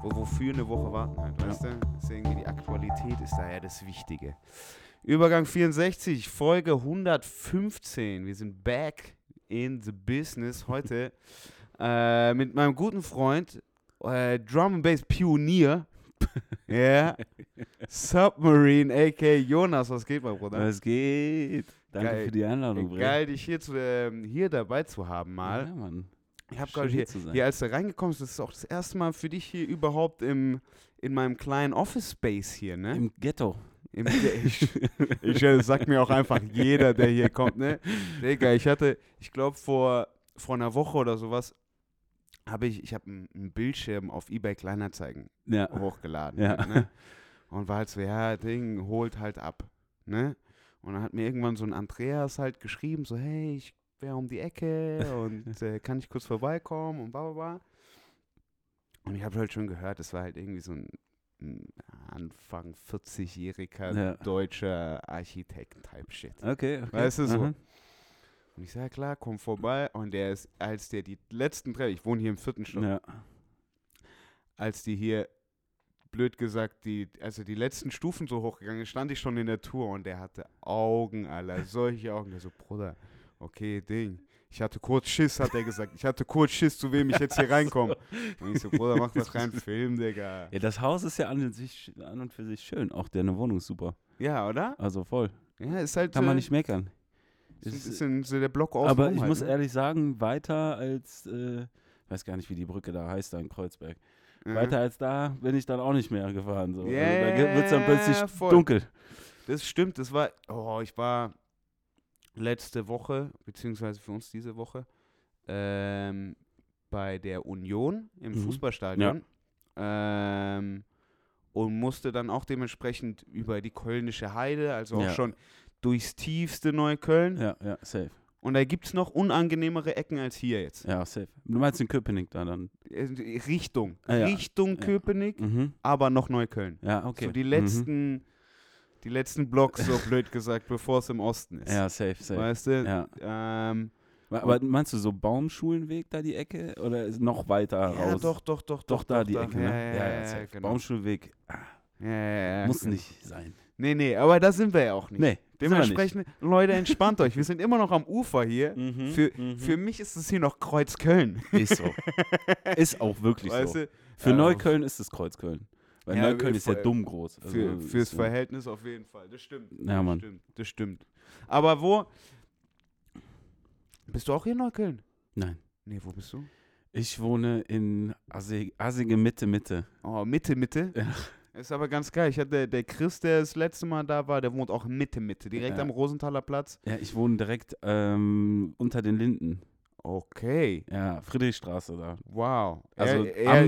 wofür eine Woche warten halt, weißt du? Ist irgendwie die Aktualität ist da ja das Wichtige. Übergang 64, Folge 115. Wir sind back in the business. Heute mit meinem guten Freund, Drum and Bass Pionier, Submarine, a.k.a. Jonas. Was geht, mein Bruder? Was geht? Danke Geil. für die Einladung, Bre. Geil, dich hier dabei zu haben mal. Ja, Mann. Ich habe Schön, gerade hier zu sein. hier, als du reingekommen bist, das ist auch das erste Mal für dich hier überhaupt in meinem kleinen Office-Space hier, ne? Im Ghetto. Das sagt mir auch einfach jeder, der hier kommt, ne? Digga, ich glaube vor einer Woche oder sowas, habe ich habe einen Bildschirm auf eBay Kleinanzeigen hochgeladen. Ja. Ne? Und war halt so, ja, Ding, holt halt ab, ne? Und dann hat mir irgendwann so ein Andreas halt geschrieben, so, hey, ich wäre um die Ecke und kann ich kurz vorbeikommen und bla bla bla. Und ich habe halt schon gehört, es war halt irgendwie so ein Anfang 40-jähriger deutscher Architekt-Type-Shit. Okay. Weißt du, so. Aha. Und ich sage, ja klar, komm vorbei. Und der ist, als der die letzten Treppen, ich wohne hier im 4. Stock, Ja. als die hier, blöd gesagt, also die letzten Stufen so hochgegangen ist, stand ich schon in der Tour und der hatte Augen, Alter, solche Augen. Der so, Bruder, okay, Ding. Ich hatte kurz Schiss, hat er gesagt. Ich hatte kurz Schiss, zu wem ich jetzt hier reinkomme. Und ich so, Bruder, mach das rein, Film, Digga. Ja, das Haus ist ja an und für sich schön. Auch deine Wohnung ist super. Ja, oder? Also voll. Ja, ist halt Kann man nicht meckern. Ist ein bisschen so der Block außen Aber ich halt, muss ne? ehrlich sagen, weiter als, ich weiß gar nicht, wie die Brücke da heißt, da in Kreuzberg. Mhm. Weiter als da bin ich dann auch nicht mehr gefahren. So. Ja, Also, da wird es dann plötzlich voll. dunkel. Das stimmt, ich war letzte Woche, beziehungsweise für uns diese Woche, bei der Union im Fußballstadion und musste dann auch dementsprechend über die Kölnische Heide, also auch schon durchs tiefste Neukölln. Ja, safe. Und da gibt es noch unangenehmere Ecken als hier jetzt. Ja, safe. Du meinst in Köpenick da dann? Richtung Ja. Köpenick, Mhm. aber noch Neukölln. Ja, okay. So die letzten Blocks, so blöd gesagt, bevor es im Osten ist. Ja, safe. Weißt du? Ja. Aber meinst du so Baumschulenweg da die Ecke oder ist noch weiter raus? Doch, Da die Ecke, ne? Ja, safe. genau. Baumschulweg muss genau. nicht sein. Nee, aber da sind wir ja auch nicht. Nee, dementsprechend, Leute, entspannt euch. Wir sind immer noch am Ufer hier. Für mich ist es hier noch Kreuzköln. Ist so. Ist auch wirklich weißt so. Du? Für Neukölln ist es Kreuzköln. Weil Neukölln ist ja dumm groß. Also fürs Verhältnis auf jeden Fall. Das stimmt. Ja, Mann. Das stimmt. Aber wo? Bist du auch hier in Neukölln? Nein. Nee, wo bist du? Ich wohne in Assige Mitte. Oh, Mitte? Ja. Ist aber ganz geil. Ich hatte der Chris, der das letzte Mal da war, der wohnt auch Mitte, direkt am Rosenthaler Platz. Ja, ich wohne direkt unter den Linden. Okay. Ja, Friedrichstraße da. Wow. Also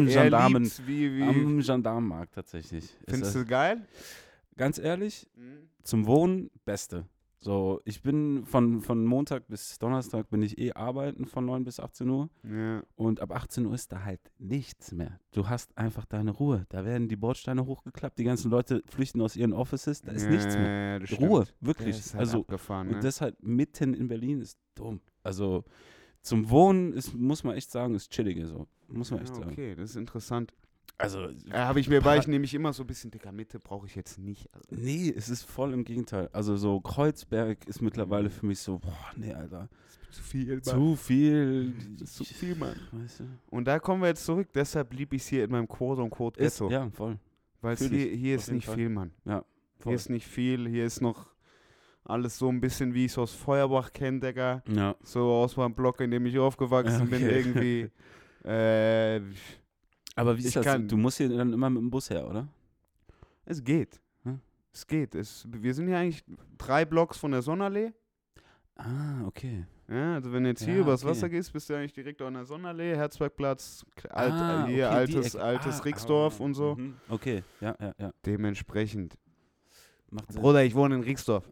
am Gendarmenmarkt tatsächlich. Findest du geil? Ganz ehrlich, zum Wohnen Beste. So, ich bin von Montag bis Donnerstag bin ich arbeiten von 9 bis 18 Uhr. Ja. Und ab 18 Uhr ist da halt nichts mehr. Du hast einfach deine Ruhe. Da werden die Bordsteine hochgeklappt, die ganzen Leute flüchten aus ihren Offices, da ist nichts mehr. Ruhe, wirklich. Das ist halt abgefahren, ne? Und deshalb mitten in Berlin ist dumm. Also zum Wohnen muss man echt sagen, ist chilliger so. Muss man echt sagen. Okay, das ist interessant. Also war ich nämlich immer so ein bisschen, Dicker, Mitte brauche ich jetzt nicht. Also. Nee, es ist voll im Gegenteil. Also so Kreuzberg ist mittlerweile für mich so, boah, nee, Alter. Zu viel, Mann. Zu viel. Das ist zu viel, Mann. Weißt du? Und da kommen wir jetzt zurück, deshalb liebe ich es hier in meinem Quote-unquote Ghetto. Ja, voll. Weil hier ist nicht viel, Mann. Ja, voll. Hier ist nicht viel, hier ist noch alles so ein bisschen, wie ich es aus Feuerbach kenne, Digga. Ja. So aus meinem Block, in dem ich aufgewachsen bin, irgendwie. Aber wie ist das? Du musst hier dann immer mit dem Bus her, oder? Es geht. Es geht. Wir sind hier eigentlich 3 Blocks von der Sonnenallee. Ah, okay. Ja, also wenn du jetzt hier übers Wasser gehst, bist du eigentlich direkt an der Sonnenallee, Herzbergplatz, altes Rixdorf und so. Okay, ja. Dementsprechend. Macht Sinn. Bruder, ich wohne in Rixdorf.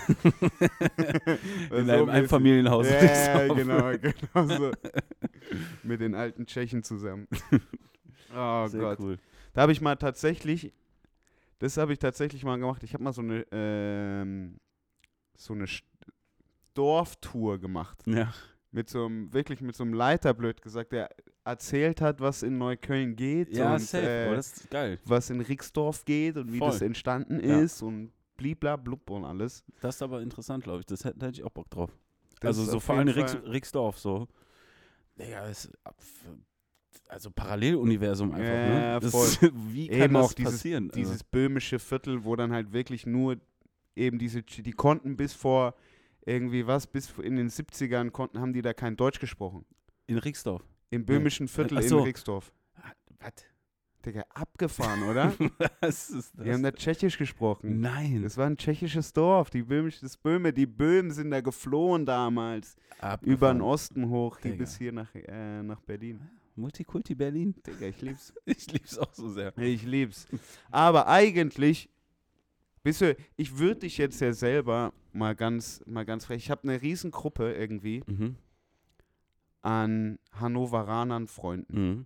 In einem Einfamilienhaus. Ja, genau so. Mit den alten Tschechen zusammen. Oh Sehr Gott. Cool. Das habe ich tatsächlich mal gemacht. Ich habe mal so eine Dorftour gemacht. Ja. wirklich mit so einem Leiter, blöd gesagt, der erzählt hat, was in Neukölln geht Ja, und safe, das ist geil. was in Rixdorf geht und wie Voll. das entstanden ist und bliblablub und alles. Das ist aber interessant, glaube ich. Da hätte ich auch Bock drauf. Das also ist so auf vor allem jeden Fall- Rixdorf, so. Ja, also Paralleluniversum einfach, Ja, ne? Das voll. ist, wie kann Eben das auch passieren? dieses böhmische Viertel, wo dann halt wirklich nur eben die konnten bis vor irgendwie bis in den 70ern haben die da kein Deutsch gesprochen. in Rixdorf. Im böhmischen Viertel Ach in so. Rixdorf. Was? Digga, abgefahren, oder? Was ist das? Die haben da Tschechisch gesprochen. Nein. Das war ein tschechisches Dorf, die Böhmen sind da geflohen damals. Abgefahren. Über den Osten hoch, hier Digga. bis hier nach Berlin. Multikulti Berlin. Digga, ich lieb's. Ich lieb's auch so sehr. Ich lieb's. Aber eigentlich, ich würde dich jetzt ja selber mal ganz frech, ich habe eine riesen Gruppe irgendwie Mhm. an Hannoveranern Freunden. Mhm.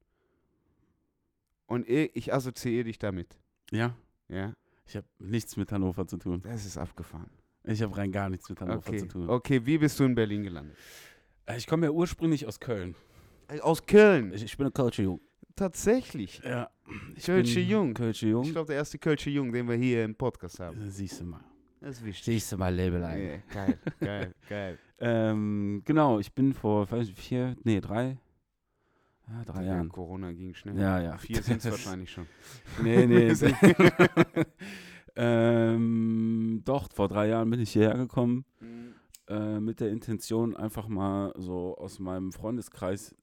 Und ich assoziiere dich damit. Ja. Ja, Ich habe nichts mit Hannover zu tun. das ist abgefahren. Ich habe rein gar nichts mit Hannover zu tun. Okay, wie bist du in Berlin gelandet? Ich komme ja ursprünglich aus Köln. Aus Köln. Ich bin ein Kölscher Jung. Tatsächlich. Ja. Kölsche Jung. Kölscher Ich Jung. glaube, der erste Kölsche Jung, den wir hier im Podcast haben. Siehst du mal. Das ist wichtig. Siehst du mal, Lebelein. Ja, geil. Genau, ich bin vor 3 Jahren. Corona ging schnell. Ja. 4 sind es wahrscheinlich schon. Nee. Doch, vor 3 Jahren bin ich hierher gekommen. Mit der Intention, einfach mal so aus meinem Freundeskreis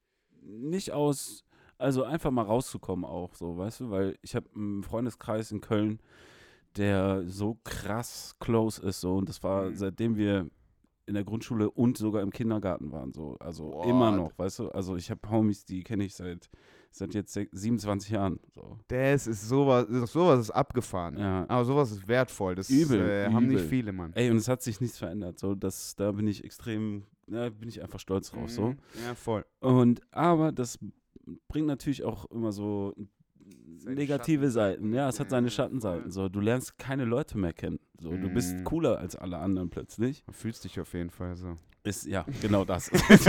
also einfach mal rauszukommen auch, so, weißt du, weil ich habe einen Freundeskreis in Köln, der so krass close ist, so, und das war, seitdem wir in der Grundschule und sogar im Kindergarten waren, so, also What? immer noch, weißt du, also ich habe Homies, die kenne ich seit jetzt 27 Jahren, so. Das ist sowas ist abgefahren. Ja. Aber sowas ist wertvoll. Das Übel, haben nicht übel. viele, Mann. Ey, und es hat sich nichts verändert, so, da bin ich bin ich einfach stolz drauf, so. Ja, voll. Aber das bringt natürlich auch immer so Seine negative Schattenseiten. Seiten. Ja, es hat seine Ja, Schattenseiten. voll. So, du lernst keine Leute mehr kennen. So, du bist cooler als alle anderen plötzlich. Du fühlst dich auf jeden Fall so. Ist ja genau das.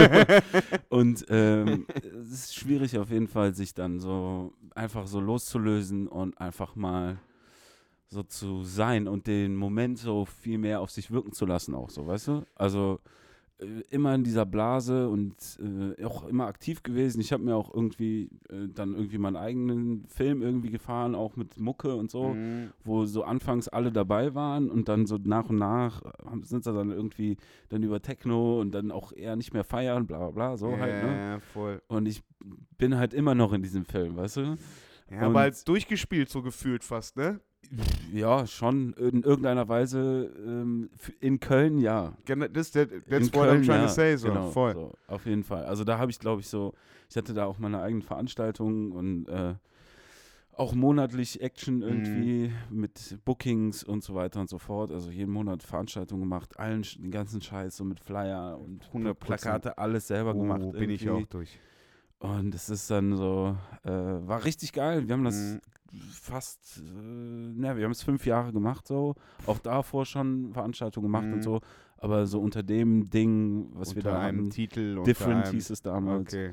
Und es ist schwierig auf jeden Fall, sich dann so einfach so loszulösen und einfach mal so zu sein und den Moment so viel mehr auf sich wirken zu lassen auch so, weißt du? Also immer in dieser Blase und auch immer aktiv gewesen. Ich habe mir auch irgendwie dann irgendwie meinen eigenen Film irgendwie gefahren, auch mit Mucke und so, wo so anfangs alle dabei waren und dann so nach und nach sind sie dann irgendwie dann über Techno und dann auch eher nicht mehr feiern, bla bla bla, so halt, ne? Ja, voll. Und ich bin halt immer noch in diesem Film, weißt du? Ja, aber halt durchgespielt so gefühlt fast, ne? Ja, schon in irgendeiner Weise in Köln, ja. That's In what I'm trying ja, to say, so. genau, Voll. so, auf jeden Fall. Also da habe ich, glaube ich, ich hatte da auch meine eigenen Veranstaltungen und auch monatlich Action irgendwie mit Bookings und so weiter und so fort. Also jeden Monat Veranstaltungen gemacht, den ganzen Scheiß, so mit Flyer und 100%. Plakate, alles selber gemacht. Bin ich irgendwie. auch durch. Und es ist dann so, war richtig geil. Wir haben das fast, wir haben es 5 Jahre gemacht, so. Auch davor schon Veranstaltungen gemacht und so. Aber so unter dem Ding, was wir Unter da einem hatten, Titel. Different hieß es damals. Okay.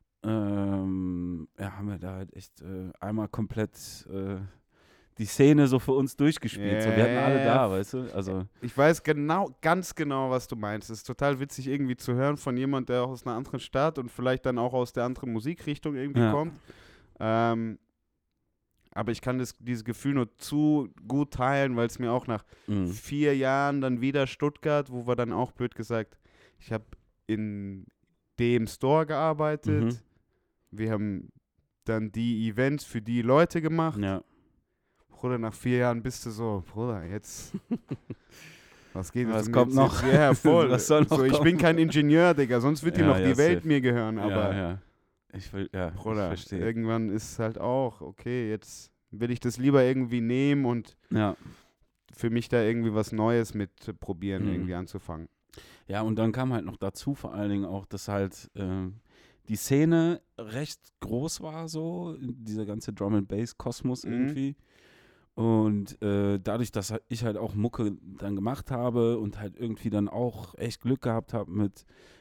Haben wir da halt echt einmal komplett die Szene so für uns durchgespielt. So, wir hatten alle da, weißt du? Also, Ich weiß ganz genau, was du meinst. Es ist total witzig irgendwie zu hören von jemand, der auch aus einer anderen Stadt und vielleicht dann auch aus der anderen Musikrichtung irgendwie kommt. Aber ich kann dieses Gefühl nur zu gut teilen, weil es mir auch nach 4 Jahren dann wieder Stuttgart, wo wir dann auch blöd gesagt, ich habe in dem Store gearbeitet. Wir haben dann die Events für die Leute gemacht. ja. Bruder, nach 4 Jahren bist du so, Bruder, jetzt. Was geht Was jetzt? kommt noch? Ja, voll. Was soll noch so, ich kommen? bin kein Ingenieur, Digga, sonst wird Ja, noch ja, die Welt safe. mir gehören. Aber, ja. Ich Bruder, verstehe. irgendwann ist es halt auch, okay, jetzt will ich das lieber irgendwie nehmen und Ja. für mich da irgendwie was Neues mit probieren, Mhm. irgendwie anzufangen. Ja, und dann kam halt noch dazu vor allen Dingen auch, dass halt die Szene recht groß war, so, dieser ganze Drum-and-Bass-Kosmos irgendwie. Und dadurch, dass ich halt auch Mucke dann gemacht habe und halt irgendwie dann auch echt Glück gehabt habe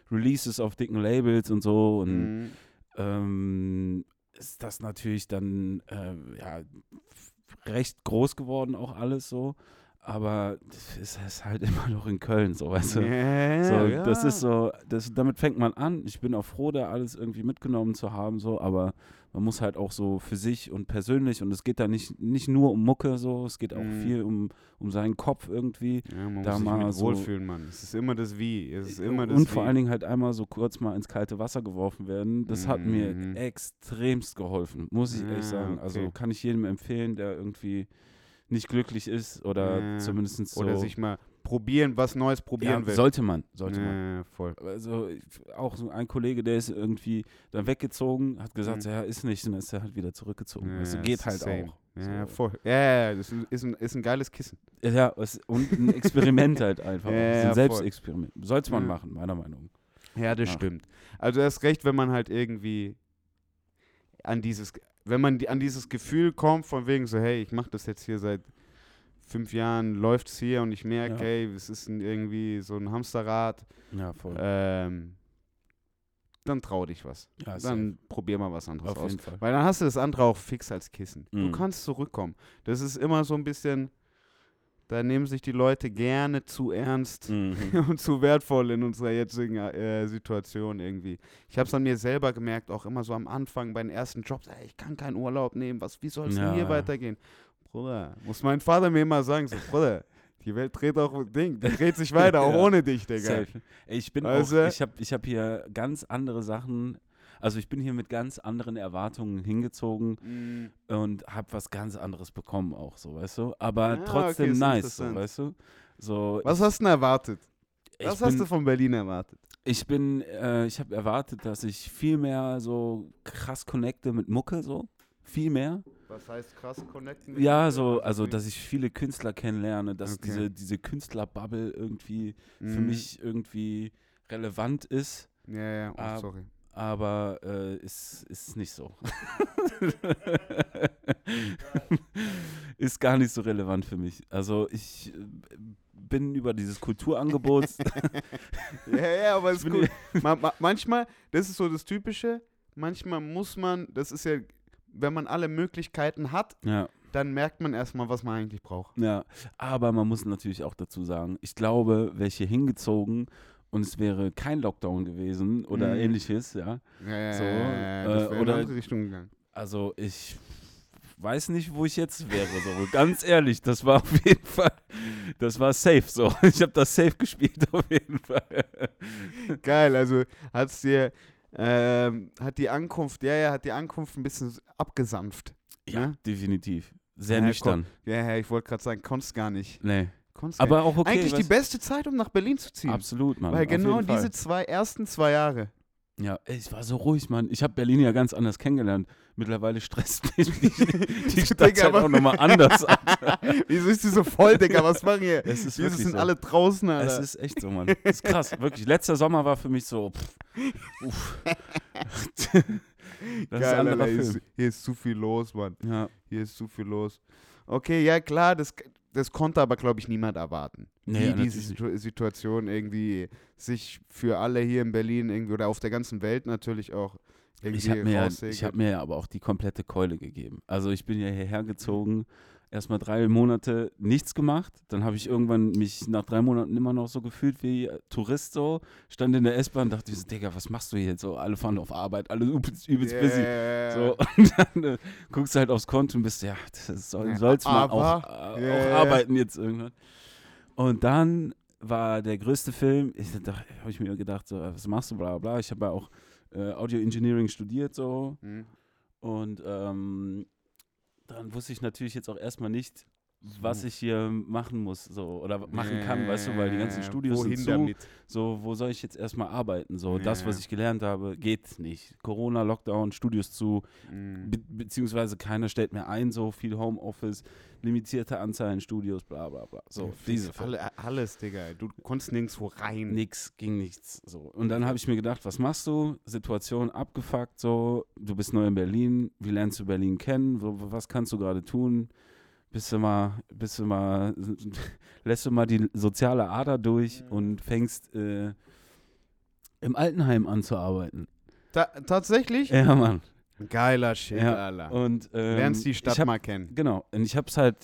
Releases auf dicken Labels und so und Mhm. ist das natürlich dann ja, recht groß geworden auch alles so, aber es ist halt immer noch in Köln, so, weißt du. Ja, So, das ist ja. so, damit fängt man an. Ich bin auch froh, da alles irgendwie mitgenommen zu haben, so, aber man muss halt auch so für sich und persönlich und es geht da nicht nur um Mucke, so, es geht auch viel um seinen Kopf irgendwie. Ja, man Da muss sich mal mit so wohlfühlen, Mann. Es ist immer das Wie. Es ist immer und das vor Wie. allen Dingen halt einmal so kurz mal ins kalte Wasser geworfen werden. Das hat mir Mhm. extremst geholfen, muss ich ehrlich Ja, sagen. Also okay. kann ich jedem empfehlen, der irgendwie nicht glücklich ist oder Ja. zumindest Oder so. sich mal was Neues Ja, probieren will. sollte man. Ja, voll. Also auch so ein Kollege, der ist irgendwie dann weggezogen, hat gesagt, Mhm. ja, ist nicht, und dann ist er halt wieder zurückgezogen. Ja, Also ja, geht ist halt same. auch. Ja, So. voll. Ja, das ist ein geiles Kissen. Ja, und ein Experiment halt einfach auch. Es ist ein Ja, voll. Selbstexperiment. Sollte man Ja. machen, meiner Meinung Ja, das nach. stimmt. Also erst recht, wenn man halt irgendwie an dieses, wenn man an dieses Gefühl kommt, von wegen so, hey, ich mache das jetzt hier seit 5 Jahren, läuft es hier und ich merke, Ja. hey, es ist irgendwie so ein Hamsterrad, Ja, voll. dann trau dich was. Ja, Dann probier mal was anderes auf aus. jeden Fall. Weil dann hast du das andere auch fix als Kissen. Du Mhm. kannst zurückkommen. Das ist immer so ein bisschen, da nehmen sich die Leute gerne zu ernst Mhm. und zu wertvoll in unserer jetzigen Situation irgendwie. Ich habe es an mir selber gemerkt, auch immer so am Anfang bei den ersten Jobs, ey, ich kann keinen Urlaub nehmen, wie soll es denn hier Ja. weitergehen? Bruder, muss mein Vater mir immer sagen, so, Bruder, die Welt dreht auch die dreht sich weiter, auch Ja. ohne dich, Digga. Safe. Ey, ich bin Also- auch, ich hab hier ganz andere Sachen, also ich bin hier mit ganz anderen Erwartungen hingezogen Mm, und habe was ganz anderes bekommen auch, so, weißt du? Aber Ja, okay, trotzdem ist nice, so, interessant. weißt du? So, Was hast du denn erwartet? ich Was bin, hast du von Berlin erwartet? ich habe erwartet, dass ich viel mehr so krass connecte mit Mucke, so, viel mehr. Was heißt krass connecten? Ja, so, also, dass ich viele Künstler kennenlerne, dass Okay. diese Künstlerbubble irgendwie für Mhm. mich irgendwie relevant ist. Ja, ja, oh, Ah, sorry. Aber ist nicht so. Ist gar nicht so relevant für mich. Also ich bin über dieses Kulturangebot. Ja, ja, aber Ich ist bin gut. Manchmal, das ist so das Typische, manchmal muss man, das ist ja, wenn man alle Möglichkeiten hat, Ja, dann merkt man erstmal, was man eigentlich braucht. ja. Aber man muss natürlich auch dazu sagen, ich glaube, wäre ich hier hingezogen und es wäre kein Lockdown gewesen oder Mhm. ähnliches, ja. Ja, ja, So, ja, das wäre in oder- eine andere Richtung gegangen. Also ich weiß nicht, wo ich jetzt wäre. So. Ganz ehrlich, das war auf jeden Fall, das war safe so. Ich habe das safe gespielt auf jeden Fall. Geil, also hat die Ankunft ein bisschen abgesanft. Ja, Ne? definitiv. Sehr Ja, nüchtern. Ja, ich wollte gerade sagen, konntest gar nicht. Nee. Konntest gar Aber auch nicht. okay. Eigentlich die beste Zeit, um nach Berlin zu ziehen. Absolut, Mann. Weil auf genau jeden Fall. diese ersten 2 Jahre. Ja, ey, ich war so ruhig, Mann. Ich habe Berlin ja ganz anders kennengelernt. Mittlerweile stresst mich die Stadt Digga, halt auch nochmal anders an. Wieso ist die so voll, Digga? Was machen hier? Es ist Wieso wirklich sind so. alle draußen, Alter? Es ist echt so, Mann. Das ist krass, wirklich. Letzter Sommer war für mich so, uff. Das ist ein anderer Alter, Film. hier ist zu viel los, Mann. Ja. Hier ist zu viel los. Okay, ja klar, das konnte aber, glaube ich, niemand erwarten. Nee, Wie diese natürlich Situation irgendwie sich für alle hier in Berlin irgendwie oder auf der ganzen Welt natürlich auch irgendwie Ich hab mir ja aber auch die komplette Keule gegeben. Also ich bin ja hierher gezogen, erstmal 3 Monate nichts gemacht. Dann habe ich irgendwann mich nach 3 Monaten immer noch so gefühlt wie Tourist so. Stand in der S-Bahn, dachte ich so, Digga, was machst du hier jetzt so? Alle fahren auf Arbeit, alle übelst busy. So, und dann guckst du halt aufs Konto und bist, ja, das soll's mal auch arbeiten jetzt irgendwann. Und dann war der größte Film, da habe ich mir gedacht, so, was machst du, bla bla. Ich habe ja auch Audio Engineering studiert so Hm. und dann wusste ich natürlich jetzt auch erstmal nicht, was ich hier machen muss so oder machen kann, weißt du, weil die ganzen Studios Wohin sind zu. damit? So, wo soll ich jetzt erstmal arbeiten? So, das, was Ja. ich gelernt habe, geht nicht. Corona, Lockdown, Studios zu, Hm. beziehungsweise keiner stellt mehr ein, so viel Homeoffice, limitierte Anzahl an Studios, bla bla bla. So, diese Fälle. Alles, Digga. Du konntest nirgendwo rein. Nix, ging nichts. So. Und dann habe ich mir gedacht, was machst du? Situation abgefuckt, so, du bist neu in Berlin, wie lernst du Berlin kennen? Was kannst du gerade tun? Lässt du mal die soziale Ader durch und fängst im Altenheim anzuarbeiten. Tatsächlich? Ja, Mann. Geiler Shit, Ja, Alter. und Lernst die Stadt mal kennen. Genau. Und ich habe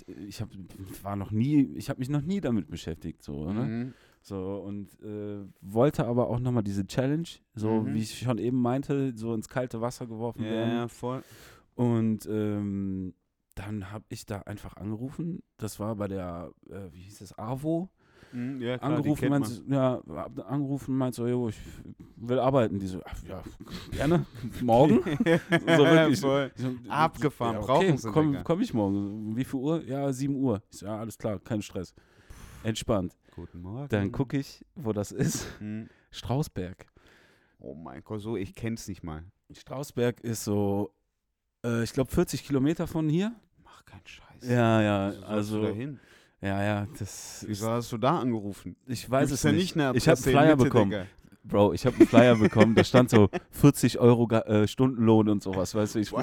mich noch nie damit beschäftigt, so, ne? Mhm. So, und wollte aber auch nochmal diese Challenge, so wie ich schon eben meinte, so ins kalte Wasser geworfen werden. Ja, voll. Und dann habe ich da einfach angerufen. Das war bei der, wie hieß das, AWO? Ja, klar, Angerufen, meint so, jo, ich will arbeiten. Die so, ach, ja, gerne, morgen. So wirklich. Voll. So, Abgefahren, ja, okay, brauchen sie, Digga. komm ich morgen. Wie viel Uhr? Ja, 7 Uhr. Ich so, ja, alles klar, kein Stress. Entspannt. Guten Morgen. Dann gucke ich, wo das ist. Strausberg. Oh mein Gott, so, ich kenn's nicht mal. Strausberg ist so, ich glaube 40 Kilometer von hier. Mach keinen Scheiß. Ja, Wieso sollst also, du dahin? ja, das Wieso hast du da angerufen? ich weiß Gibt's es ja nicht. eine Ich habe Adresse einen in Flyer Mitte, bekommen. Digga. Bro, ich habe einen Flyer bekommen, da stand so 40 Euro Stundenlohn und sowas, weißt du.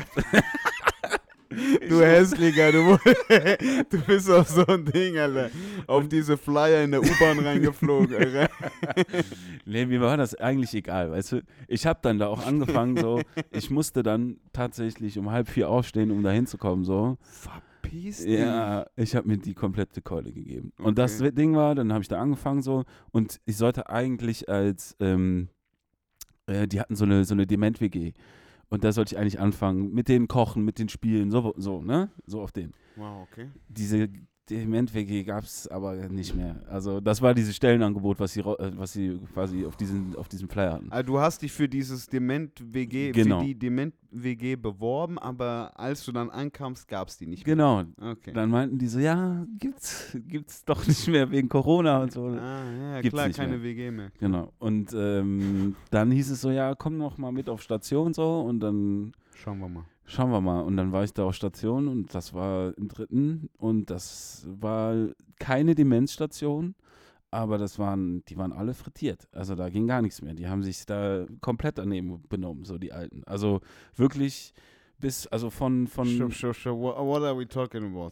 Du Hässlicher, du bist auf so ein Ding, Alter. Auf diese Flyer in der U-Bahn reingeflogen, Alter. Nee, mir war das eigentlich egal, weißt du. Ich habe dann da auch angefangen, so, ich musste dann tatsächlich um 3:30 aufstehen, um da hinzukommen, so. Verpiss dich. Ja, ich habe mir die komplette Keule gegeben. Und das Ding war, dann habe ich da angefangen, so, und ich sollte eigentlich als, die hatten so eine Dement-WG. Und da sollte ich eigentlich anfangen, mit denen kochen, mit den Spielen, so, ne? So auf den. Wow, okay. Diese Dement-WG gab es aber nicht mehr. Also das war dieses Stellenangebot, was sie quasi auf diesem Flyer hatten. Also du hast dich für dieses Dement-WG, Genau. für die Dement-WG beworben, aber als du dann ankamst, gab es die nicht mehr. Genau. Okay. Dann meinten die so, ja, gibt's doch nicht mehr wegen Corona und so. Ja, Gibt's klar, nicht keine mehr. WG mehr. Genau. Und dann hieß es so, ja, komm noch mal mit auf Station so, und dann Schauen wir mal. Und dann war ich da auf Station, und das war im 3. und das war keine Demenzstation, aber die waren alle frittiert. Also da ging gar nichts mehr. Die haben sich da komplett daneben benommen, so die Alten. Also wirklich von Sure. What are we talking about?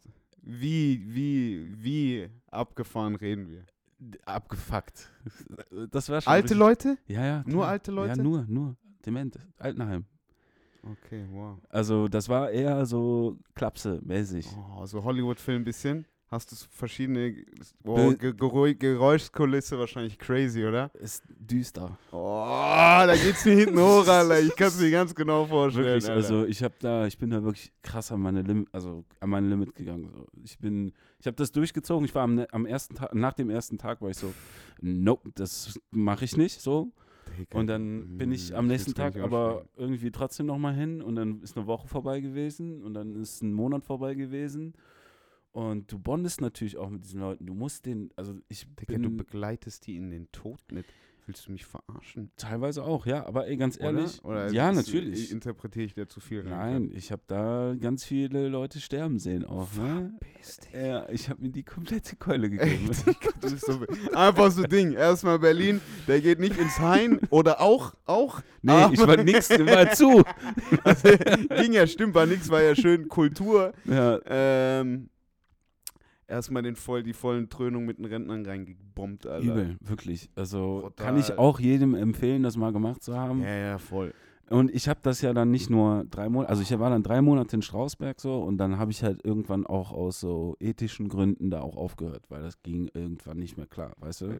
Wie abgefahren reden wir? abgefuckt. Das war schon Alte richtig, Leute? Ja, Nur klar. alte Leute? Ja, nur. Dement, Altenheim. Okay, wow. Also das war eher so Klapse-mäßig. Oh, so Hollywood-Film ein bisschen. Hast du verschiedene Be- Geräuschkulisse wahrscheinlich crazy, oder? Ist düster. Oh, da geht's mir hinten hoch, Alter. Ich kann es mir ganz genau vorstellen, Wirklich, Alter. also ich bin da wirklich krass an meine Limit gegangen. So. Ich habe das durchgezogen. Ich war am ersten Tag, nach dem ersten Tag war ich so, nope, das mache ich nicht, so. Digga, Und dann bin ich am nächsten Tag aber irgendwie trotzdem nochmal hin, und dann ist eine Woche vorbei gewesen, und dann ist ein Monat vorbei gewesen. Und du bondest natürlich auch mit diesen Leuten. Du musst Digga, du begleitest die in den Tod nicht. Willst du mich verarschen? Teilweise auch, ja, aber ey, ganz ehrlich, Oder ja, natürlich. Interpretiere ich dir zu viel rein? Nein, ich habe da ganz viele Leute sterben sehen auch, ne? Verpiss dich. Ja, ich habe mir die komplette Keule gegeben. Das ist so, einfach so Ding. Erstmal Berlin, der geht nicht ins Hain oder auch. Nee, ich war nix, war zu. Also, ging ja, stimmt, war nix, war ja schön Kultur. Ja, Erstmal die vollen Trönungen mit den Rentnern reingebombt, Alter. übel, wirklich. Also Brutal. kann ich auch jedem empfehlen, das mal gemacht zu haben. Ja, voll. Und ich habe das ja dann nicht nur 3 Monate, also ich war dann 3 Monate in Strausberg so, und dann habe ich halt irgendwann auch aus so ethischen Gründen da auch aufgehört, weil das ging irgendwann nicht mehr klar, weißt du?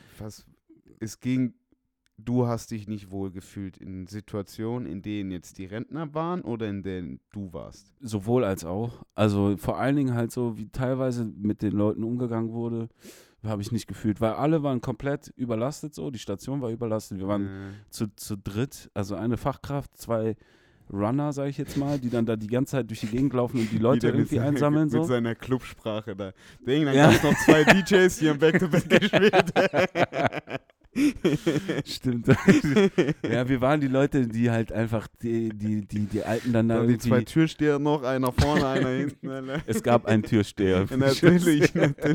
Du hast dich nicht wohl gefühlt in Situationen, in denen jetzt die Rentner waren oder in denen du warst? Sowohl als auch. Also vor allen Dingen halt so, wie teilweise mit den Leuten umgegangen wurde, habe ich nicht gefühlt, weil alle waren komplett überlastet so, die Station war überlastet, wir waren zu dritt, also eine Fachkraft, 2 Runner, sage ich jetzt mal, die dann da die ganze Zeit durch die Gegend laufen und die Leute irgendwie einsammeln so. Mit seiner Clubsprache da. Dann gab es noch 2 DJs, die am Back-to-Back gespielt. Stimmt. Ja, wir waren die Leute, die halt einfach die Alten dann da Die irgendwie... 2 Türsteher noch, einer vorne, einer hinten. Es gab einen Türsteher. Natürlich.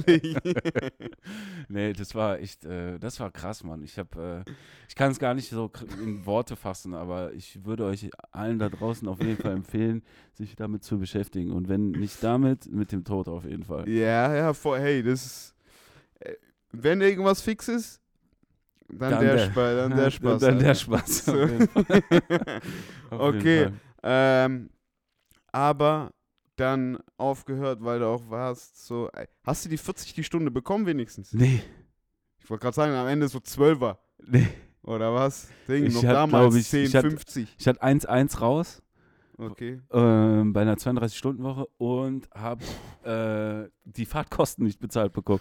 Nee, das war echt, das war krass, Mann. Ich kann es gar nicht so in Worte fassen, aber ich würde euch allen da draußen auf jeden Fall empfehlen, sich damit zu beschäftigen. Und wenn nicht damit, mit dem Tod auf jeden Fall. Ja, hey, das ist, wenn irgendwas fix ist, Dann der Spaß. Dann der Alter. Spaß. So. Auf jeden Fall. Auf Okay. jeden Fall. Aber dann aufgehört, weil du auch warst so, hast du die 40 die Stunde bekommen wenigstens? Nee, Ich wollte gerade sagen, am Ende so 12er. nee. Oder was? Ding, Ich noch hatte, damals glaub ich, 10,50. Ich hatte 1,1 raus Okay. bei einer 32-Stunden-Woche und habe die Fahrtkosten nicht bezahlt bekommen.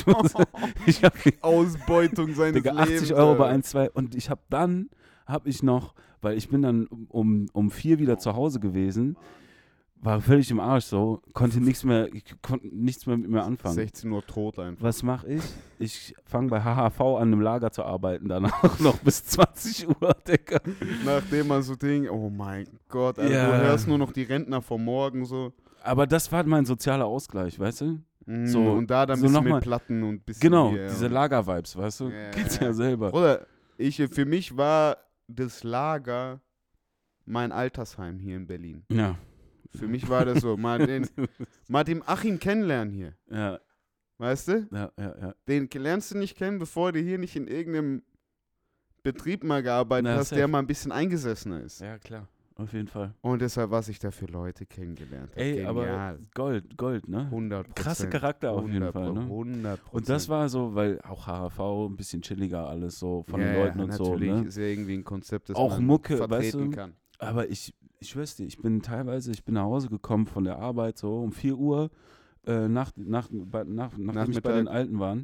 Ich habe Ausbeutung seines Digga, Lebens. 80 Euro bei Alter. 1,2 und habe ich noch, weil ich bin dann um 4 wieder zu Hause gewesen, war völlig im Arsch so, ich konnte nichts mehr mit mir anfangen. 16 Uhr tot einfach. Was mache ich? Ich fange bei HHV an einem Lager zu arbeiten, danach noch bis 20 Uhr, Digga. Nachdem man so denkt, oh mein Gott, Alter, Ja. du hörst nur noch die Rentner vom Morgen so. Aber das war mein sozialer Ausgleich, weißt du? So, Und da dann ein so bisschen nochmal- mit Platten und ein bisschen Genau, hier, diese und- Lager-Vibes, weißt du? Ja, Kennst ja. ja selber. Bruder, für mich war das Lager mein Altersheim hier in Berlin. Ja. Für mich war das so, mal den Achim kennenlernen hier, Ja, weißt du? ja. Den lernst du nicht kennen, bevor du hier nicht in irgendeinem Betrieb mal gearbeitet Na, hast, safe. der mal ein bisschen eingesessener ist. Ja, klar. Auf jeden Fall. Und deshalb, was ich da für Leute kennengelernt habe. Ey, aber Genial. Gold, ne? 100%. Krasse Charakter auf jeden Fall, ne? 100%. Und das war so, weil auch HHV ein bisschen chilliger alles so von den Ja, Leuten und so, natürlich ne? ist ja irgendwie ein Konzept, das Auch man Mucke, vertreten weißt du? kann. Aber ich schwör's dir, ich bin nach Hause gekommen von der Arbeit so um 4 Uhr, nachdem ich bei Nachmittag. den Alten waren.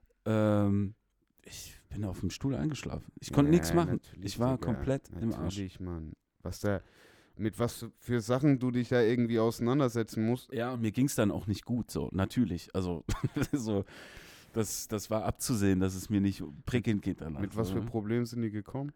Mhm. Ich bin auf dem Stuhl eingeschlafen. Ich konnte Ja, nichts machen. natürlich, Ich war Digga. komplett im Arsch. Natürlich, Mann. Mit was für Sachen du dich da irgendwie auseinandersetzen musst. Ja, und mir ging es dann auch nicht gut, so, natürlich. Also, so, das war abzusehen, dass es mir nicht prickelnd geht danach. Mit was so, für ne? Problemen sind die gekommen?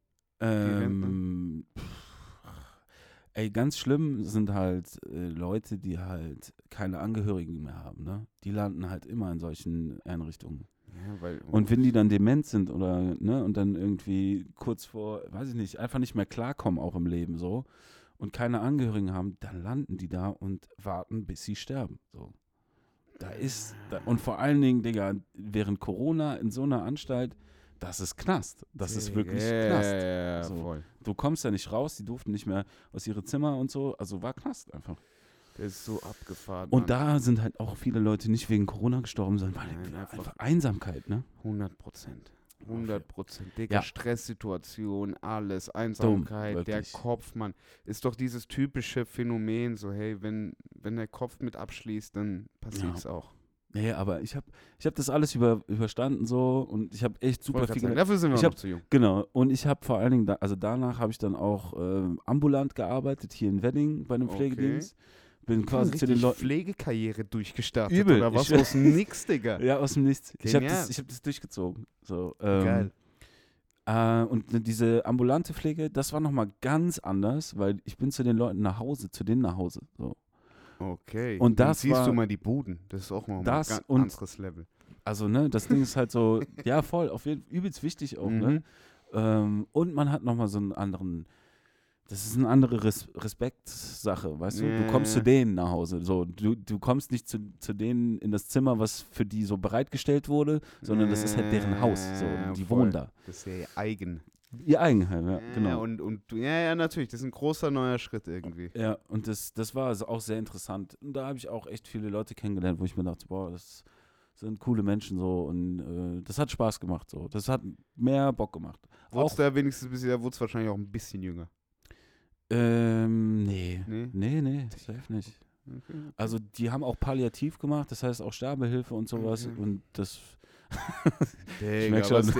Ey, ganz schlimm sind halt Leute, die halt keine Angehörigen mehr haben, ne? Die landen halt immer in solchen Einrichtungen. Ja, weil, Und wenn die dann dement sind oder, ne, und dann irgendwie kurz vor, weiß ich nicht, einfach nicht mehr klarkommen auch im Leben so und keine Angehörigen haben, dann landen die da und warten, bis sie sterben, so. Und vor allen Dingen, Digga, während Corona in so einer Anstalt, das ist Knast. Das ist wirklich Knast. Ja, So. voll. Du kommst da nicht raus, die durften nicht mehr aus ihre Zimmer und so, also war Knast einfach. Der ist so abgefahren. Und Mann. da sind halt auch viele Leute nicht wegen Corona gestorben, sondern Nein, weil einfach- einfach Einsamkeit, ne? 100%. 100%. Digga, Ja. Stresssituation, alles, Einsamkeit, der wirklich. Kopf, Mann. Ist doch dieses typische Phänomen, so, hey, wenn der Kopf mit abschließt, dann passiert's auch. Nee, aber ich hab das alles überstanden so und ich habe echt super Wollte viel grad sagen, gelernt. dafür sind wir Ich noch hab- zu jung. Genau, und ich habe vor allen Dingen, danach habe ich dann auch ambulant gearbeitet, hier in Wedding bei einem Okay. Pflegedienst. Bin quasi zu den Richtig Leuten. Pflegekarriere durchgestartet, Übel, oder was? ich- Aus dem Nix, Digga. Ja, aus dem Nichts. Ich habe Genial. das durchgezogen. So, Geil. und diese ambulante Pflege, das war nochmal ganz anders, weil ich bin zu den Leuten nach Hause. So. Okay. Und Dann das siehst war- du mal die Buden. Das ist auch noch Das ein ganz und- anderes Level. Also, ne, das Ding ist halt so, ja, voll, auf jeden Fall übelst wichtig auch, ne? Und man hat nochmal so einen anderen, das ist eine andere Respektsache, weißt du? Du kommst zu Ja. denen nach Hause. So, du kommst nicht zu denen in das Zimmer, was für die so bereitgestellt wurde, sondern das ist halt deren Haus. So, und die voll. wohnen da. Das ist ja ihr eigen. Ihr Eigenheim, ja, genau. Ja, natürlich. Das ist ein großer neuer Schritt irgendwie. Ja, und das war also auch sehr interessant. Und da habe ich auch echt viele Leute kennengelernt, wo ich mir dachte, boah, das sind coole Menschen so und das hat Spaß gemacht so. Das hat mehr Bock gemacht. Wurdest du da wenigstens ein bisschen, da wurdest du wahrscheinlich auch ein bisschen jünger. Nee, Nee? safe nicht. Okay. Also die haben auch palliativ gemacht, das heißt auch Sterbehilfe und sowas Okay. und das Digga, merk schon.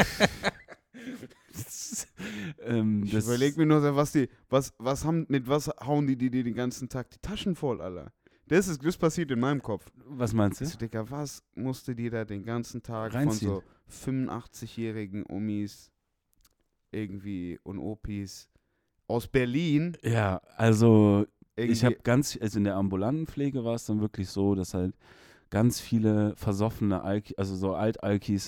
Ich das überleg mir nur, mit was hauen die dir den ganzen Tag die Taschen voll, Alter? Das passiert in meinem Kopf. was meinst du? Ich so, Digga, was musst du dir da den ganzen Tag Reinziehen. von so 85-jährigen Omis irgendwie und Opis aus Berlin Ja, also irgendwie ich habe also in der ambulanten Pflege war es dann wirklich so, dass halt ganz viele versoffene also so Altalkis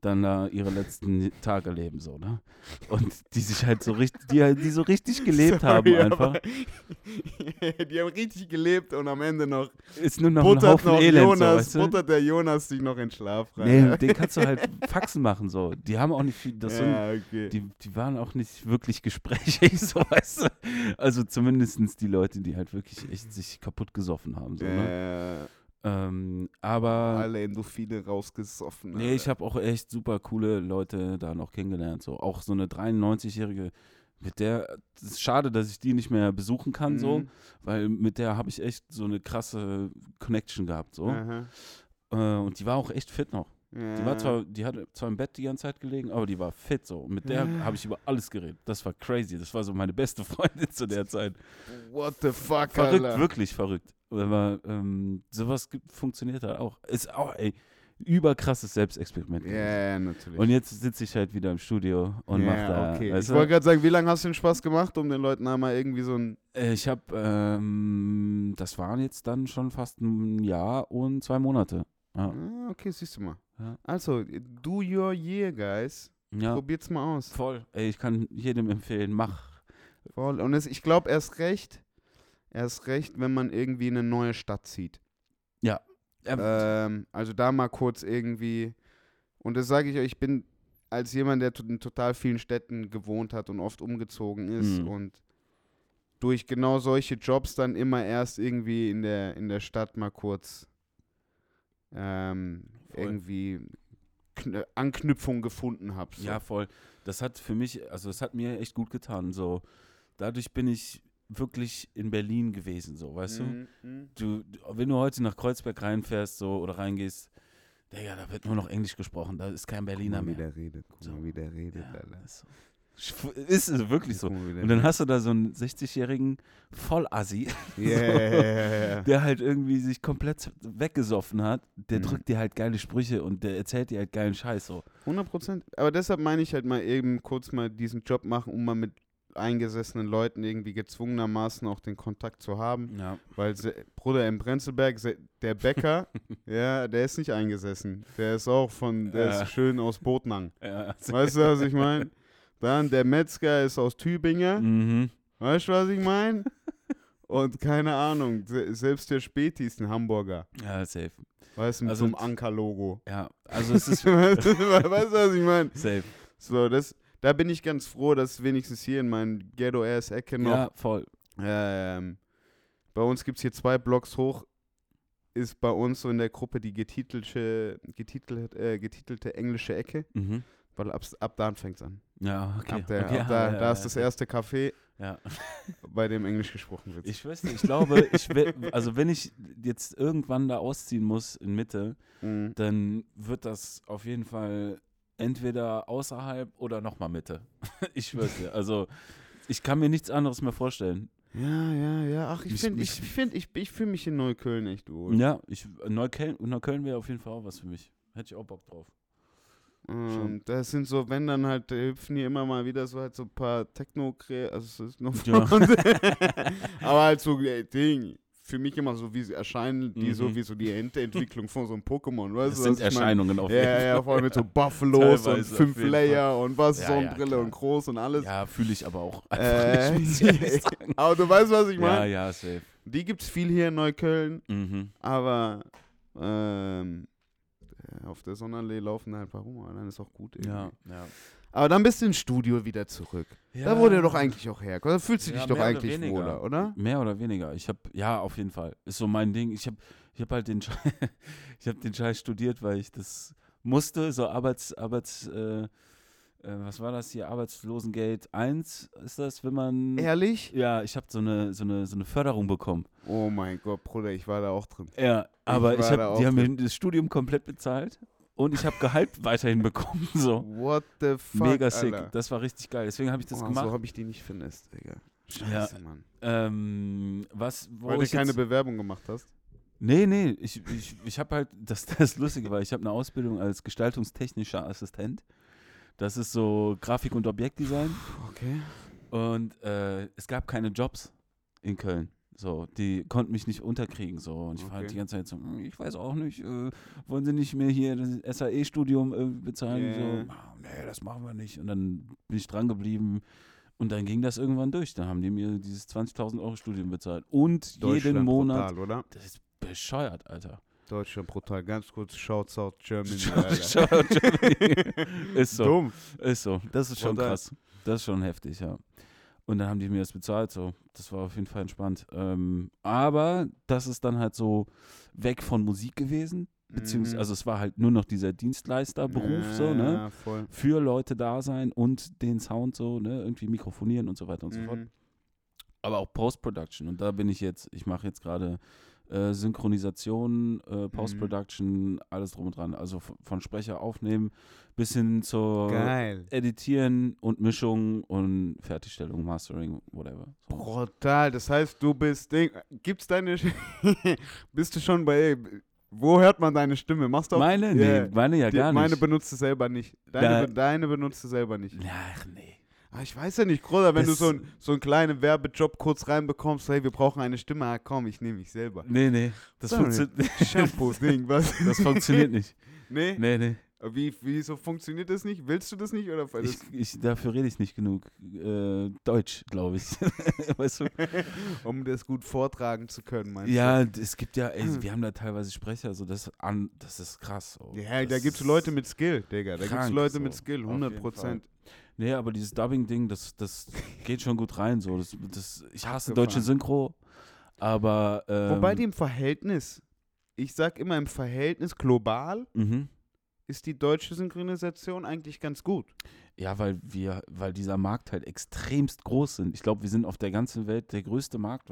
dann da ihre letzten Tage leben, so, ne? Und die sich halt so richtig, die so richtig gelebt haben einfach. Die haben richtig gelebt und am Ende noch Ist nur noch ein Haufen noch Elend, Jonas, so, weißt du? buttert der Jonas sich noch in Schlaf rein. Nee, mit denen kannst du halt Faxen machen, so. Die haben auch nicht viel, okay. die waren auch nicht wirklich gesprächig, so, weißt du? Also zumindest die Leute, die halt wirklich echt sich kaputt gesoffen haben, so, ne? Aber alle Endorphine rausgesoffen. nee, ich habe auch echt super coole Leute da noch kennengelernt. So. Auch so eine 93-Jährige, mit der, es ist schade, dass ich die nicht mehr besuchen kann, so, weil mit der habe ich echt so eine krasse Connection gehabt. So. Und die war auch echt fit noch. Die hat zwar im Bett die ganze Zeit gelegen, aber die war fit so. Und mit der habe ich über alles geredet. Das war crazy. Das war so meine beste Freundin zu der Zeit. What the fuck, Verrückt, Alter. wirklich verrückt. Aber sowas funktioniert halt auch. Ist auch, überkrasses Selbstexperiment. Ja, natürlich. Und jetzt sitze ich halt wieder im Studio und mache da. Okay. Weißt Ich du? wollte gerade sagen, wie lange hast du den Spaß gemacht, um den Leuten einmal irgendwie so ein. Ich habe, das waren jetzt dann schon fast ein Jahr und 2 Monate. Ja. Okay, siehst du mal. Ja. Also, do your year, guys. Ja, Probiert's mal aus. voll. Ich kann jedem empfehlen, mach. Voll. Und ich glaube, erst recht, wenn man irgendwie in eine neue Stadt zieht. Ja. Also da mal kurz irgendwie, und das sage ich euch, ich bin als jemand, der in total vielen Städten gewohnt hat und oft umgezogen ist und durch genau solche Jobs dann immer erst irgendwie in der Stadt mal kurz irgendwie Anknüpfung gefunden habe. So. Ja, voll. Das hat für mich, also das hat mir echt gut getan. So, dadurch bin ich wirklich in Berlin gewesen, so, weißt du? Wenn du heute nach Kreuzberg reinfährst, so, oder reingehst, Digga, da wird nur noch Englisch gesprochen, da ist kein Berliner mehr. Guck mal, wie der redet, Ja, Alter. ist es wirklich so. Und dann hast du da so einen 60-jährigen Vollassi, der halt irgendwie sich komplett weggesoffen hat. Der drückt dir halt geile Sprüche und der erzählt dir halt geilen Scheiß so. 100%. Aber deshalb meine ich halt mal eben kurz mal diesen Job machen, um mal mit eingesessenen Leuten irgendwie gezwungenermaßen auch den Kontakt zu haben. Ja. Weil, Bruder, im Prenzlberg, der Bäcker, ja, der ist nicht eingesessen. Der ist auch der ist schön aus Botnang. Ja. Weißt du, was ich meine? Dann der Metzger ist aus Tübingen. Weißt du, was ich meine? Und keine Ahnung, selbst der Späti ist ein Hamburger. Ja, safe. Weißt du, mit Also so einem Anker-Logo. Ja, also es ist weißt du, was ich meine? safe. So, da bin ich ganz froh, dass wenigstens hier in meinen Ghetto-Ass-Ecke noch. Ja, voll. Bei uns gibt es hier 2 Blocks hoch, ist bei uns so in der Gruppe die getitelte englische Ecke, weil ab da fängt es an. Ja, okay. Da ist das erste Café, ja. bei dem Englisch gesprochen wird. Ich weiß nicht, ich glaube, also wenn ich jetzt irgendwann da ausziehen muss in Mitte, dann wird das auf jeden Fall entweder außerhalb oder nochmal Mitte. Ich schwör's dir. Also ich kann mir nichts anderes mehr vorstellen. Ja. Ach, ich fühle mich in Neukölln echt wohl. Ja, Neukölln wäre auf jeden Fall auch was für mich. Hätte ich auch Bock drauf. Das sind so, wenn dann halt, hüpfen hier immer mal wieder so halt so ein paar Techno, also es ist noch Ja. aber halt so Ding. Für mich immer so, wie sie erscheinen, die so wie so die Entwicklung von so einem Pokémon, weißt Das du? sind Erscheinungen auf jeden Fall. Ja, vor allem mit so Buffalos und Teilweise 5 auf jeden Layer und was, Ja, Sonnenbrille klar. und groß und alles. Ja, fühle ich aber auch einfach nicht, muss ich ehrlich sagen. Aber du weißt, was ich meine? Ja, safe. Die gibt's viel hier in Neukölln, aber auf der Sonnenallee laufen halt ein paar rum, aber dann ist auch gut irgendwie. Ja. Aber dann bist du ins Studio wieder zurück. Da wurde er doch eigentlich auch hergekommen. Da fühlst du dich doch mehr oder eigentlich weniger. wohler, oder? Mehr oder weniger. Ja, auf jeden Fall. Ist so mein Ding. Ich hab halt den Scheiß studiert, weil ich das musste. So was war das hier? Arbeitslosengeld 1 ist das, wenn man. Ehrlich? Ja, ich habe so eine Förderung bekommen. Oh mein Gott, Bruder, ich war da auch drin. Ja, aber die haben drin. mir das Studium komplett bezahlt und ich habe Gehalt weiterhin bekommen. So. What the fuck, Mega sick. Alter. Das war richtig geil. Deswegen habe ich das gemacht. So habe ich die nicht findet, Digga. Scheiße, Mann. Weil du keine Bewerbung gemacht hast? Nee. Ich habe halt, das Lustige war, ich habe eine Ausbildung als gestaltungstechnischer Assistent. Das ist so Grafik- und Objektdesign. Okay. Und es gab keine Jobs in Köln. So, die konnten mich nicht unterkriegen. So. Und ich war halt die ganze Zeit so, ich weiß auch nicht, wollen sie nicht mehr hier das SAE-Studium bezahlen? So, nee, das machen wir nicht. Und dann bin ich dran geblieben. Und dann ging das irgendwann durch. Dann haben die mir dieses 20.000 Euro Studium bezahlt. Und jeden Monat. Brutal, oder? Das ist bescheuert, Alter. Deutschland brutal. Ganz kurz, Shouts out Germany. Shout out Germany. Ist so. Dumm. Ist so. Das ist schon Brutal. krass. Das ist schon heftig, ja. Und dann haben die mir das bezahlt, so. Das war auf jeden Fall entspannt. Aber das ist dann halt so weg von Musik gewesen. Beziehungsweise, also es war halt nur noch dieser Dienstleisterberuf, so, ne? Ja, voll. Für Leute da sein und den Sound so, ne? Irgendwie mikrofonieren und so weiter und so fort. Aber auch Post-Production. Und da bin ich jetzt, ich mache jetzt gerade Synchronisation, Post-Production, alles drum und dran. Also von Sprecher aufnehmen bis hin zur Geil. Editieren und Mischung und Fertigstellung, Mastering, whatever. So. Brutal. Das heißt, du bist, gibt's deine, bist du schon bei, wo hört man deine Stimme? Machst du auch? Meine? Yeah. Nee, meine ja gar nicht. Meine benutzt du selber nicht. Deine benutzt du selber nicht. Ach nee. Ich weiß ja nicht, Bruder, wenn Das- du so einen kleinen Werbejob kurz reinbekommst, hey, wir brauchen eine Stimme, komm, ich nehme mich selber. Nee. Das, Sorry. funktioniert Shampoo-Ding, was? das funktioniert nicht. Nee? Nee. Wieso funktioniert das nicht? Willst du das nicht? Oder Dafür rede ich nicht genug Deutsch, glaube ich. Weißt du? um das gut vortragen zu können, meinst Ja, es gibt ja, wir haben da teilweise Sprecher, so das ist krass. So. du? Ja, da Das gibt's ist Leute mit Skill, Digga. Da gibt's krank, Leute so. mit Skill, Auf jeden 100%. Nee, aber dieses Dubbing-Ding, das geht schon gut rein. So. Ich hasse Abgefahren. deutsche Synchro, aber Wobei die im Verhältnis, ich sag immer im Verhältnis global, ist die deutsche Synchronisation eigentlich ganz gut. Ja, weil dieser Markt halt extremst groß sind. Ich glaube, wir sind auf der ganzen Welt der größte Markt,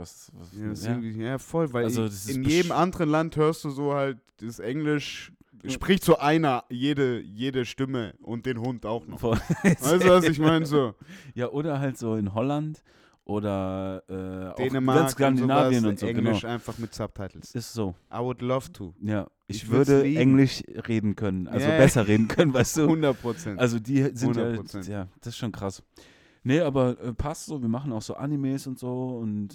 Ja, voll, weil Also, das ist in jedem anderen Land hörst du so halt das Englisch, spricht so einer jede Stimme und den Hund auch noch. Weißt du, was ich meine? So. Ja, oder halt so in Holland oder auch Dänemark ganz Skandinavien und so, Englisch genau. einfach mit Subtitles. Ist so. I would love to. Ja, Ich ich würd's würde lieben. Englisch reden können, also Ja. besser reden können, weißt du? 100%. Also die sind 100%. ja, das ist schon krass. Nee, aber passt so, wir machen auch so Animes und so und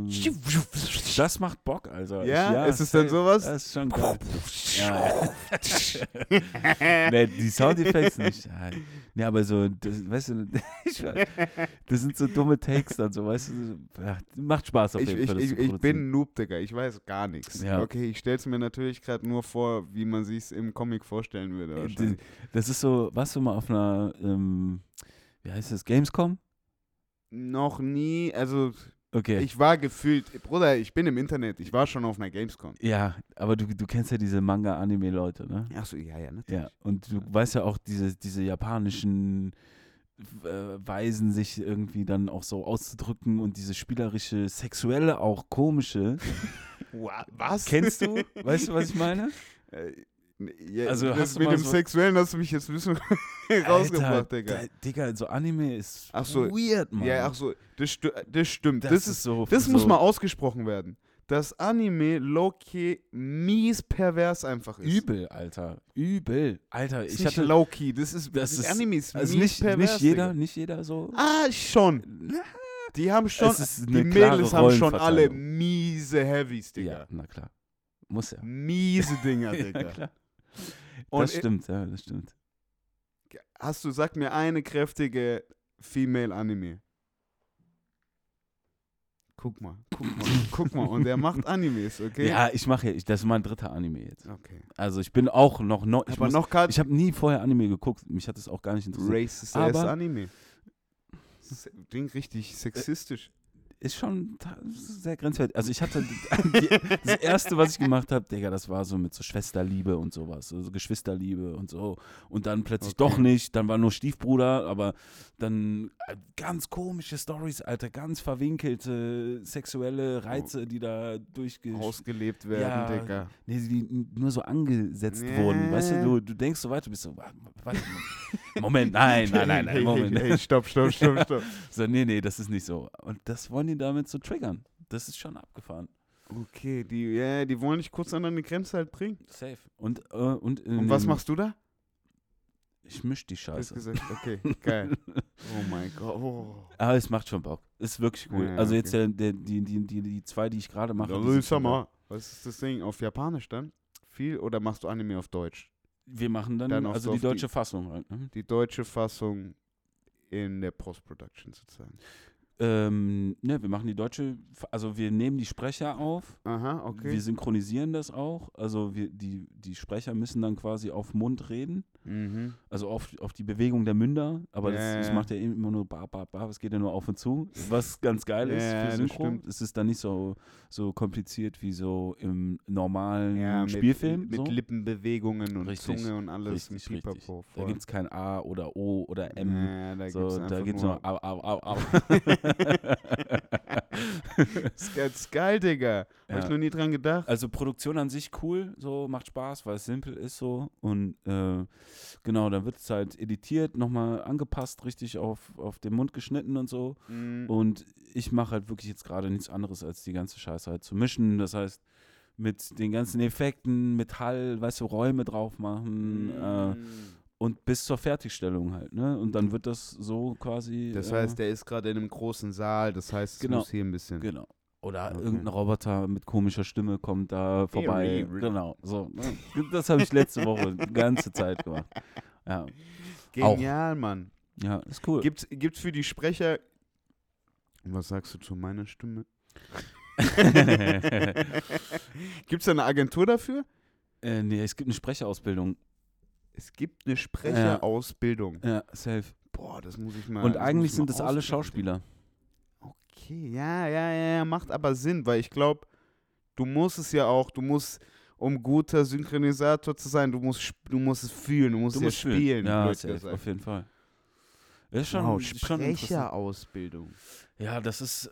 das macht Bock, also. Ja? Ist es dann safe. sowas? Das ist schon geil. Ja. Nee, die Soundeffekte nicht. Ja. Nee, aber so, weißt du, das sind so dumme Takes dann so, weißt du, ja, macht Spaß auf jeden Fall. das zu Ich produzieren. bin ein Noob, Digga. Ich weiß gar nichts. Ja. Okay, ich stell's mir natürlich gerade nur vor, wie man sich's im Comic vorstellen würde. wahrscheinlich. Das ist so, warst du mal auf einer, wie heißt das, Gamescom? Noch nie, also Okay. ich war gefühlt, Bruder, ich bin im Internet, ich war schon auf einer Gamescom. Ja, aber du kennst ja diese Manga-Anime-Leute, ne? Achso, ja, natürlich. Ja, und du weißt ja auch, diese japanischen Weisen, sich irgendwie dann auch so auszudrücken und diese spielerische, sexuelle, auch komische. Was? Kennst du? Weißt du, was ich meine? Ja, Also, das hast du mit mal dem so- Sexuellen hast du mich jetzt ein bisschen rausgebracht, Digga. Digga, so Anime ist Ach so, weird, Mann. Ja, ach so, das stimmt. Das ist so. Das so, muss mal ausgesprochen werden. Dass Anime low-key mies pervers einfach ist. Übel, Alter. Übel. Alter, Ist ich nicht hatte. low-key, das ist Anime ist Also mies pervers. Digga. nicht jeder so. Ah, schon. Die haben schon, Es ist die eine klare Mädels haben schon alle Rollenverteilung. miese Heavies, Digga. Ja, na klar. Muss ja. Miese Dinger, Ja, Digga. klar. Und Das stimmt, ja, das stimmt. sag mir eine kräftige Female Anime. Guck mal. Und der macht Animes, okay? Ja, das ist mein dritter Anime jetzt. Okay. Also ich bin auch noch Aber noch gerade ich habe nie vorher Anime geguckt. Mich hat es auch gar nicht interessiert. racist Aber- ass Anime. Ding richtig sexistisch. Ist schon sehr grenzwertig. Also ich hatte das erste, was ich gemacht habe, Digga, das war so mit so Schwesterliebe und sowas, so Geschwisterliebe und so. Und dann plötzlich Okay. doch nicht, dann war nur Stiefbruder, aber dann ganz komische Storys, Alter, ganz verwinkelte sexuelle Reize, die da Ausgelebt werden, Ja, Digga. Nee, die nur so angesetzt Nee. wurden. Weißt du, du denkst so weiter, bist so, warte, Moment, nein, Hey, Moment. Hey, stopp. So, nee, das ist nicht so. Und das wollen die damit so triggern. Das ist schon abgefahren. Okay, die wollen dich kurz an deine Grenze halt bringen. Safe. Und Und was machst du da? Ich misch die Du hast Scheiße. gesagt, okay, geil. Oh mein Gott. Oh. Aber es macht schon Bock. Ist wirklich cool. Ja, Also okay. jetzt die zwei, die ich gerade mache. die Also, sind sag schon geil. mal, was ist das Ding? Auf Japanisch dann? Viel oder machst du Anime auf Deutsch? Wir machen dann, Dann auch also so die auf deutsche Fassung halt. Ne? Die deutsche Fassung in der Post-Production sozusagen. Ne, wir machen die deutsche, also wir nehmen die Sprecher auf, Aha, wir okay. synchronisieren das auch, also die Sprecher müssen dann quasi auf Mund reden, Mhm. also auf die Bewegung der Münder, aber das Ja. macht ja immer nur es geht ja nur auf und zu, was ganz geil ist Ja, für das Synchro. stimmt. Es ist dann nicht so kompliziert wie so im normalen Ja, Spielfilm. mit so. Lippenbewegungen und Richtig, Zunge und alles Richtig, im richtig. Pipapo. Da gibt es kein A oder O oder M. Ja, da So, gibt's einfach da gibt es nur... nur Au, au, au, au. Das ist ganz geil, Digga. Hab ich Ja. noch nie dran gedacht. Also Produktion an sich cool, so macht Spaß, weil es simpel ist so. Und genau, dann wird es halt editiert, nochmal angepasst, richtig auf den Mund geschnitten und so. Mhm. Und ich mache halt wirklich jetzt gerade nichts anderes, als die ganze Scheiße halt zu mischen. Das heißt, mit den ganzen Effekten, mit Hall, weißt du, Räume drauf machen und bis zur Fertigstellung halt, ne? Und dann wird das so quasi. Das heißt, der ist gerade in einem großen Saal, das heißt, es Genau. muss hier ein bisschen... Genau. Oder Okay. irgendein Roboter mit komischer Stimme kommt da vorbei. Ri. Genau. So, ne? Das habe ich letzte Woche die ganze Zeit gemacht. Ja. Genial, Mann. Ja, ist cool. Gibt's für die Sprecher... Was sagst du zu meiner Stimme? Gibt's da eine Agentur dafür? Nee, es gibt eine Sprecherausbildung. Es gibt eine Sprecherausbildung. Ja, safe. Boah, das muss ich mal. Und das eigentlich muss ich sind mal das alle ausprobieren. Schauspieler. Okay, ja, macht aber Sinn, weil ich glaube, du musst, um guter Synchronisator zu sein, du musst es fühlen, du musst es ja spielen. Ja, blöd safe, gesagt. auf jeden Fall. Das ist schon, Wow, schon interessant. Sprecherausbildung. Ja, das ist,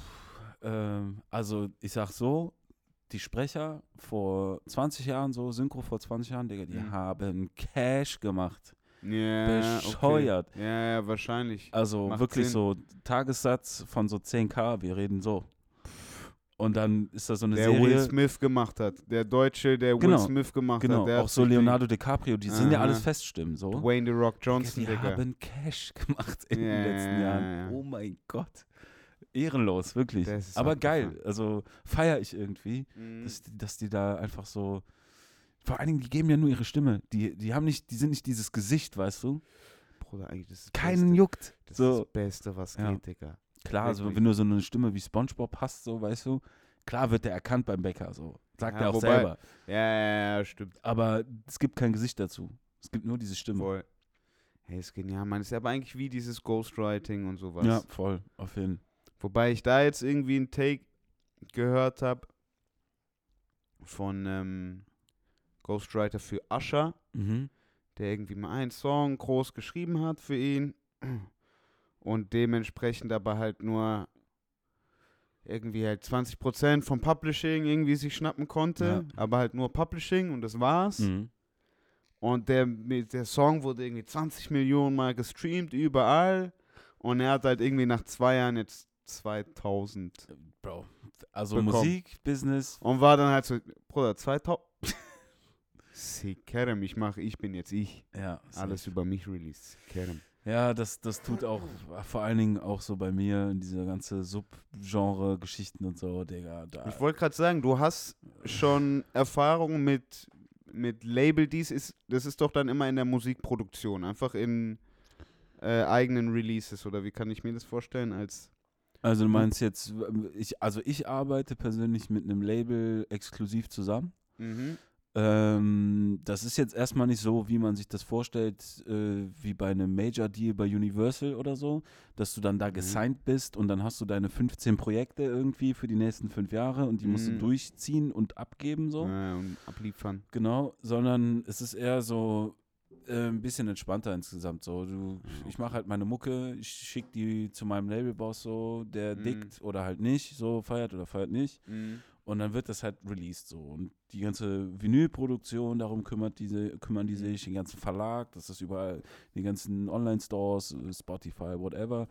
also ich sag so, die Sprecher vor 20 Jahren, so Synchro vor 20 Jahren, Digga, die Mhm. haben Cash gemacht. Ja, Bescheuert. Okay. Ja, wahrscheinlich. Also Macht wirklich Sinn. so Tagessatz von so 10.000, wir reden so. Und dann ist da so eine Der Serie. Will Smith gemacht hat. Der Deutsche, der Genau, Will Smith gemacht Genau, hat. Der auch hat so sich Leonardo DiCaprio, die sind ja Aha. alles Feststimmen, so. Dwayne The Rock Digga, Johnson, die Digga. haben Cash gemacht in Ja, den letzten Jahren. ja. Oh mein Gott. Ehrenlos, wirklich. Das ist Aber abgefahren. geil, also feiere ich irgendwie, Mhm. dass die da einfach so. Vor allen Dingen, die geben ja nur ihre Stimme. Die sind nicht dieses Gesicht, weißt du? Bruder, eigentlich das ist das Keinen Beste. juckt. Das So. ist das Beste, was Ja. geht, Digga. Klar, also Wirklich. wenn du so eine Stimme wie SpongeBob hast, so, weißt du, klar wird der erkannt beim Bäcker, so. Sagt Ja, er auch wobei- selber. Ja, stimmt. Aber es gibt kein Gesicht dazu. Es gibt nur diese Stimme. Voll. Hey, ist genial, Mann. Ist aber eigentlich wie dieses Ghostwriting und sowas. Ja, voll, auf jeden Fall. Wobei ich da jetzt irgendwie einen Take gehört habe von Ghostwriter für Usher, Mhm. der irgendwie mal einen Song groß geschrieben hat für ihn und dementsprechend aber halt nur irgendwie halt 20% vom Publishing irgendwie sich schnappen konnte, Ja. aber halt nur Publishing und das war's. Mhm. Und der Song wurde irgendwie 20 Millionen Mal gestreamt, überall. Und er hat halt irgendwie nach 2 Jahren jetzt 2000. Bro, also Bekommen. Musikbusiness. Und war dann halt so, Bruder, 2000. Kerem, ich bin jetzt ich. Ja, Alles safe. über mich released. Kerem. Ja, das tut auch vor allen Dingen auch so bei mir in diese ganze Subgenre-Geschichten und so, Digga. Ich wollte gerade sagen, du hast schon Erfahrung mit Label, das ist doch dann immer in der Musikproduktion, einfach in eigenen Releases, oder wie kann ich mir das vorstellen? Also du meinst jetzt, ich arbeite persönlich mit einem Label exklusiv zusammen. Das ist jetzt erstmal nicht so, wie man sich das vorstellt, wie bei einem Major-Deal bei Universal oder so, dass du dann da gesigned bist und dann hast du deine 15 Projekte irgendwie für die nächsten 5 Jahre und die musst du durchziehen und abgeben so. Und abliefern. Genau, sondern es ist eher so ein bisschen entspannter insgesamt so. Ich mache halt meine Mucke, ich schicke die zu meinem Labelboss so, der dickt oder halt nicht, so feiert oder feiert nicht. Und dann wird das halt released so. Und die ganze Vinylproduktion, darum kümmern die sich, den ganzen Verlag, das ist überall, die ganzen Online-Stores, Spotify, whatever,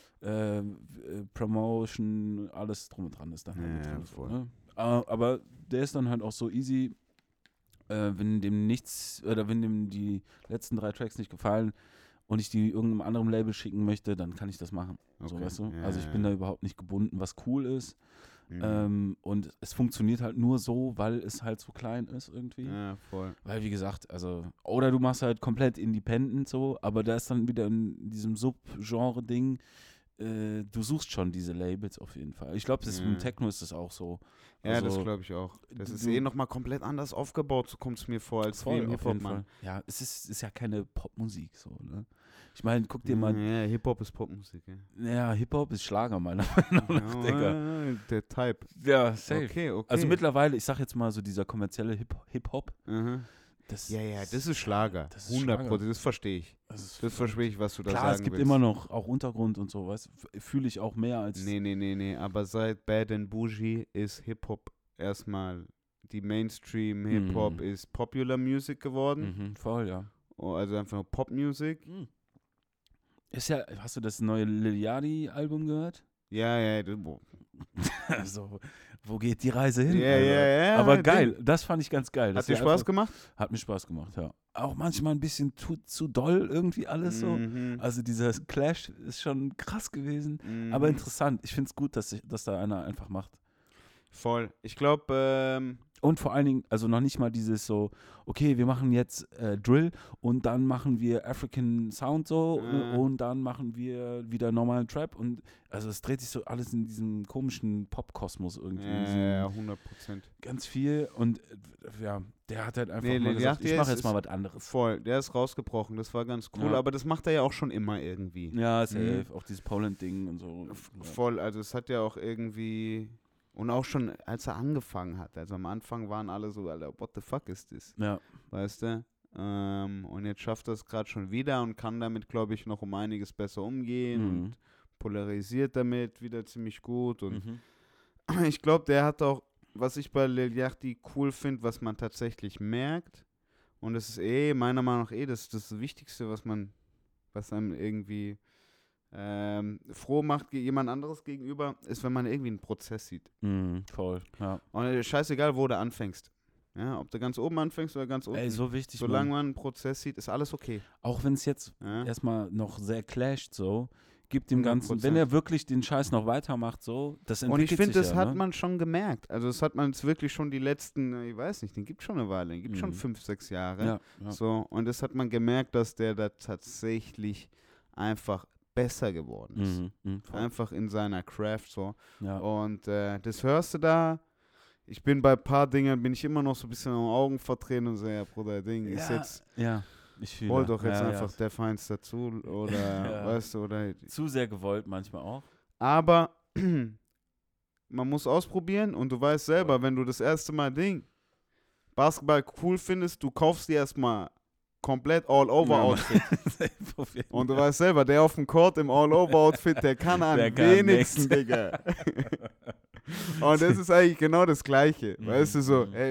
Promotion, alles drum und dran ist dann halt mit drin. voll. So, ne? Aber der ist dann halt auch so easy, wenn dem nichts, oder wenn dem die letzten 3 Tracks nicht gefallen und ich die irgendeinem anderen Label schicken möchte, dann kann ich das machen. So, Okay. weißt du? Ja, Also ich bin da überhaupt nicht gebunden, was cool ist. Mhm. Und es funktioniert halt nur so, weil es halt so klein ist irgendwie. Ja, voll. Weil, wie gesagt, also, oder du machst halt komplett independent so, aber da ist dann wieder in diesem Subgenre-Ding, du suchst schon diese Labels auf jeden Fall. Ich glaube, Ja. im Techno ist das auch so. Ja, Also, das glaube ich auch. Das ist du- nochmal komplett anders aufgebaut, so kommt es mir vor, als wie Voll, im auf jeden Hip-Hop, Mann. Fall. Ja, es ist ja keine Popmusik so, ne? Ich meine, guck dir mal, Ja, Hip-Hop ist Popmusik, ja. ja, Hip-Hop ist Schlager meiner Meinung nach, Digga. Ja, der Type. Ja, safe. Okay. Also mittlerweile, ich sag jetzt mal so dieser kommerzielle Hip-Hop, Mhm. das Ja, das ist Schlager. Das ist 100%, Schlager. das verstehe ich. Das verstehe ich, was du da Klar, sagen es gibt willst. immer noch auch Untergrund und so, weißt du, fühle ich auch mehr als. Nee, aber seit Bad and Bougie ist Hip-Hop erstmal, die Mainstream-Hip-Hop ist Popular Music geworden. Voll, ja. Oh, also einfach nur Pop-Music. Ist ja, hast du das neue Lil Yachty-Album gehört? Ja, Also, wo geht die Reise hin? Ja, Alter? ja, Aber Ding. geil, das fand ich ganz geil. Hat dass dir er Spaß einfach- gemacht? Hat mir Spaß gemacht, ja. Auch manchmal ein bisschen zu doll irgendwie alles so. Mhm. Also dieser Clash ist schon krass gewesen, aber Mhm. interessant. Ich finde es gut, dass da einer einfach macht. Voll. Ich glaube, Und vor allen Dingen, also noch nicht mal dieses so, okay, wir machen jetzt Drill und dann machen wir African Sound so und dann machen wir wieder normalen Trap und also es dreht sich so alles in diesem komischen Pop-Kosmos irgendwie. in diesem ja, 100%. Ganz viel und ja, der hat halt einfach Nee, mal Lil gesagt, Yachty ich mache ist- jetzt mal was anderes. Voll, der ist rausgebrochen, das war ganz cool, Ja. aber das macht er ja auch schon immer irgendwie. Ja, safe, auch dieses Poland-Ding und so. Voll, also es hat ja auch irgendwie, und auch schon als er angefangen hat, also am Anfang waren alle so, Alter, what the fuck ist das, Ja, weißt du? Und jetzt schafft er es gerade schon wieder und kann damit, glaube ich, noch um einiges besser umgehen und polarisiert damit wieder ziemlich gut und ich glaube, der hat auch, was ich bei Lil Yachty cool finde, was man tatsächlich merkt, und das ist meiner Meinung nach das Wichtigste, was einem irgendwie froh macht, jemand anderes gegenüber, ist, wenn man irgendwie einen Prozess sieht. voll, ja. Und scheißegal, wo du anfängst. Ja, ob du ganz oben anfängst oder ganz unten. Ey, so wichtig, Solange Mann. man einen Prozess sieht, ist alles okay. Auch wenn es jetzt Ja? erstmal noch sehr clasht so, gibt dem Ganzen, 100%. wenn er wirklich den Scheiß noch weitermacht so, das Und entwickelt ich finde, sich das ja, hat ne? man schon gemerkt. Also das hat man jetzt wirklich schon die letzten, ich weiß nicht, den gibt schon eine Weile, den gibt schon Mhm. 5, 6 Jahre. Ja. So, und das hat man gemerkt, dass der da tatsächlich einfach besser geworden ist. Voll. Einfach in seiner Craft so. Ja. Und das hörst du da. Ich bin bei ein paar Dingen, bin ich immer noch so ein bisschen am Augen verdrehen und so, ja, Bruder, Ding, ist jetzt, Ja, ich fühle. hol doch jetzt ja, einfach der Feinds dazu oder, Ja. weißt du, oder. Zu sehr gewollt manchmal auch. Aber man muss ausprobieren und du weißt selber, wenn du das erste Mal Basketball cool findest, du kaufst dir erstmal komplett All-Over-Outfit. Und du weißt selber, der auf dem Court im All-Over-Outfit, der kann am Der kann wenigsten, nix. Digga. Und das ist eigentlich genau das Gleiche. Weißt du so, ey,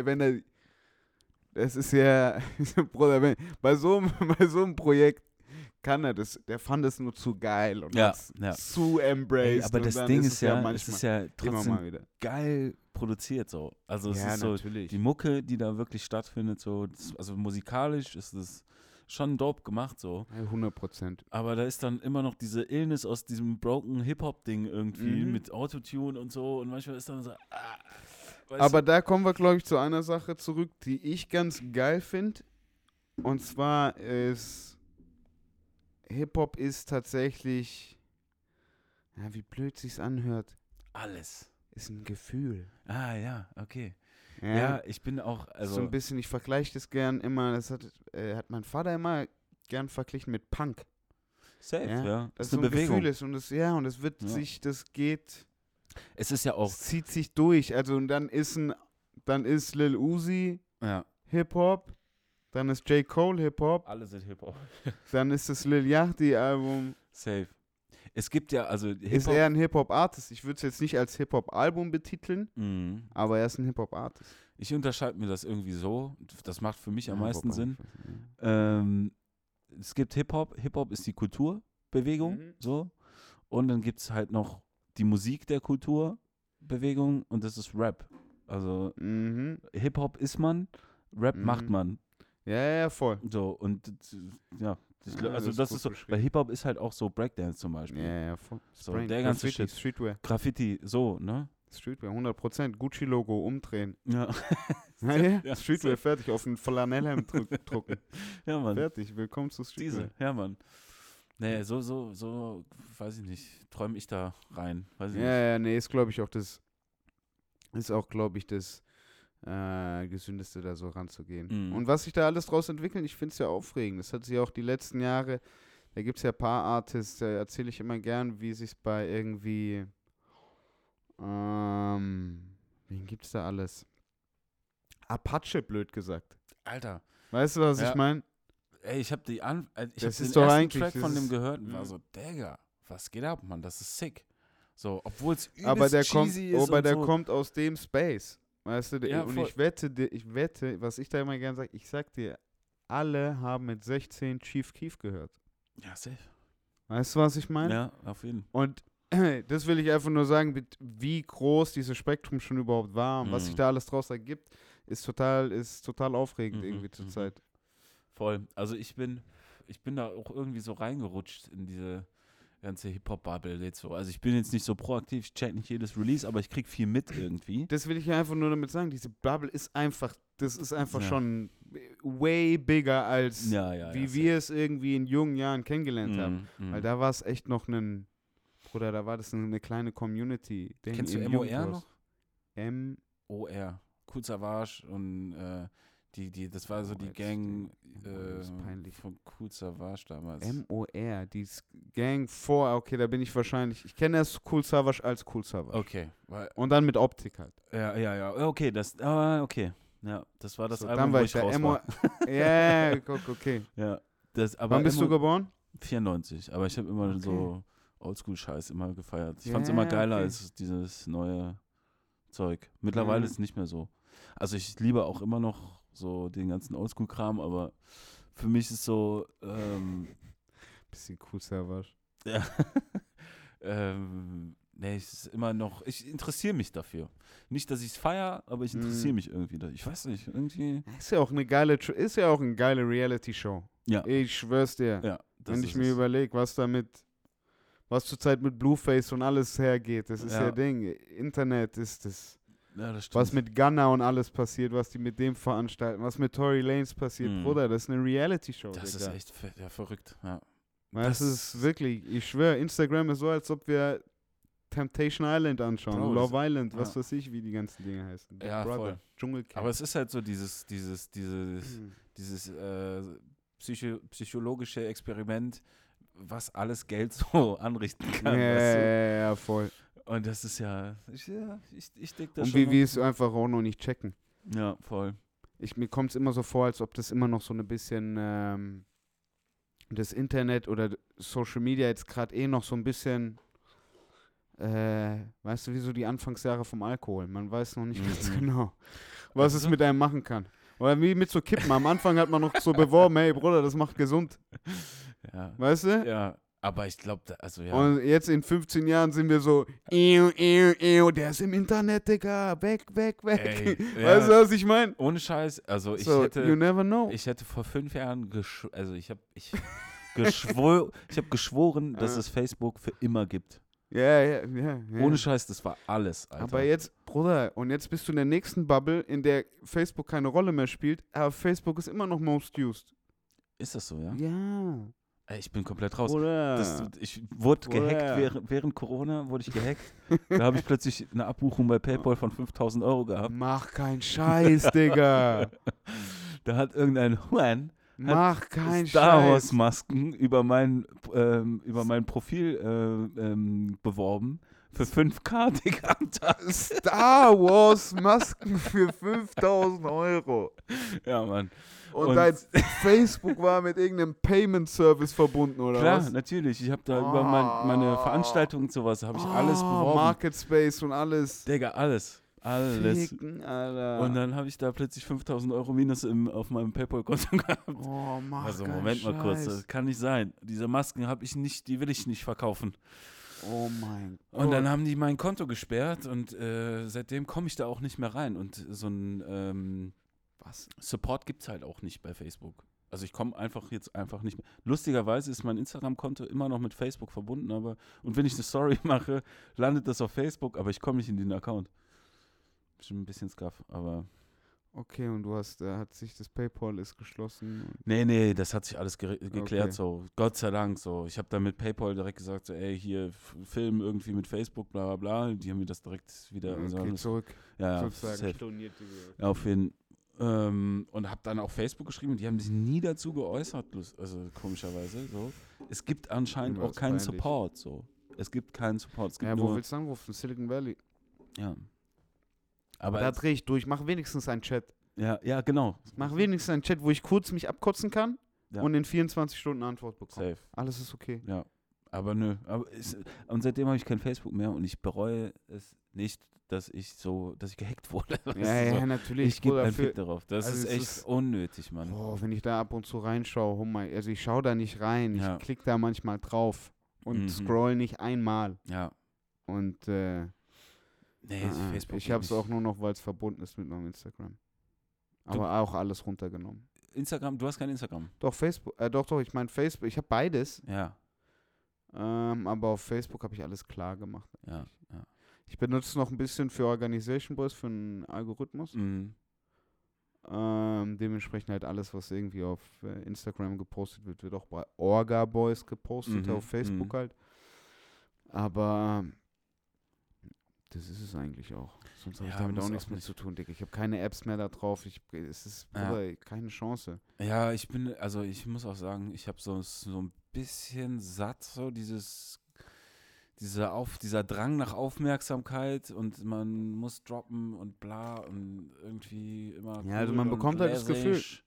das ist ja, Bruder, bei so einem Projekt kann er das, der fand es nur zu geil und Ja, hat's ja. zu embraced. Aber und das dann Ding es ist ja, es manchmal ist ja immer trotzdem mal wieder. geil produziert so. Also es Ja, ist so, natürlich. die Mucke, die da wirklich stattfindet, so, also musikalisch ist es schon dope gemacht so. Ja, 100%. Aber da ist dann immer noch diese Illness aus diesem broken Hip-Hop-Ding irgendwie Mhm. mit Autotune und so und manchmal ist dann so, weißt Aber da kommen wir, glaube ich, zu einer Sache zurück, die ich ganz geil finde. Und zwar ist Hip-Hop ist tatsächlich, ja, wie blöd sich's anhört, du, alles. ist ein Gefühl. Ah ja, okay. Ja, ich bin auch, also so ein bisschen, ich vergleiche das gern immer, das hat mein Vater immer gern verglichen mit Punk. safe, Ja, ja. Das ist so eine ein Bewegung. Gefühl ist und das wird Ja. sich, das geht, Es ist ja auch, es zieht sich durch. Also und dann ist Lil Uzi ja, Hip-Hop, dann ist J. Cole Hip-Hop, alle sind Hip-Hop. dann ist das Lil Yachty Album. Safe. Es gibt ja, also Ist Hip-Hop. er ein Hip-Hop-Artist? Ich würde es jetzt nicht als Hip-Hop-Album betiteln, Mhm. aber er ist ein Hip-Hop-Artist. Ich unterscheide mir das irgendwie so. Das macht für mich am meisten Sinn. Sinn. Es gibt Hip-Hop. Hip-Hop ist die Kulturbewegung, Mhm. so. Und dann gibt es halt noch die Musik der Kulturbewegung und das ist Rap. Also Mhm. Hip-Hop ist man, Rap Mhm. macht man. Ja, voll. So, und ja, Ja, Also das das ist ist so, gut weil Hip-Hop ist halt auch so Breakdance zum Beispiel. Ja, So, der ganze Graffiti, Shit. Streetwear. Graffiti, so, ne? Streetwear, 100%. Gucci-Logo umdrehen. Ja. Ja, Streetwear, fertig. Auf ein Flanellhemd drucken. Ja, Mann. Fertig, willkommen zu Streetwear. Ja, Mann. Nee, so, weiß ich nicht, träume ich da rein. Weiß ich nicht. Ja, nee, ist glaube ich auch das Gesündeste, da so ranzugehen. Mhm. Und was sich da alles draus entwickelt, ich finde es ja aufregend. Das hat sich auch die letzten Jahre, da gibt es ja ein paar Artists, da erzähle ich immer gern, wie sich bei irgendwie, wen gibt's da alles? Apache, blöd gesagt. Alter. Weißt du, was Ja. ich meine? Ey, ich habe Das den ist doch ersten eigentlich- Track das von dem ist- gehört und war so, Digga, was geht ab, Mann? Das ist sick. So, obwohl es Aber der kommt, cheesy ist und der so. kommt aus dem Space. Weißt du, Ja, und voll. ich wette, was ich da immer gern sage, ich sag dir, alle haben mit 16 Chief Keef gehört. Ja, safe. Weißt du, was ich meine? Ja, auf jeden Fall. Und das will ich einfach nur sagen, wie groß dieses Spektrum schon überhaupt war und was sich da alles draus ergibt, ist total aufregend irgendwie zur Zeit. Voll. Also ich bin da auch irgendwie so reingerutscht in diese ganze Hip-Hop-Bubble jetzt so. Also ich bin jetzt nicht so proaktiv, ich check nicht jedes Release, aber ich krieg viel mit irgendwie. Das will ich einfach nur damit sagen, diese Bubble ist einfach Ja. schon way bigger als Ja, wie wir es irgendwie in jungen Jahren kennengelernt haben. Mhm. Weil da war es echt noch da war das eine kleine Community. Kennst du im MOR Jugendhaus. noch? OR. Cool Savage und das war so die jetzt Gang ist peinlich. von Cool Savage damals. MOR, die Gang vor, okay, da bin ich wahrscheinlich, ich kenne erst Cool Savage als Cool Savage. Okay. Und dann mit Optik halt. Ja. Okay, okay. Ja, das war das So, Album, dann wo war ich ich raus der war. Ja, okay. Ja, aber Wann bist du geboren? 94, aber ich habe immer Okay. so Oldschool-Scheiß immer gefeiert. Ich Ja, fand's immer geiler okay. als dieses neue Zeug. Mittlerweile Ja. ist es nicht mehr so. Also ich liebe auch immer noch so den ganzen Oldschool-Kram, aber für mich ist so, Bisschen Cool Savage. ja, nee, es ist immer noch, ich interessiere mich dafür. Nicht, dass ich es feiere, aber ich interessiere mich irgendwie. Ich weiß nicht, irgendwie. Ist ja auch eine geile Reality-Show. Ja. Ich schwör's dir. Ja, das Wenn ich ist mir es. überlege, was zurzeit mit Blueface und alles hergeht, das ist Ja. ja Ding. Internet ist das. Ja, das stimmt. Was mit Gunna und alles passiert, was die mit dem veranstalten, was mit Tory Lanez passiert, Mhm. Bruder, das ist eine Reality-Show. Das Digga. ist echt verrückt, ja. Das ist wirklich, ich schwöre, Instagram ist so, als ob wir Temptation Island anschauen, Bro, Love Island, was ja. weiß ich, wie die ganzen Dinge heißen. Big Ja, Brother, voll. Dschungelcamp. Aber es ist halt so dieses psychologische Experiment, was alles Geld so anrichten kann. Weißt du? Ja, voll. Und das ist ich denke das Und schon. wie wir es einfach auch noch nicht checken. Ja, voll. Mir kommt es immer so vor, als ob das immer noch so ein bisschen das Internet oder Social Media jetzt gerade noch so ein bisschen, weißt du, wie so die Anfangsjahre vom Alkohol. Man weiß noch nicht ganz genau, was es mit einem machen kann. Oder wie mit so Kippen. Am Anfang hat man noch so beworben, hey Bruder, das macht gesund. Ja. Weißt du? Ja, aber ich glaube, also ja. Und jetzt in 15 Jahren sind wir so, der ist im Internet, Digga, weg. Ey, Weißt du, was ich meine? ohne Scheiß, also ich So, you hätte never know. ich hätte vor 5 Jahren ich habe geschworen, dass es Facebook für immer gibt. Ja. Ohne Scheiß, das war alles, Alter. Aber jetzt, Bruder, und jetzt bist du in der nächsten Bubble, in der Facebook keine Rolle mehr spielt, aber Facebook ist immer noch most used. Ist das so, ja? Ja. Ey, ich bin komplett raus. Bruder. Ich wurde Bruder. gehackt während Corona, wurde ich gehackt. Da habe ich plötzlich eine Abbuchung bei PayPal von 5.000 Euro gehabt. Mach keinen Scheiß, Digga. Da hat irgendein Juan Mach keinen Star Scheiß. Wars Masken über mein Profil beworben für 5K, Digga, am Tag. Star Wars Masken für 5.000 Euro. Ja, Mann. Und dein Facebook war mit irgendeinem Payment Service verbunden, oder Klar, was? natürlich. Ich habe da über meine Veranstaltungen und sowas, habe ich alles beworben. Market Space und alles. Digga, alles. Alles. Ficken, Alter. Und dann habe ich da plötzlich 5.000 Euro minus auf meinem PayPal-Konto gehabt. Oh, mach Also keinen Moment mal kurz, Scheiß. das kann nicht sein. Diese Masken die will ich nicht verkaufen. Oh mein Gott. Und dann haben die mein Konto gesperrt und seitdem komme ich da auch nicht mehr rein. Und so ein Was? Support gibt es halt auch nicht bei Facebook. Also ich komme jetzt einfach nicht mehr. Lustigerweise ist mein Instagram-Konto immer noch mit Facebook verbunden, und wenn ich eine Story mache, landet das auf Facebook, aber ich komme nicht in den Account. Schon ein bisschen scuff, aber. Okay, und hat sich das PayPal ist geschlossen. Nee, das hat sich alles geklärt, Okay. so. Gott sei Dank, so. Ich habe dann mit PayPal direkt gesagt, so, ey, hier, Film irgendwie mit Facebook, bla, bla, bla. Die haben mir das direkt wieder. Okay, zurück. Ja, Sozusagen safe. storniert. Ja, auf jeden und habe dann auf Facebook geschrieben und die haben sich nie dazu geäußert, also komischerweise, so. Es gibt anscheinend Ja, auch ist keinen peinlich. Support, so. Es gibt keinen Support. Es gibt Ja, wo nur, willst du anrufen? Silicon Valley. ja. Aber Aber da drehe ich durch. Mach wenigstens einen Chat. ja, genau. Mach wenigstens einen Chat, wo ich kurz mich abkotzen kann Ja. und in 24 Stunden eine Antwort bekomme. Safe. Alles ist okay. Ja, aber nö. Und seitdem habe ich kein Facebook mehr und ich bereue es nicht, dass ich gehackt wurde. Weißt du, so. Natürlich. Ich gebe Bruder, einen Fick darauf. Das also ist es echt ist- unnötig, Mann. Boah, wenn ich da ab und zu reinschaue, also ich schaue da nicht rein. Ja. Ich klicke da manchmal drauf und Mhm. scroll nicht einmal. Ja. Und Nee, Facebook. ich geht habe es nicht. auch nur noch, weil es verbunden ist mit meinem Instagram. Aber auch alles runtergenommen. Instagram, du hast kein Instagram. Doch, Facebook, doch, ich meine Facebook, ich habe beides. Ja, Aber auf Facebook habe ich alles klar gemacht. ja. Ich benutze es noch ein bisschen für Organization Boys, für einen Algorithmus. Mhm. Dementsprechend halt alles, was irgendwie auf Instagram gepostet wird auch bei Orga Boys gepostet, Mhm, auf Facebook halt. Aber das ist es eigentlich auch. Sonst habe ich Ja, damit muss auch nichts auch mehr nicht. zu tun, Digga. Ich habe keine Apps mehr da drauf. Es ist Ja. Bruder, keine Chance. Ja, ich muss auch sagen, ich habe so ein bisschen satt, so dieser Drang nach Aufmerksamkeit und man muss droppen und bla und irgendwie immer. Ja, also cool man und bekommt halt das Gefühl. lässig.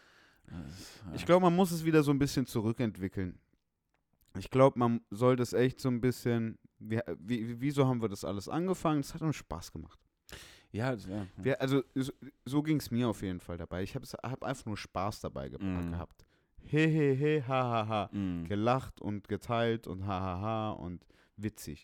Ich glaube, man muss es wieder so ein bisschen zurückentwickeln. Ich glaube, man soll das echt so ein bisschen. Wieso haben wir das alles angefangen? Es hat uns Spaß gemacht. Ja. Also, so ging es mir auf jeden Fall dabei. Ich hab einfach nur Spaß dabei gehabt. He, ha, ha, ha. Mhm. Gelacht und geteilt und ha, ha, ha und witzig.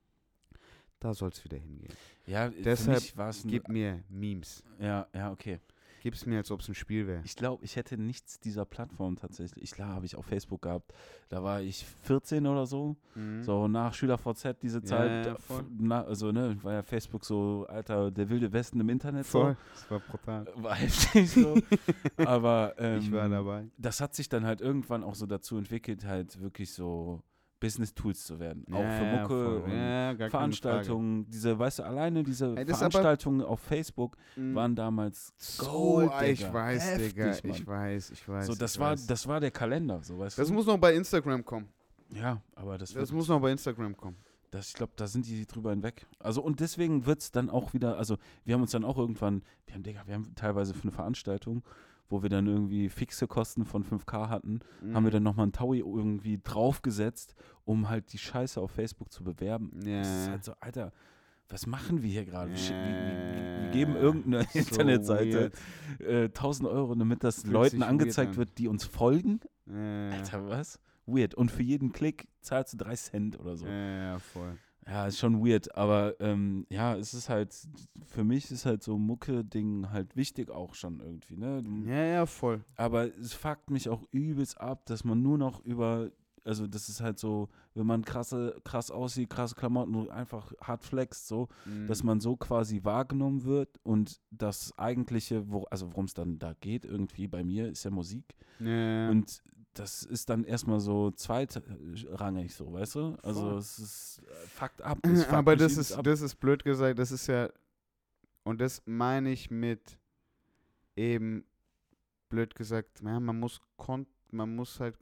Da soll es wieder hingehen. Ja, Deshalb für mich war es Gib mir Memes. Ja, okay. Gib es mir, als ob es ein Spiel wäre. Ich glaube, ich hätte nichts dieser Plattform tatsächlich. Klar, habe ich auf Facebook gehabt. Da war ich 14 oder so. So nach SchülerVZ diese Zeit. ja, voll. War ja Facebook so, Alter, der wilde Westen im Internet. Voll. Das war brutal. So. War heftig so. Aber Ich war dabei. das hat sich dann halt irgendwann auch so dazu entwickelt, halt wirklich so Business-Tools zu werden. Auch für Mucke und gar keine Veranstaltungen. alleine diese Ey, das ist Veranstaltungen auf Facebook Frage. waren damals so, Gold, ich Digga. weiß, Heftig, Digga. Mann. Ich weiß. So, ich das weiß. war der Kalender, so weißt Das du? muss noch bei Instagram kommen. Ja, aber das muss noch bei Instagram kommen. ich glaube, da sind die drüber hinweg. Also und deswegen wird es dann auch wieder, also wir haben uns dann auch irgendwann, wir haben teilweise für eine Veranstaltung, wo wir dann irgendwie fixe Kosten von 5.000 hatten, haben wir dann nochmal einen Taui irgendwie draufgesetzt, um halt die Scheiße auf Facebook zu bewerben. Ja. Das ist halt so, Alter, was machen wir hier gerade? Wir Ja. geben irgendeine So Internetseite weird. 1.000 Euro, damit das Fühlt Leuten sich weird angezeigt an. wird, die uns folgen. Ja. Alter, was? Weird. Und für jeden Klick zahlst du 3 Cent oder so. Ja, voll. Ja, ist schon weird, aber es ist halt, für mich ist halt so Mucke-Ding halt wichtig auch schon irgendwie, ne? Ja, voll. Aber es fuckt mich auch übelst ab, dass man nur noch also das ist halt so, wenn man krass aussieht, krasse Klamotten und einfach hart flext, so, dass man so quasi wahrgenommen wird und das eigentliche, worum es dann da geht irgendwie bei mir, ist ja Musik. Ja. Und das ist dann erstmal so zweitrangig, so, weißt du? Also Voll. es ist fucked up. Es fuckt Aber mich das übelst ab. das ist blöd gesagt, das ist ja, und das meine ich mit eben, blöd gesagt, ja, man muss halt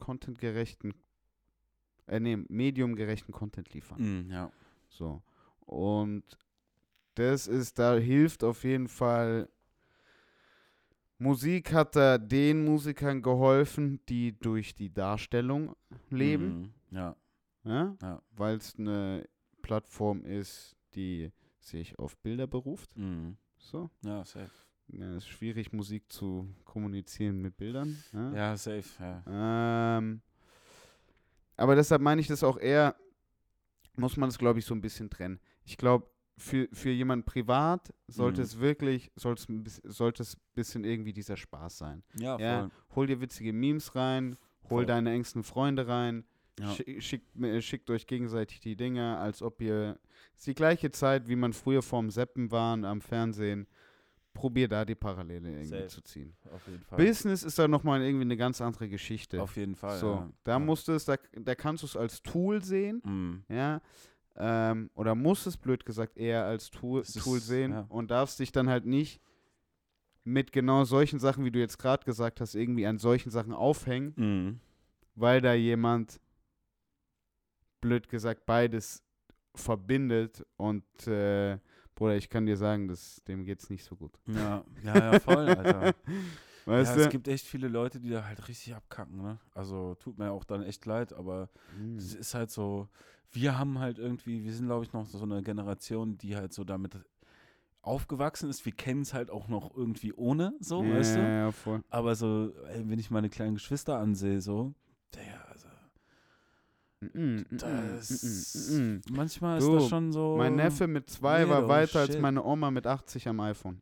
mediumgerechten Content liefern. Ja. So. Und da hilft auf jeden Fall. Musik hat da den Musikern geholfen, die durch die Darstellung leben, Ja. ja? Ja. Weil es eine Plattform ist, die sich auf Bilder beruft. So. Ja, safe. Ja, es ist schwierig, Musik zu kommunizieren mit Bildern. Ja? Ja, safe, ja. Aber deshalb meine ich das auch eher, muss man es, glaube ich, so ein bisschen trennen. Ich glaube, für jemanden privat sollte es wirklich, sollte es ein bisschen irgendwie dieser Spaß sein. Ja, Ja, voll. hol dir witzige Memes rein, hol Voll. deine engsten Freunde rein, Ja. schickt euch gegenseitig die Dinge, als ob ihr, es ist die gleiche Zeit, wie man früher vorm Seppen waren am Fernsehen, probier da die Parallele irgendwie Safe. zu ziehen. Auf jeden Fall. Business ist da nochmal irgendwie eine ganz andere Geschichte. Auf jeden Fall, So, ja. da Ja. musst du es, da kannst du es als Tool sehen, Mhm. ja, oder musst es, blöd gesagt, eher als Tool Es ist- sehen ja. und darfst dich dann halt nicht mit genau solchen Sachen, wie du jetzt gerade gesagt hast, irgendwie an solchen Sachen aufhängen, Mhm. weil da jemand, blöd gesagt, beides verbindet und Bruder, ich kann dir sagen, dem geht's nicht so gut. Ja, voll, Alter. Weißt Ja, es du? gibt echt viele Leute, die da halt richtig abkacken, ne? Also tut mir auch dann echt leid, aber es ist halt so, wir sind glaube ich noch so eine Generation, die halt so damit aufgewachsen ist. Wir kennen es halt auch noch irgendwie ohne, so, weißt du? Ja, voll. Aber so, ey, wenn ich meine kleinen Geschwister ansehe, so, also, manchmal ist Du, das schon so. Mein Neffe mit 2 war weirdo weiter als shit. meine Oma mit 80 am iPhone.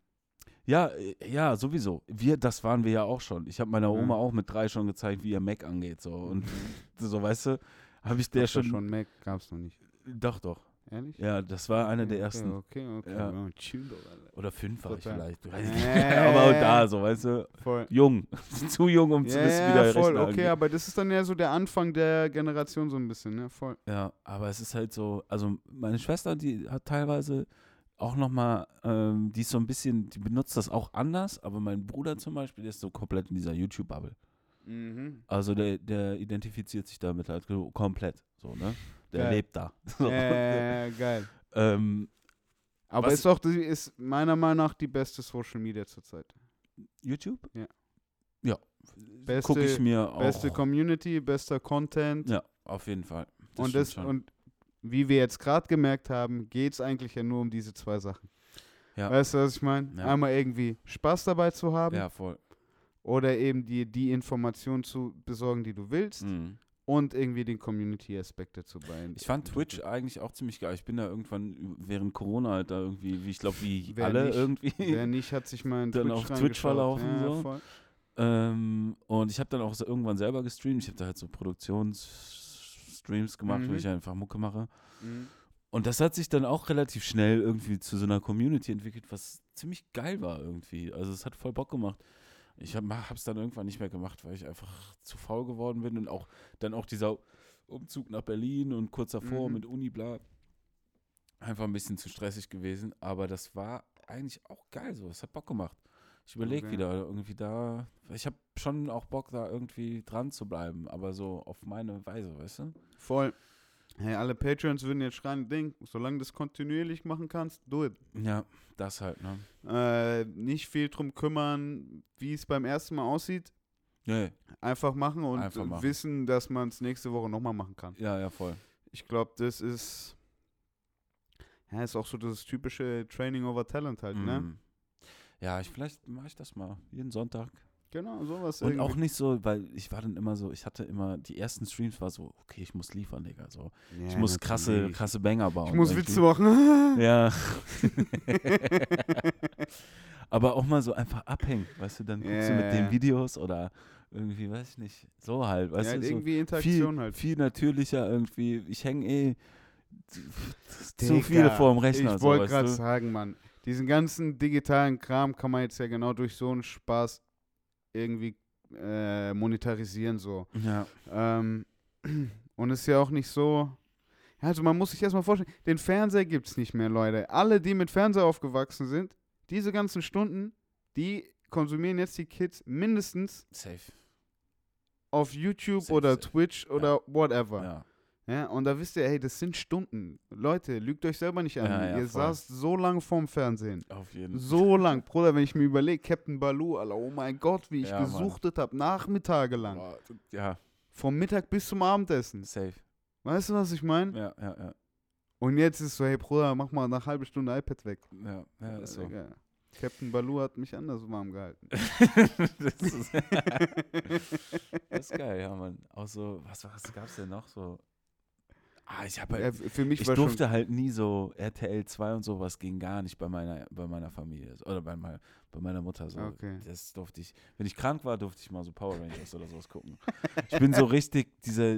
Ja, sowieso. Das waren wir ja auch schon. Ich habe meiner Oma Ja. auch mit 3 schon gezeigt, wie ihr Mac angeht. So. Und so, weißt du, habe ich der schon. Mac gab's noch nicht. Doch. Ehrlich? Ja, das war einer der ersten. Okay. Ja. Oh, chill doch, Alter. Oder 5 war ich Total. vielleicht. Weiß ich nicht. Aber auch da, so, weißt du. Voll. Jung. Zu jung, um zu wissen, wie der voll, Rechner okay, angeht. aber das ist dann ja so der Anfang der Generation so ein bisschen, ne? Voll. Ja, aber es ist halt so, also meine Schwester, die hat teilweise auch nochmal, die ist so ein bisschen, die benutzt das auch anders, aber mein Bruder zum Beispiel, der ist so komplett in dieser YouTube-Bubble. Mhm. Also der identifiziert sich damit halt komplett, so, ne? Der Geil. lebt da. So. Geil. Aber Was- ist meiner Meinung nach die beste Social Media zurzeit. YouTube? Ja. Ja. Beste- Gucke ich mir auch. Beste Community, bester Content. Ja, auf jeden Fall. und stimmt schon. und wie wir jetzt gerade gemerkt haben, geht es eigentlich ja nur um diese 2 Sachen. Ja. Weißt du, was ich meine? Ja. Einmal irgendwie Spaß dabei zu haben Ja, voll. oder eben dir die Information zu besorgen, die du willst Mhm. und irgendwie den Community-Aspekt dazu bei. Ich fand Twitch eigentlich auch ziemlich geil. Ich bin da irgendwann während Corona halt da irgendwie, wie Wer alle nicht- irgendwie. Wer nicht, hat sich mal in Dann Twitch auf Twitch reingeschaut. verlaufen, Ja, so. voll. Und ich habe dann auch so irgendwann selber gestreamt. Ich habe da halt so Produktionsstreams gemacht, wo Mhm. ich einfach Mucke mache. Mhm. Und das hat sich dann auch relativ schnell irgendwie zu so einer Community entwickelt, was ziemlich geil war irgendwie. Also es hat voll Bock gemacht. Ich hab's dann irgendwann nicht mehr gemacht, weil ich einfach zu faul geworden bin und dann auch dieser Umzug nach Berlin und kurz davor Mhm. mit Uni, bla. Einfach ein bisschen zu stressig gewesen, aber das war eigentlich auch geil so. Es hat Bock gemacht. Ich überlege Okay. wieder irgendwie da. Ich habe schon auch Bock, da irgendwie dran zu bleiben, aber so auf meine Weise, weißt du? Voll. Hey, alle Patreons würden jetzt schreien, Ding, solange du das kontinuierlich machen kannst, do it. Ja, das halt, ne? Nicht viel drum kümmern, wie es beim ersten Mal aussieht. Nee. Einfach machen und Einfach machen. wissen, dass man es nächste Woche nochmal machen kann. Ja, voll. Ich glaube, das ist auch so das typische Training over Talent halt, ne? Mhm. Ja, vielleicht mache ich das mal. Jeden Sonntag. Genau, sowas Und irgendwie. auch nicht so, weil ich hatte immer, die ersten Streams war so, okay, ich muss liefern, Digga. So. Ja, Ich muss natürlich. krasse Banger bauen. Ich muss irgendwie. Witze machen. Ja. Aber auch mal so einfach abhängen, weißt du, dann guckst du mit den Ja. Videos oder irgendwie, weiß ich nicht, so halt, weißt Ja, du, so irgendwie Interaktion viel, halt. viel natürlicher irgendwie. Ich hänge zu Digga, viel vor dem Rechner. Ich so, wollte weißt gerade du? sagen, Mann, diesen ganzen digitalen Kram kann man jetzt ja genau durch so einen Spaß irgendwie monetarisieren so. Ja, Und ist ja auch nicht so. Ja, also man muss sich erstmal vorstellen, den Fernseher gibt es nicht mehr, Leute. Alle, die mit Fernseher aufgewachsen sind, diese ganzen Stunden, die konsumieren jetzt die Kids mindestens safe. auf YouTube Safe, oder safe. Twitch oder whatever. Ja. Ja, und da wisst ihr, hey, das sind Stunden. Leute, lügt euch selber nicht an. Ja, Ihr voll. saßt so lang vorm Fernsehen. Auf jeden Fall. So lang. Bruder, wenn ich mir überlege, Captain Baloo, Alter, oh mein Gott, wie ich Ja, Mann. gesuchtet habe, nachmittage lang. Boah, ja, Vom Mittag bis zum Abendessen. safe. Weißt du, was ich meine? Ja. Und jetzt ist so, hey Bruder, mach mal nach halbe Stunde iPad weg. Ja, ist so. Ja. Captain Baloo hat mich anders warm gehalten. Das ist geil, ja, Mann. Auch so, was gab's denn noch so? Ich habe halt, Für mich ich war durfte halt nie so RTL 2 und sowas, ging gar nicht bei meiner Familie oder bei meiner Mutter so. Okay. Das durfte ich, wenn ich krank war, durfte ich mal so Power Rangers oder sowas gucken. Ich bin so richtig diese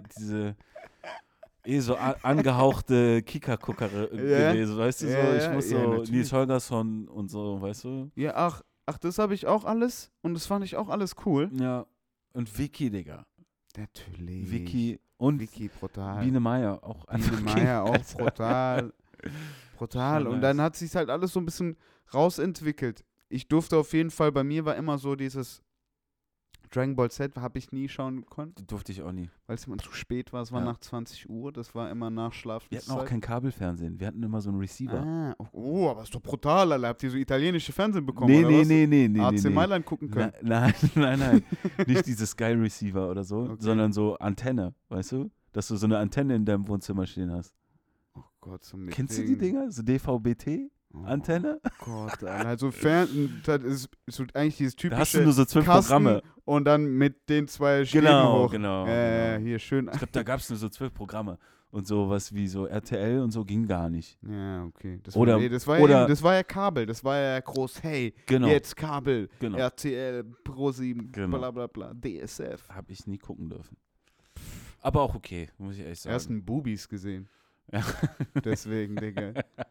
so angehauchte Kika-Gucker gewesen, weißt du so? Ja, Ich muss ja, so natürlich. Nils Holgersson und so, weißt du? Ja, ach, das habe ich auch alles und das fand ich auch alles cool. Ja. Und Vicky, Digga. Natürlich. Vicky und Vicky, brutal. Biene Meier auch Biene einfach Meier auch Alter. brutal. Brutal. Schon Und nice. dann hat sich halt alles so ein bisschen rausentwickelt. Ich durfte auf jeden Fall, bei mir war immer so dieses Dragon Ball Z, habe ich nie schauen können, Durfte ich auch nie. weil es immer zu spät war. Es war Ja. nach 20 Uhr, das war immer nach Wir Schlafenszeit. hatten auch kein Kabelfernsehen. Wir hatten immer so einen Receiver. Oh, aber ist doch brutal, Alter. Habt ihr so italienische Fernsehen bekommen, oder was? Nee. AC Mailand gucken können. Nein. Nicht diese Sky Receiver oder so, Okay. sondern so Antenne, weißt du? Dass du so eine Antenne in deinem Wohnzimmer stehen hast. Oh Gott, so mit Kennst du die Dinger? So DVB-T-Antenne? Oh Gott, Alter. Also Fernsehen, das ist so eigentlich dieses typische Da hast du nur so 12 Kasten Programme. und dann mit den zwei Stäben Genau, hoch. genau. Hier schön. Ich glaube, da gab es nur so 12 Programme. Und sowas wie so RTL und so ging gar nicht. Ja, okay. Das Oder- war, das war oder- ja eben, das war ja Kabel, das war ja groß, hey, Genau. jetzt Kabel, Genau. RTL, Pro7, Genau. bla bla bla, DSF. Habe ich nie gucken dürfen. Aber auch okay, muss ich ehrlich sagen. Ersten Bubis gesehen. Ja. Deswegen, Digga.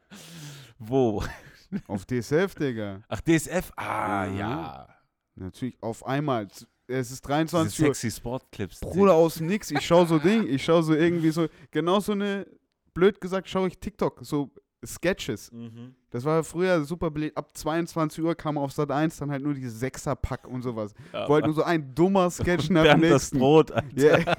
Wo? Auf DSF, Digga. Ach, DSF? Ja. Ja. Natürlich, auf einmal. Es ist Diese 23 Uhr. sexy Sportclips. Bruder, aus dem Nix. Ich schaue so irgendwie so, genau so eine, blöd gesagt, schaue ich TikTok, so Sketches. Mhm. Das war früher super beliebt. Ab 22 Uhr kam auf Sat 1 dann halt nur dieses Sechserpack und sowas. Ja, Wollte nur so ein dummer Sketch nach dem Bernd das nächsten. Brot, Alter. Ja,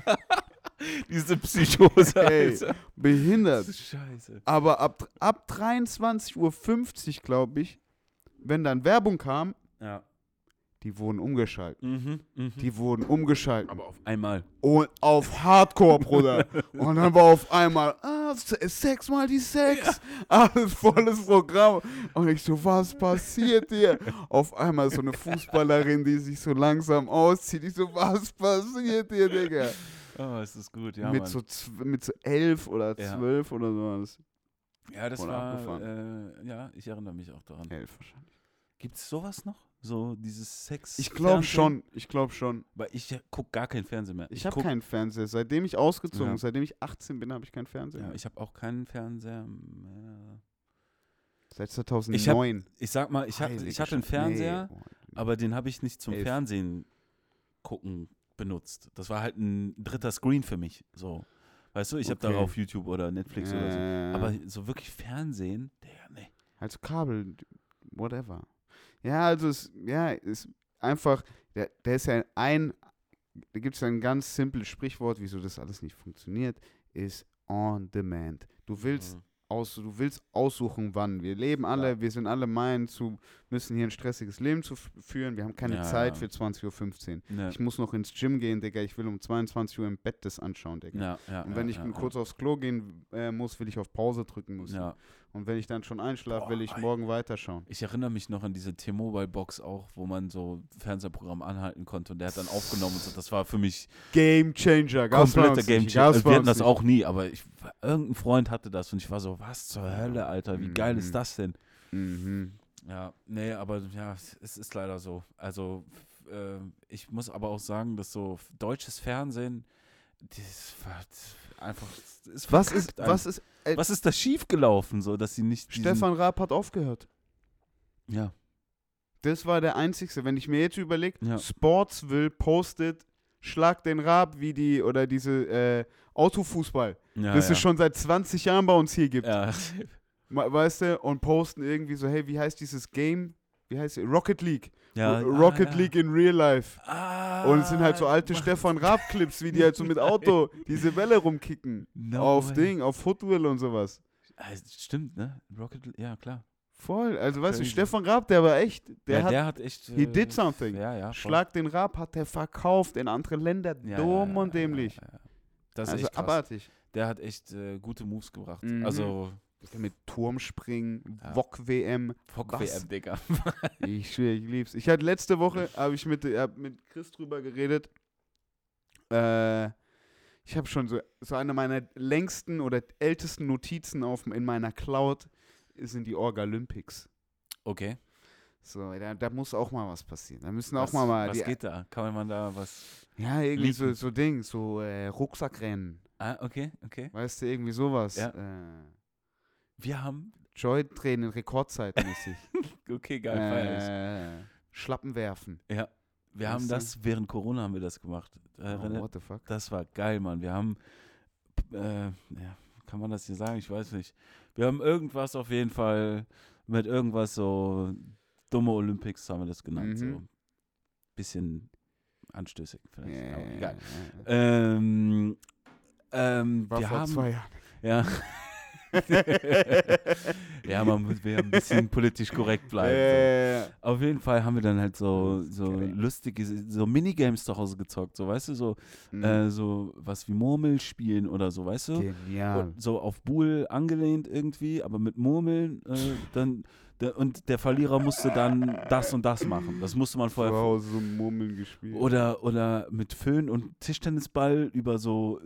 Diese Psychose, ey, Alter. behindert. Das ist scheiße. Aber ab 23.50 Uhr, glaube ich, wenn dann Werbung kam, Ja. die wurden umgeschaltet. Mhm. Die wurden umgeschaltet. Aber auf einmal. Und auf Hardcore, Bruder. Und dann war auf einmal, Sex mal die Sex. Alles volles Programm. Und ich so, was passiert hier? Auf einmal so eine Fußballerin, die sich so langsam auszieht. Ich so, was passiert hier, Digga? Oh, ist das gut, ja, mit, Mann. mit so 11 oder Ja. 12 oder sowas. Ja, das Voll war, abgefahren. ja, ich erinnere mich auch daran. 11 wahrscheinlich. Gibt es sowas noch? So dieses Sex? Ich glaube Fernsehen? schon. Weil ich gucke gar keinen Fernsehen mehr. Ich habe guck- keinen Fernseher. Seitdem ich ausgezogen, Ja. seitdem ich 18 bin, habe ich keinen Fernseher. Ja, ich habe auch keinen Fernseher mehr. Seit 2009. Ich sag mal, ich hatte einen Fernseher, aber den habe ich nicht zum 11. Fernsehen gucken benutzt. Das war halt ein dritter Screen für mich. So. Weißt du, ich habe Okay. darauf YouTube oder Netflix oder so. Aber so wirklich Fernsehen, nee. Also Kabel, whatever. Ja, also ist einfach, der ist ja da gibt es ja ein ganz simples Sprichwort, wieso das alles nicht funktioniert, ist on demand. Du willst du willst aussuchen, wann. Wir leben alle, Ja. wir sind alle müssen hier ein stressiges Leben führen. Wir haben keine Ja, Zeit ja. für 20.15 Uhr. Ja. Ich muss noch ins Gym gehen, Digga. Ich will um 22 Uhr im Bett das anschauen, Digga. Ja, Und wenn ich kurz aufs Klo gehen muss, will ich auf Pause drücken müssen. Ja. Und wenn ich dann schon einschlafe, will ich Boah, morgen weiterschauen. Ich erinnere mich noch an diese T-Mobile-Box auch, wo man so Fernsehprogramm anhalten konnte und der hat dann aufgenommen und so. Das war für mich Game Changer, kompletter Game-Changer. Also wir hatten das auch nie, aber irgendein Freund hatte das und ich war so, was zur Hölle, Alter, wie geil ist das denn? Mhm. Ja, nee, aber ja, es ist leider so. Also ich muss aber auch sagen, dass so deutsches Fernsehen, das war einfach, ist Was verkackt ist, was ist da schiefgelaufen, so, dass sie nicht Stefan Raab hat aufgehört. Ja. Das war der einzigste. Wenn ich mir jetzt überlege, Ja. Sportsville postet, schlag den Raab wie diese Autofußball. Das es schon seit 20 Jahren bei uns hier gibt. Ja. Weißt du? Und posten irgendwie so, hey, wie heißt dieses Game? Wie heißt es? Rocket League. Ja. Rocket ja. League in Real Life. Ah, Und es sind halt so alte Stefan Raab-Clips, wie die halt so mit Auto diese Welle rumkicken. No auf way. auf Footwheel und sowas. Stimmt, ne? ja, klar. Voll. Also weißt du, Crazy. Stefan Raab, der war echt, Der hat echt. he did something. Ja, ja. voll. Schlag den Raab hat er verkauft in andere Länder. Ja, Dumm ja, und dämlich. Ja. Das ist Also echt krass. abartig. Der hat echt gute Moves gebracht. Mhm. Also, Mit Turmspringen, Ja. VOG-WM. Fuck Was? WM, Digga. Ich schwöre, ich lieb's. Ich hatte letzte Woche, habe ich mit Chris drüber geredet. Ich habe schon so eine meiner längsten oder ältesten Notizen in meiner Cloud sind die Orga-Olympics. Okay. So, da muss auch mal was passieren. Da müssen auch Was, mal was geht da? Kann man da was... ja, irgendwie leaken? so Ding, so Rucksackrennen. Ah, okay. Weißt du, irgendwie sowas. Ja. Wir haben... Joy-Training, rekordzeitmäßig. Okay, geil, feier ich. Schlappen werfen. Ja. Wir haben Weißt du? das, während Corona haben wir das gemacht. Oh, what the fuck? Das war geil, Mann. Wir haben, ja, kann man das hier sagen? Ich weiß nicht. Wir haben irgendwas auf jeden Fall mit irgendwas so dumme Olympics haben wir das genannt. So bisschen anstößig vielleicht, aber egal. War Wir vor haben, 2 Jahren. ja. Ja, man muss ein bisschen politisch korrekt bleiben. So. Auf jeden Fall haben wir dann halt so lustige, so Minigames zu Hause gezockt, so, weißt du, so was wie Murmel spielen oder so, weißt du? Genial. Und so auf Buhl angelehnt irgendwie, aber mit Murmeln, und der Verlierer musste dann das und das machen. Das musste man Zu vorher. Hause so Murmeln gespielt. Oder mit Föhn und Tischtennisball durch so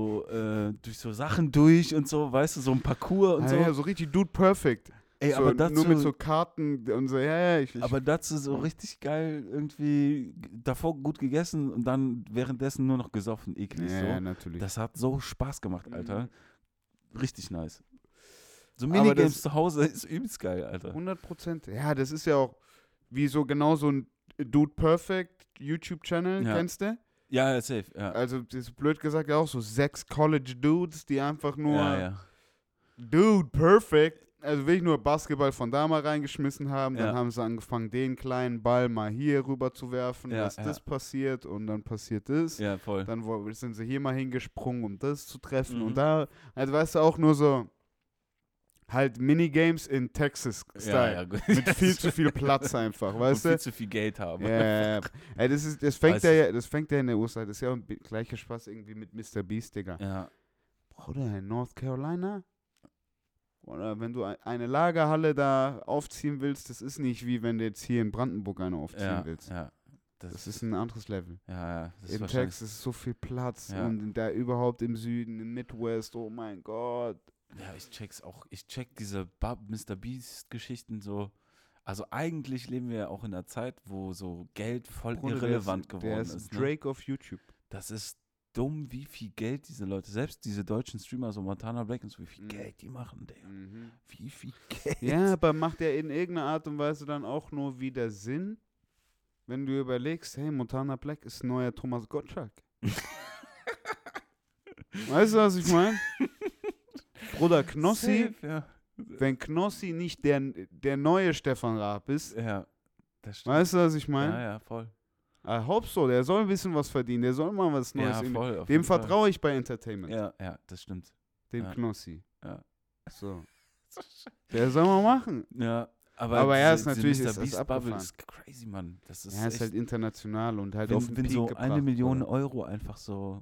Sachen durch und so, weißt du, so ein Parcours und so. Ja, so richtig Dude Perfect. Ey, so, aber dazu, nur mit so Karten und so, ich aber dazu so richtig geil irgendwie davor gut gegessen und dann währenddessen nur noch gesoffen, eklig ja, so. natürlich. Das hat so Spaß gemacht, Alter. Richtig nice. So Aber Minigames zu Hause ist übelst geil, Alter. 100%. Ja, das ist ja auch wie so genau so ein Dude Perfect YouTube-Channel, Ja. kennst du? Ja, safe, ja. Also, das ist blöd gesagt ja auch so 6 College-Dudes, die einfach nur Ja. Dude Perfect, also wirklich nur Basketball von da mal reingeschmissen haben. Dann Ja. haben sie angefangen, den kleinen Ball mal hier rüber zu werfen, Ja, dass ja. das passiert und dann passiert das. Ja, voll. Dann sind sie hier mal hingesprungen, um das zu treffen. Mhm. Und da, also weißt du, auch nur so halt Minigames in Texas-Style. Ja, gut. Mit viel zu viel Platz einfach, Und weißt viel du? zu viel Geld haben. Ja. Ey, das fängt Weißt ja in der USA. Das ist ja auch ein gleicher Spaß irgendwie mit Mr. Beast, Digga. Ja. Bruder, in North Carolina? Oder wenn du eine Lagerhalle da aufziehen willst, das ist nicht wie wenn du jetzt hier in Brandenburg eine aufziehen willst. Ja. Das ist ein anderes Level. Ja. Das ist In wahrscheinlich- Texas ist so viel Platz Ja. und da überhaupt im Süden, im Midwest, oh mein Gott. Ja, ich check's auch. Ich check diese Mr. Beast-Geschichten so. Also eigentlich leben wir ja auch in einer Zeit, wo so Geld voll Bruder, irrelevant der geworden ist ist. Ne? Drake auf YouTube. Das ist dumm, wie viel Geld diese Leute, selbst diese deutschen Streamer, so Montana Black und so, wie viel Geld die machen, Digga. Wie viel Geld? Ja, aber macht er in irgendeiner Art und Weise dann auch nur wieder Sinn, wenn du überlegst, hey, Montana Black ist ein neuer Thomas Gottschalk. Weißt du, was ich meine? Bruder, Knossi, Safe, ja. wenn Knossi nicht der neue Stefan Raab ist, Ja, das stimmt. weißt du, was ich meine? Ja, voll. I hope so, der soll ein bisschen was verdienen, der soll mal was Neues. Ja, voll. auf Dem jeden Fall. vertraue ich bei Entertainment, Ja, das stimmt. dem ja. Knossi. Ja. So. Der soll mal machen. Ja, Aber ja, ist diese natürlich Mr. ist das Beast Bubble abgefahren. ist crazy, Mann. Das ist Ja, ist echt, halt international und halt auf den wenn Peak so gebracht. 1 Million Bruder. Euro einfach so.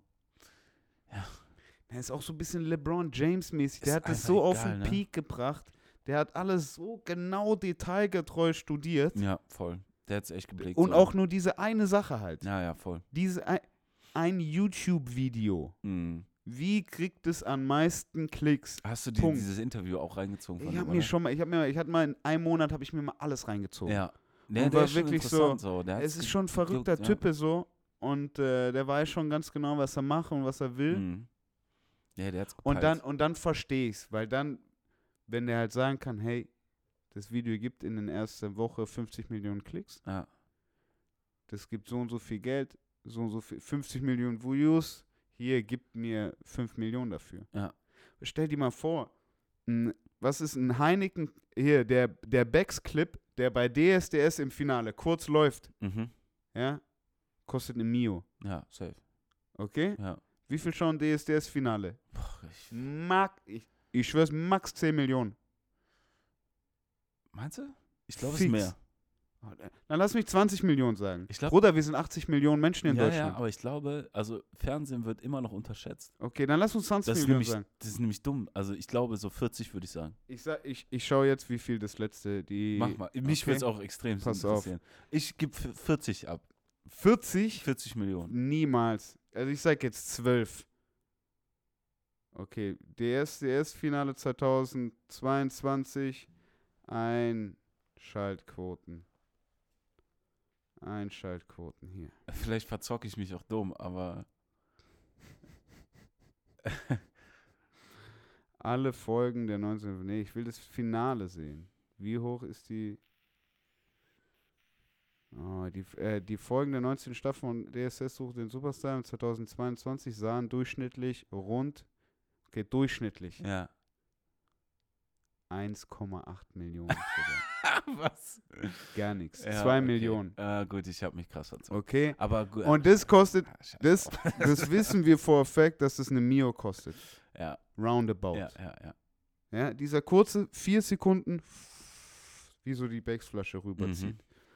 Der ist auch so ein bisschen LeBron James-mäßig. Der Ist hat das einfach so auf egal, den ne? Peak gebracht. Der hat alles so genau detailgetreu studiert. Ja, voll. Der hat's echt geblickt. Und so. auch nur diese eine Sache halt. Ja, voll. Ein YouTube-Video. Mhm. Wie kriegt es am meisten Klicks? Hast du Punkt. dieses Interview auch reingezogen? Ich von habe ihm, mir oder? schon mal, ich hatte mal in einem Monat, habe ich mir mal alles reingezogen. Ja. Und Der war ist schon wirklich interessant so. Der Es hat's ist schon ein verrückter gejuckt, ja. Type so. Und der weiß schon ganz genau, was er macht und was er will. Mhm. Ja, der hat's Und gepeilt. dann verstehe ich's, weil dann, wenn der halt sagen kann, hey, das Video gibt in der ersten Woche 50 Millionen Klicks, Ja. das gibt so und so viel Geld, so und so viel, 50 Millionen Views, hier, gibt mir 5 Millionen dafür. Ja. Stell dir mal vor, was ist ein Heineken, hier, der Becks-Clip, der bei DSDS im Finale kurz läuft, Mhm. ja, kostet eine Mio, Ja, safe. okay? Ja. Wie viel schauen DSDS-Finale? Boah, Ich schwör's, max 10 Millionen. meinst du? Ich glaube, es ist Fix. mehr. Dann lass mich 20 Millionen sagen. Ich glaub- Bruder, wir sind 80 Millionen Menschen in Ja, Deutschland. aber ich glaube, also Fernsehen wird immer noch unterschätzt. Okay, dann lass uns 20 Das ist, Millionen nämlich, sagen. das ist nämlich dumm. Also ich glaube, so 40 würde ich sagen. Ich schaue jetzt, wie viel das letzte, Mach mal. Mich okay. würde es auch extrem Pass auf. interessieren. Ich gebe 40 ab. 40? 40 Millionen. Niemals. Also ich sag jetzt 12. Okay, DSDS-Finale 2022. Einschaltquoten hier. Vielleicht verzocke ich mich auch dumm, aber Alle Folgen der 19. Nee, ich will das Finale sehen. Wie hoch ist die... Oh, die Folgen der 19. Staffel von DSS Sucht den Superstar im 2022 sahen durchschnittlich durchschnittlich ja. 1,8 Millionen. Was? Gar nichts. Ja, 2 okay. Millionen. Gut, ich habe mich krass verzockt. Okay. Aber gut. Und das kostet, Scheiß das wissen wir for a fact, dass das eine Mio kostet. Ja. Roundabout. Ja. Ja, dieser kurze 4 Sekunden, wie so die Becksflasche rüberzieht.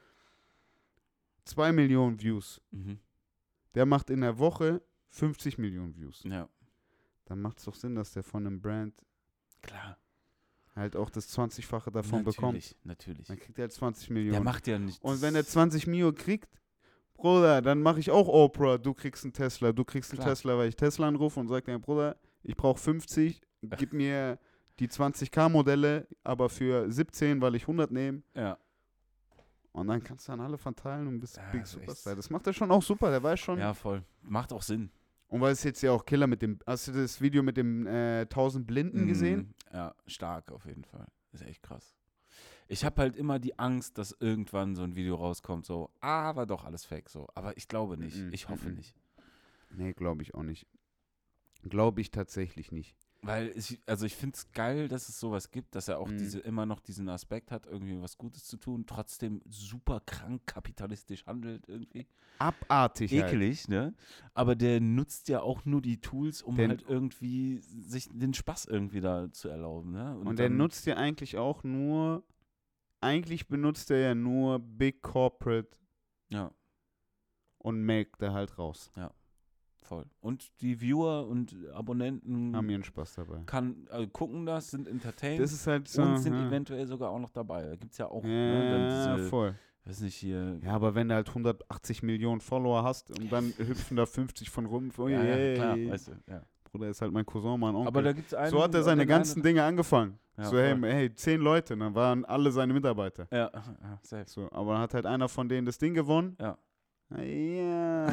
2 Millionen Views. Mhm. Der macht in der Woche 50 Millionen Views. Ja. Dann macht es doch Sinn, dass der von einem Brand Klar. halt auch das 20-fache davon bekommt. Natürlich. Dann kriegt er halt 20 Millionen. Der macht ja nicht. Und wenn er 20 Mio kriegt, Bruder, dann mache ich auch Oprah. Du kriegst einen Tesla. Du kriegst einen Klar. Tesla, weil ich Tesla anrufe und sage, Bruder, ich brauche 50, gib mir die 20k-Modelle, aber für 17, weil ich 100 nehme. Ja. Und dann kannst du dann alle verteilen und bist Big ist echt- Superstar. Das macht er schon auch super, der weiß schon. Ja, voll. Macht auch Sinn. Und weil es jetzt ja auch Killer mit dem, hast du das Video mit dem 1000 Blinden gesehen? Ja, stark auf jeden Fall. Ist echt krass. Ich habe halt immer die Angst, dass irgendwann so ein Video rauskommt, so, war doch alles fake, so. Aber ich glaube nicht. Ich hoffe nicht. Nee, glaube ich auch nicht. Glaube ich tatsächlich nicht. Weil ich finde es geil, dass es sowas gibt, dass er auch immer noch diesen Aspekt hat, irgendwie was Gutes zu tun, trotzdem super krank kapitalistisch handelt irgendwie. Abartig Ekelig, ne? Aber der nutzt ja auch nur die Tools, um Den- halt irgendwie sich den Spaß irgendwie da zu erlauben, ne? Und der dann- nutzt ja eigentlich auch nur, eigentlich benutzt er ja nur Big Corporate Ja, und melkt da halt raus. voll. Und die Viewer und Abonnenten Haben ihren Spaß dabei. gucken das, sind entertained Das ist halt so. und sind ja. eventuell sogar auch noch dabei. Da gibt es ja auch, Ja, dann diese, voll. weiß nicht, hier. Ja, aber wenn du halt 180 Millionen Follower hast und dann hüpfen da 50 von rum, oh Ja, yeah, klar, weißt du, ja. Bruder ist halt mein Cousin, mein Onkel. Aber da gibt es einen. So hat er seine ganzen Dinge angefangen. Ja, so, voll. hey, 10 Leute, dann waren alle seine Mitarbeiter. Ja, safe. So, aber dann hat halt einer von denen das Ding gewonnen. Ja. Ja,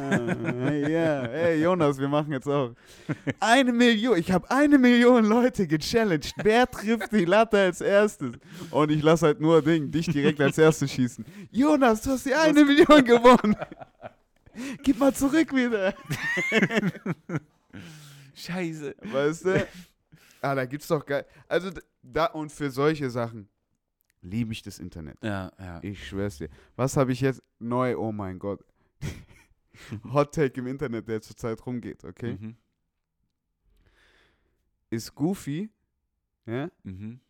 hey Jonas, wir machen jetzt auch 1 Million, ich habe 1 Million Leute gechallenged, wer trifft die Latte als erstes? Und ich lasse halt nur dich direkt als erstes schießen. Jonas, du hast die 1 Million gewonnen. Gib mal zurück wieder. Scheiße. Weißt du? Da gibt's doch geil. Also da und für solche Sachen liebe ich das Internet. Ja. Ich schwör's dir. Was habe ich jetzt neu? Oh mein Gott. Hot Take im Internet, der zurzeit rumgeht, okay? Mhm. Ist Goofy, ja, Mhm.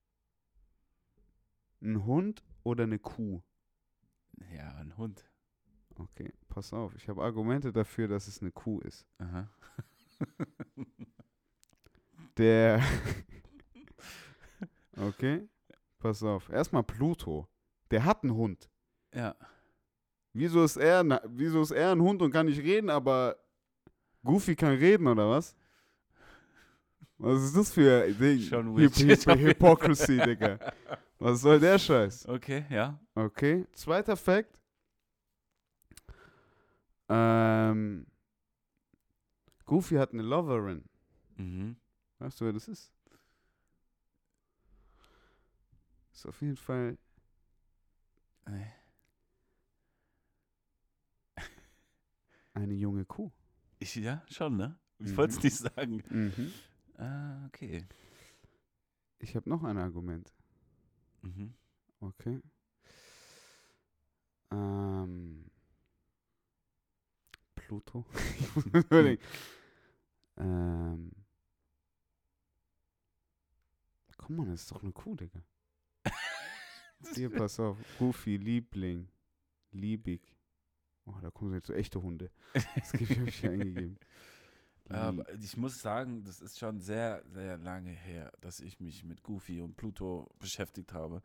ein Hund oder eine Kuh? Ja, ein Hund. Okay, pass auf. Ich habe Argumente dafür, dass es eine Kuh ist. Aha. Der. Okay, pass auf. Erstmal Pluto. Der hat einen Hund. Ja. Wieso ist er ein Hund und kann nicht reden, aber Goofy kann reden, oder was? Was ist das für ein Ding? Schon weird shit. Hypocrisy, Digga. Was soll der Scheiß? Okay, ja. Okay, zweiter Fact. Goofy hat eine Loverin. Mhm. Weißt du, wer das ist? Ist auf jeden Fall Nee. eine junge Kuh. Ja, schon, ne? Ich Mhm. wollte es nicht sagen. Mhm. Okay. Ich habe noch ein Argument. Mhm. Okay. Pluto. Ich muss mir überlegen. Komm mal, das ist doch eine Kuh, Digga. Hier, pass auf. Goofy, Liebling, liebig. Oh, da kommen jetzt so echte Hunde. Das habe ich hier eingegeben. Aber ich muss sagen, das ist schon sehr, sehr lange her, dass ich mich mit Goofy und Pluto beschäftigt habe.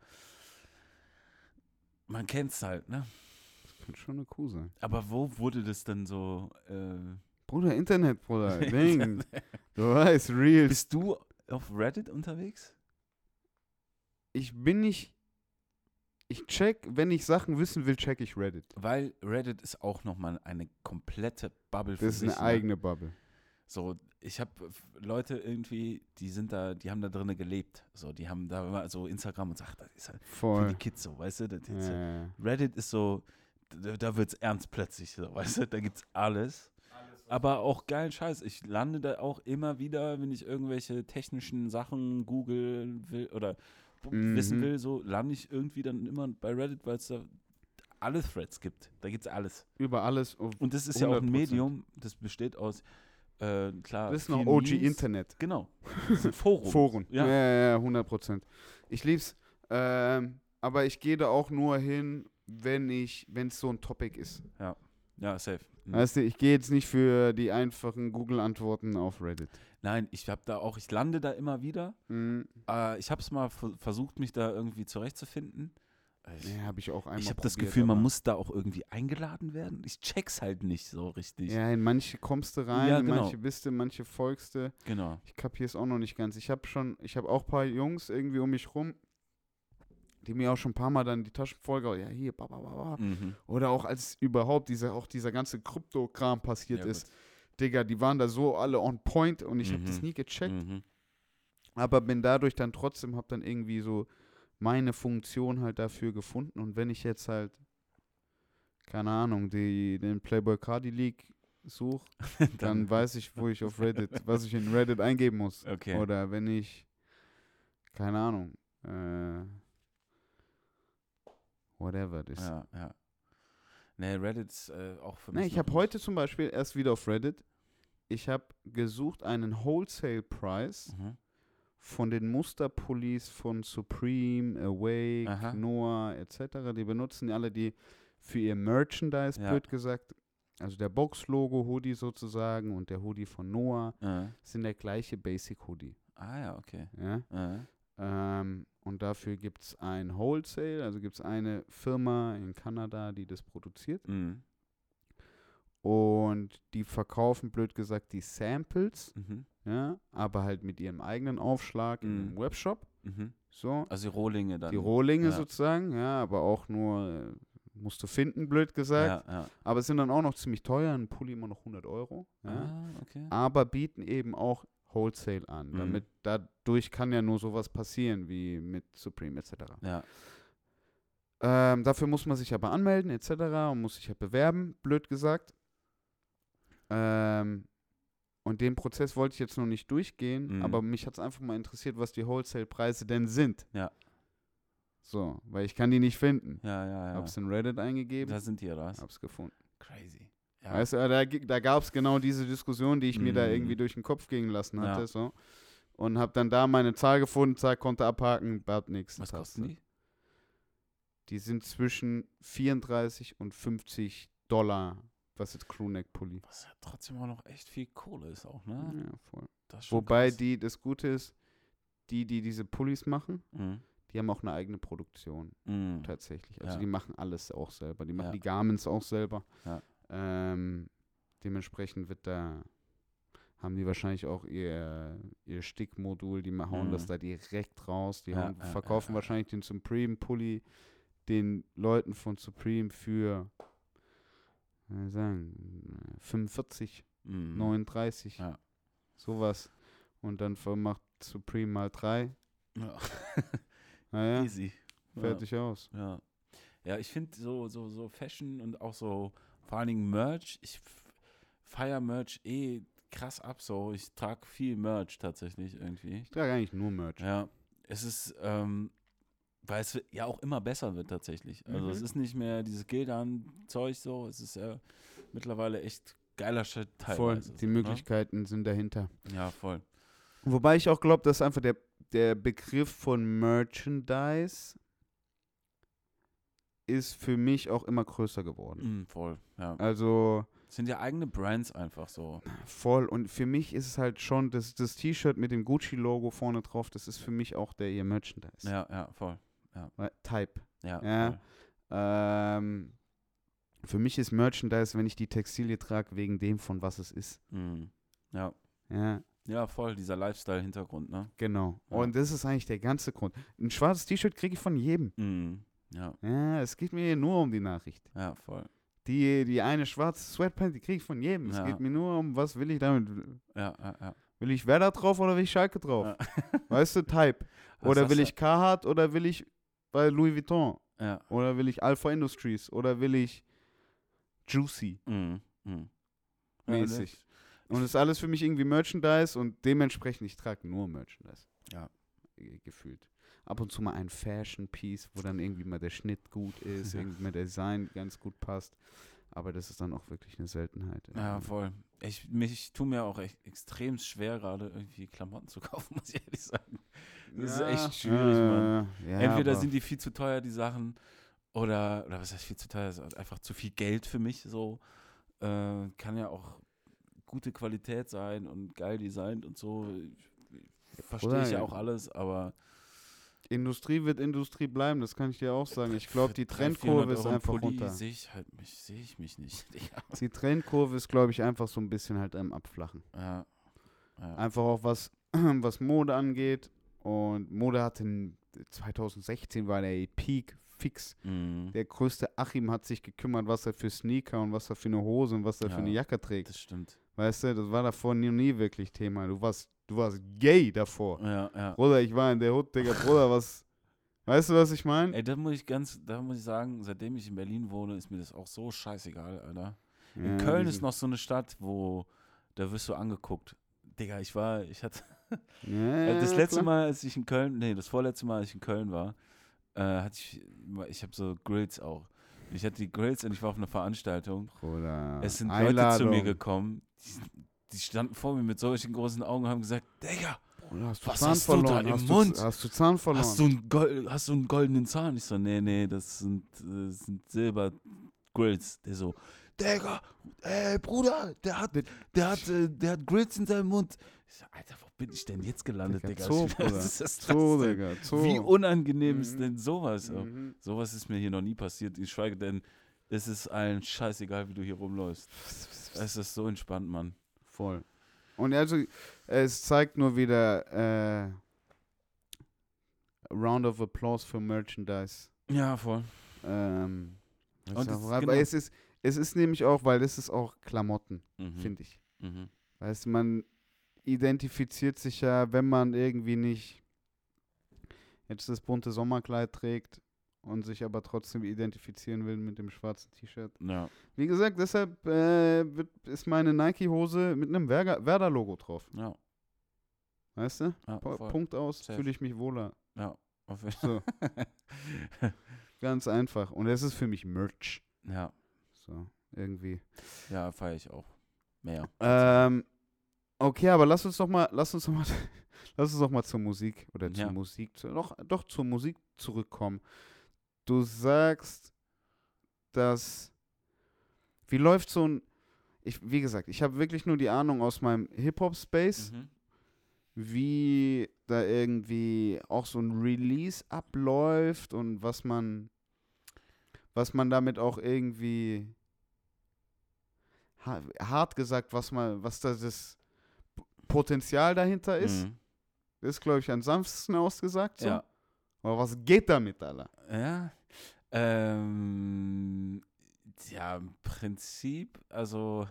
Man kennt es halt, ne? Das könnte schon eine Kuh sein. Aber wo wurde das dann so Bruder, Internet, Bruder. Ding. Du weißt, Reels. Bist du auf Reddit unterwegs? Ich bin nicht. Ich check, wenn ich Sachen wissen will, check ich Reddit. Weil Reddit ist auch nochmal eine komplette Bubble für Das ist sich. eine eigene Bubble. So, ich habe Leute irgendwie, die haben da drinnen gelebt. So, die haben da immer so Instagram und sagt, das ist halt für Voll. die Kids so, weißt du? Das ist Ja. Reddit ist so, da wird's ernst plötzlich, so, weißt du? Da gibt's alles. Aber auch geilen Scheiß. Ich lande da auch immer wieder, wenn ich irgendwelche technischen Sachen googeln will oder wissen will, so lande ich irgendwie dann immer bei Reddit, weil es da alle Threads gibt. Da gibt's alles. Über alles. Und das ist ja auch ein 100%. Medium, das besteht aus, klar, Das ist noch viel OG Memes. Internet. Genau. Das sind Foren. Foren. Ja. Ja, 100%. Ich lieb's. Aber ich gehe da auch nur hin, wenn es so ein Topic ist. Ja, safe. Mhm. Weißt du, ich gehe jetzt nicht für die einfachen Google-Antworten auf Reddit. Nein, ich lande da immer wieder. Mhm. Ich habe es mal versucht, mich da irgendwie zurechtzufinden. Ja, habe ich auch einmal Ich habe das probiert, Gefühl, man aber- muss da auch irgendwie eingeladen werden. Ich check's halt nicht so richtig. Ja, in manche kommst du rein, Ja, in genau. manche bist du, manche folgst du. Genau. Ich kapier's auch noch nicht ganz. Ich habe auch ein paar Jungs irgendwie um mich rum, die mir auch schon ein paar Mal dann die Taschen vollgehauen, ja hier, ba. Mhm. Oder auch als überhaupt dieser ganze Krypto-Kram passiert Ja, ist. Digga, die waren da so alle on point und ich habe Mhm. das nie gecheckt. Mhm. Aber bin dadurch dann trotzdem, habe dann irgendwie so meine Funktion halt dafür gefunden. Und wenn ich jetzt halt, keine Ahnung, den Playboy Cardi League suche, dann weiß ich, wo ich auf Reddit, was ich in Reddit eingeben muss. Okay. Oder wenn ich, keine Ahnung, whatever das ist. Ja. Nee, Reddit ist auch für mich. Ne, ich habe heute zum Beispiel erst wieder auf Reddit, ich habe gesucht einen Wholesale-Preis Mhm. von den Musterpullis von Supreme, Awake, Aha. Noah etc. Die benutzen alle die für ihr Merchandise, Ja. blöd gesagt. Also der Box-Logo-Hoodie sozusagen und der Hoodie von Noah sind der gleiche Basic-Hoodie. Ah ja, okay. Ja? Und dafür gibt es ein Wholesale, also gibt es eine Firma in Kanada, die das produziert. Mhm. Und die verkaufen, blöd gesagt, die Samples, Mhm. ja, aber halt mit ihrem eigenen Aufschlag im Webshop. Mhm. So, Also die Rohlinge dann. die Rohlinge ja. sozusagen, ja, aber auch nur, musst du finden, blöd gesagt. Ja. Aber es sind dann auch noch ziemlich teuer, ein Pulli immer noch 100 €. Ja. Ah, okay. Aber bieten eben auch Wholesale an. Mhm. Dadurch kann ja nur sowas passieren, wie mit Supreme etc. Ja. Dafür muss man sich aber anmelden etc. und muss sich ja bewerben, blöd gesagt. Und den Prozess wollte ich jetzt noch nicht durchgehen, Mhm. aber mich hat es einfach mal interessiert, was die Wholesale-Preise denn sind. Ja. So, weil ich kann die nicht finden. Ja. Hab's in Reddit eingegeben, Da sind die oder was? hab's gefunden. Crazy. Ja. Weißt du, da gab es genau diese Diskussion, die ich mir da Mhm. irgendwie durch den Kopf gehen lassen hatte. Ja. So. Und hab dann da meine Zahl gefunden, Zahl konnte abhaken, bad nichts. Was kosten die? Die sind zwischen 34 und $50, was jetzt Crewneck-Pulli. Was ja trotzdem auch noch echt viel Kohle ist auch, ne? Ja, voll. Das ist schon Wobei krass. das Gute ist, die diese Pullis machen, Mhm. die haben auch eine eigene Produktion Mhm. tatsächlich. Also Ja. die machen alles auch selber. Die machen Ja. die Garments auch selber. Ja. Dementsprechend haben die wahrscheinlich auch ihr Stickmodul, die hauen das da direkt raus. Die Ja, verkaufen ja. wahrscheinlich den Supreme-Pulli den Leuten von Supreme für, wie soll ich sagen, 45, Mhm. 39, Ja. sowas. Und dann macht Supreme mal 3. Ja. Naja, Easy. fertig aus. Ja. Ja, ich finde so Fashion und auch so vor allen Dingen Merch, ich feiere Merch krass ab so. Ich trage viel Merch tatsächlich irgendwie. Ich trage eigentlich nur Merch. Ja, es ist, weil es ja auch immer besser wird tatsächlich. Also es Mhm. ist nicht mehr dieses Gildan-Zeug so, es ist ja mittlerweile echt geiler Shit Voll, teilweise. die so, ne? Möglichkeiten sind dahinter. Ja, voll. Wobei ich auch glaube, dass einfach der Begriff von Merchandise ist für mich auch immer größer geworden. Mhm, voll, ja. Also Es sind ja eigene Brands einfach so. voll. Und für mich ist es halt schon, das T-Shirt mit dem Gucci-Logo vorne drauf, das ist für mich auch ihr Merchandise. Ja, voll. Type. Ja, Ja. voll. Für mich ist Merchandise, wenn ich die Textilie trage, wegen dem, von was es ist. Ja. Ja, Ja, voll, dieser Lifestyle-Hintergrund, ne? genau. Ja. Und das ist eigentlich der ganze Grund. Ein schwarzes T-Shirt kriege ich von jedem. Ja, Ja, es geht mir nur um die Nachricht. ja, voll. Die eine schwarze Sweatpant, die kriege ich von jedem. Es Ja. geht mir nur um, was will ich damit? Ja. Will ich Werder drauf oder will ich Schalke drauf? Ja. Weißt du, Type. Was Oder sagst will du? ich Carhartt oder will ich bei Louis Vuitton? Ja. Oder will ich Alpha Industries? Oder will ich Juicy mäßig? Und das ist alles für mich irgendwie Merchandise und dementsprechend, ich trage nur Merchandise. Ja. Gefühlt. Ab und zu mal ein Fashion-Piece, wo dann irgendwie mal der Schnitt gut ist, irgendwie mal der Design ganz gut passt. Aber das ist dann auch wirklich eine Seltenheit. Ja, voll. Ich tue mir auch echt extrem schwer, gerade irgendwie Klamotten zu kaufen, muss ich ehrlich sagen. Das ist echt schwierig, Mann. Ja, Entweder aber sind die viel zu teuer, die Sachen, oder was heißt viel zu teuer, ist einfach zu viel Geld für mich, so. Kann ja auch gute Qualität sein und geil designt und so. Verstehe ich ja auch alles, aber Industrie wird Industrie bleiben, das kann ich dir auch sagen. Ich glaube, die für 300, Trendkurve 400 ist Euro ein einfach Pulli runter. Sehe ich mich nicht, Digga. Die Trendkurve ist, glaube ich, einfach so ein bisschen halt am Abflachen. Ja. Einfach auch was Mode angeht. Und Mode hatte 2016 war der Peak fix. Der größte Achim hat sich gekümmert, was er für Sneaker und was er für eine Hose und was er für eine Jacke trägt. Das stimmt. Weißt du, das war davor nie wirklich Thema. Du warst gay davor. Ja. Bruder, ich war in der Hut, Digga, Bruder, was. Weißt du, was ich meine? Ey, da muss ich sagen, seitdem ich in Berlin wohne, ist mir das auch so scheißegal, Alter. In Köln ist noch so eine Stadt, wo, da wirst du angeguckt. Digga, das vorletzte Mal, als ich in Köln war, ich habe so Grills auch. Ich hatte die Grills und ich war auf einer Veranstaltung. Bruder, Es sind Einladung. Leute zu mir gekommen, die standen vor mir mit solchen großen Augen und haben gesagt, Digga, Bruder, hast du was Zahn hast du verloren? da im Mund? Hast du Zahn verloren? Hast du einen goldenen Zahn? Ich so, nee, das sind Silber-Grills. Der so, Digga, ey, Bruder, der hat Grills in seinem Mund. Ich so, Alter, wo bin ich denn jetzt gelandet, Digga? Zoo, Was Bruder. ist das Zoo, denn? Digga, Zoo. Wie unangenehm ist denn sowas? Mhm. Sowas ist mir hier noch nie passiert. Ich schweige denn, es ist allen scheißegal, wie du hier rumläufst. Es ist so entspannt, Mann. Voll. Und also, es zeigt nur wieder Round of Applause für Merchandise. Ja, voll. Und genau. es ist nämlich auch, weil das ist auch Klamotten, finde ich. Weißt du, man identifiziert sich ja, wenn man irgendwie nicht jetzt das bunte Sommerkleid trägt und sich aber trotzdem identifizieren will mit dem schwarzen T-Shirt. Ja. Wie gesagt, deshalb ist meine Nike-Hose mit einem Werder-Logo drauf. Ja. Weißt du? Ja, voll. Punkt aus, Safe. fühle ich mich wohler. Ja, auf jeden Fall. So. Ganz einfach. Und es ist für mich Merch. Ja. So, irgendwie. Ja, feiere ich auch. Mehr. Okay, aber lass uns doch mal zur Musik oder zur Ja. Musik, doch zur Musik zurückkommen. Du sagst, dass, wie läuft so ein, wie gesagt, ich habe wirklich nur die Ahnung aus meinem Hip-Hop-Space, wie da irgendwie auch so ein Release abläuft und was man damit auch irgendwie, hart gesagt, was da das Potenzial dahinter ist. Das ist, glaube ich, am sanftesten ausgesagt. So. Ja. Aber was geht damit, Alter? Ja. Ja, im Prinzip, also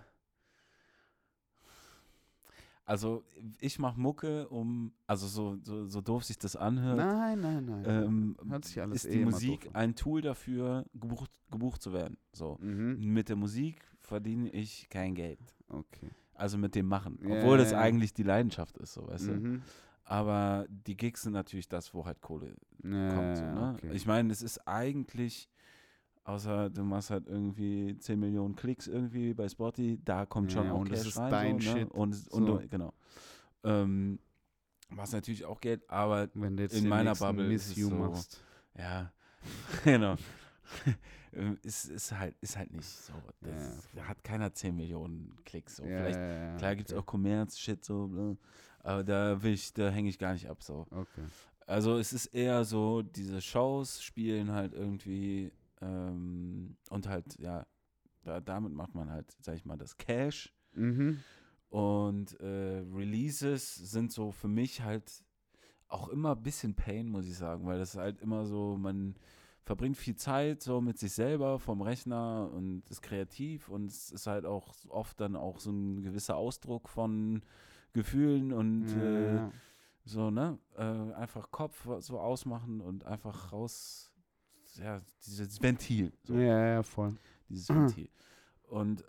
ich mache Mucke, so doof sich das anhört. Nein. Hört sich alles ist die immer Musik doof an. ein Tool dafür, gebucht zu werden. So. Mit der Musik verdiene ich kein Geld. Okay. Also mit dem Machen. Ja, Obwohl das ja. eigentlich die Leidenschaft ist, so, weißt du. Aber die Gigs sind natürlich das, wo halt Kohle kommt. So, ne? Okay. Ich meine, es ist eigentlich, außer du machst halt irgendwie 10 Millionen Klicks irgendwie bei Spotify, da kommt schon auch und Cash das ist rein. dein so, ne? Shit. Und So. genau. Machst natürlich auch Geld, aber Wenn du jetzt in den meiner nächsten Bubble Miss ist es You so, machst. ja, genau. ist halt nicht so. Da hat keiner 10 Millionen Klicks. So. Vielleicht, klar gibt es auch Kommerz-Shit, so, bla. Aber da hänge ich gar nicht ab. So. Okay. Also es ist eher so, diese Shows spielen halt irgendwie und halt, ja, damit macht man halt, sag ich mal, das Cash. Mhm. Und Releases sind so für mich halt auch immer ein bisschen Pain, muss ich sagen, weil das halt immer so, man verbringt viel Zeit so mit sich selber vom Rechner und ist kreativ und es ist halt auch oft dann auch so ein gewisser Ausdruck von Gefühlen und Ja. so, ne? Einfach Kopf so ausmachen und einfach raus, ja, dieses Ventil. So. Ja, voll. Dieses Ventil. Und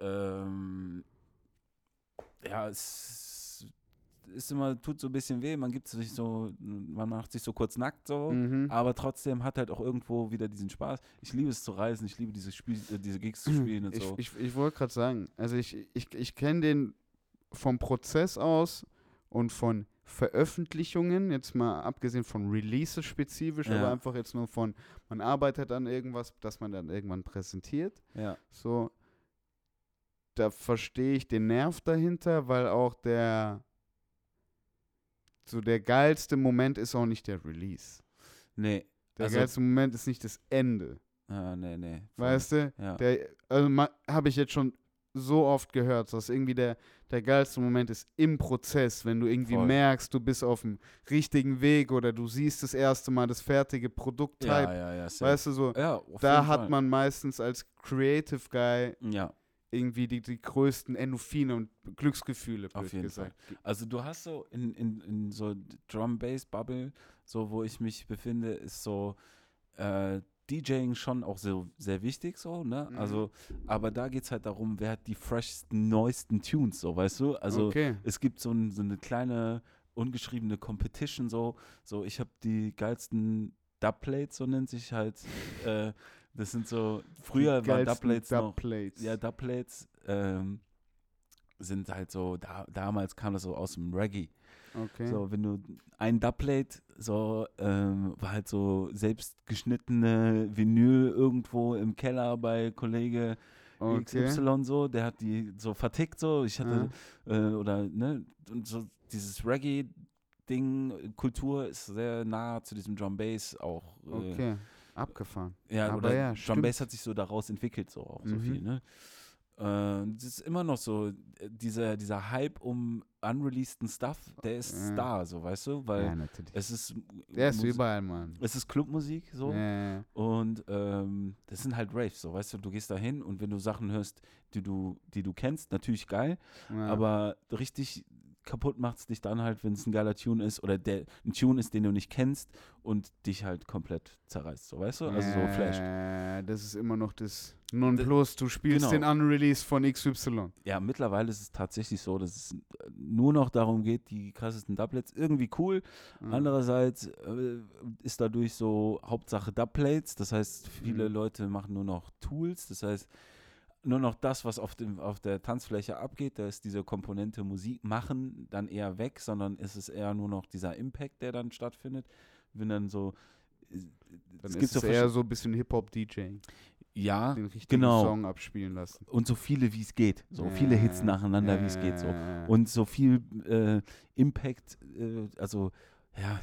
ja, es ist immer, tut so ein bisschen weh, man macht sich so kurz nackt so, Mhm. aber trotzdem hat halt auch irgendwo wieder diesen Spaß. Ich liebe es zu reisen, ich liebe diese Gigs zu spielen und so. Ich wollte gerade sagen, also ich kenne den vom Prozess aus und von Veröffentlichungen, jetzt mal abgesehen von Releases spezifisch, aber Ja. einfach jetzt nur von, man arbeitet an irgendwas, das man dann irgendwann präsentiert. Ja, So, da verstehe ich den Nerv dahinter, weil auch der geilste Moment ist auch nicht der Release. nee. Der Also- geilste Moment ist nicht das Ende. Nee. Voll. Weißt du? Ja. Also habe ich jetzt schon so oft gehört, dass irgendwie der geilste Moment ist im Prozess, wenn du irgendwie Voll. merkst, du bist auf dem richtigen Weg oder du siehst das erste Mal das fertige Produkt. Ja, safe. Weißt du, so, Ja, auf da jeden hat Fall. man meistens als Creative Guy Ja, irgendwie die größten Endorphine und Glücksgefühle, auf blöd jeden gesagt. also du hast so in so Drum-Bass-Bubble, so wo ich mich befinde, ist so DJing schon auch so sehr wichtig, so, ne? Mhm. Also, aber da geht es halt darum, wer hat die freshsten, neuesten Tunes, so, weißt du? Also Okay. es gibt so eine kleine ungeschriebene Competition, so ich habe die geilsten Dubplates, so nennt sich halt, das sind so, früher Die waren geilsten Dubplates noch, Dubplates. ja, Dubplates sind halt so, damals kam das so aus dem Reggae. Okay. So, wenn du ein Dubplate, so, war halt so selbst geschnittene Vinyl irgendwo im Keller bei Kollege Okay. XY so, der hat die so vertickt so, ich hatte, oder, ne, und so dieses Reggae-Ding, Kultur ist sehr nah zu diesem Drum Bass auch. Okay. Abgefahren. Ja, Aber oder ja, Drum stimmt. Bass hat sich so daraus entwickelt, so auch so Mhm. viel, ne? Das ist immer noch so, dieser Hype um unreleaseden Stuff, der ist Ja. da, so, weißt du? Weil Ja, natürlich. es ist Der ist Musi- überall, Mann. es ist Clubmusik, so. Ja. Und das sind halt Raves, so, weißt du, du gehst da hin und wenn du Sachen hörst, die du kennst, natürlich geil, Ja. aber richtig kaputt macht es dich dann halt, wenn es ein geiler Tune ist oder ein Tune ist, den du nicht kennst und dich halt komplett zerreißt, so, weißt du? Also so Flash. Das ist immer noch das Nonplus. Du spielst Genau. den Unreleased von XY. Ja, mittlerweile ist es tatsächlich so, dass es nur noch darum geht, die krassesten Doublets, irgendwie cool. Ja. Andererseits ist dadurch so Hauptsache Dubplates, das heißt, viele Mhm. Leute machen nur noch Tools, das heißt, nur noch das, was auf der Tanzfläche abgeht, da ist diese Komponente Musik machen dann eher weg, sondern ist es eher nur noch dieser Impact, der dann stattfindet. Wenn dann so, Dann es ist gibt so es eher so ein bisschen Hip-Hop-DJing. ja, Den richtigen genau. Song abspielen lassen. Und so viele wie es geht, so viele Hits nacheinander wie es geht, so. Und so viel Impact, also ja,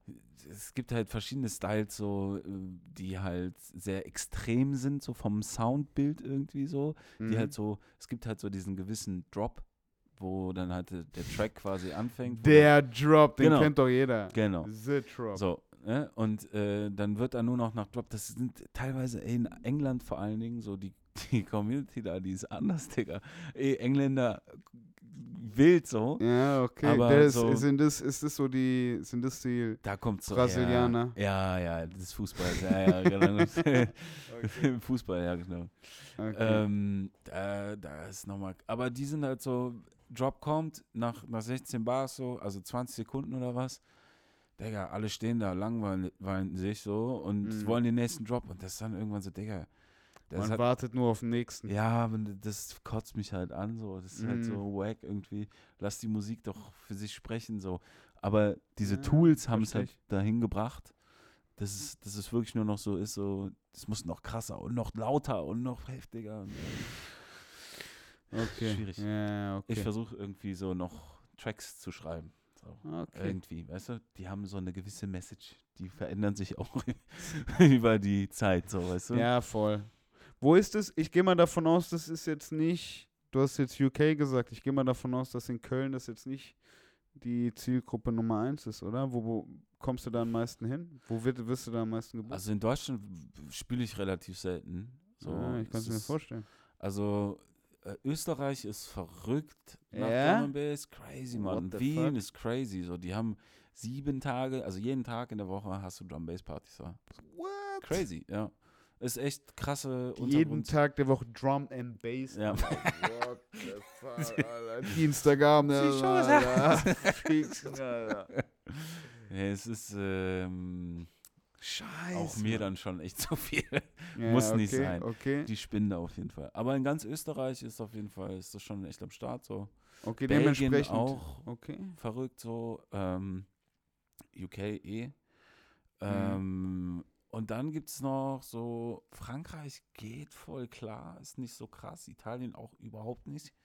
es gibt halt verschiedene Styles, so, die halt sehr extrem sind, so vom Soundbild irgendwie so. Die halt so, es gibt halt so diesen gewissen Drop, wo dann halt der Track quasi anfängt. wo Der Drop, den Genau. kennt doch jeder. Genau. The Drop. So, ne? Und dann wird da nur noch nach Drop, das sind teilweise in England vor allen Dingen so die Community da, die ist anders, Digga. Engländer wild so. Ja, okay. Aber so- sind das die Da kommt so. Brasilianer? Ja, das ist Fußball. Ja, genau. Fußball, ja, genau. Okay. Da ist nochmal. Aber die sind halt so, Drop kommt nach 16 Bars so, also 20 Sekunden oder was. Digga, alle stehen da, langweilen sich so und wollen den nächsten Drop. Und das ist dann irgendwann so, Digga. Das Man wartet nur auf den nächsten. ja, aber das kotzt mich halt an, so. Das ist halt so wack irgendwie. Lass die Musik doch für sich sprechen, so. Aber diese Ja, Tools haben es versteh halt ich. dahin gebracht, dass es wirklich nur noch so ist, so, das muss noch krasser und noch lauter und noch heftiger. Okay. Schwierig. Ja, okay. Ich versuche irgendwie so noch Tracks zu schreiben. So. Okay. Irgendwie, weißt du, die haben so eine gewisse Message, die verändern sich auch über die Zeit, so, weißt du? Ja, voll. Wo ist es? Ich gehe mal davon aus, das ist jetzt nicht, du hast jetzt UK gesagt, ich gehe mal davon aus, dass in Köln das jetzt nicht die Zielgruppe Nummer 1 ist, oder? Wo kommst du da am meisten hin? Wo wirst du da am meisten gebucht? Also in Deutschland spiele ich relativ selten. So, Ich kann es mir vorstellen. Also Österreich ist verrückt nach Ja? Drum and Bass, crazy, Mann. What the Wien fuck? ist crazy. So, die haben 7 Tage, also jeden Tag in der Woche hast du Drum and Bass Partys. So. What? Crazy, ja. Ist echt krasse Jeden Tag der Woche Drum and Bass. Ja. What the fuck, Alter. Dienstagabend, Alter. Fix, Alter. Ja, es ist Scheiße. auch mir dann schon echt zu viel. Ja, Muss nicht okay, sein. Okay, Die spinnen da auf jeden Fall. Aber in ganz Österreich ist auf jeden Fall, ist das schon echt am Start so. okay, Belgien dementsprechend. auch Okay. verrückt so. UK Und dann gibt es noch so, Frankreich geht voll klar, ist nicht so krass. Italien auch überhaupt nicht.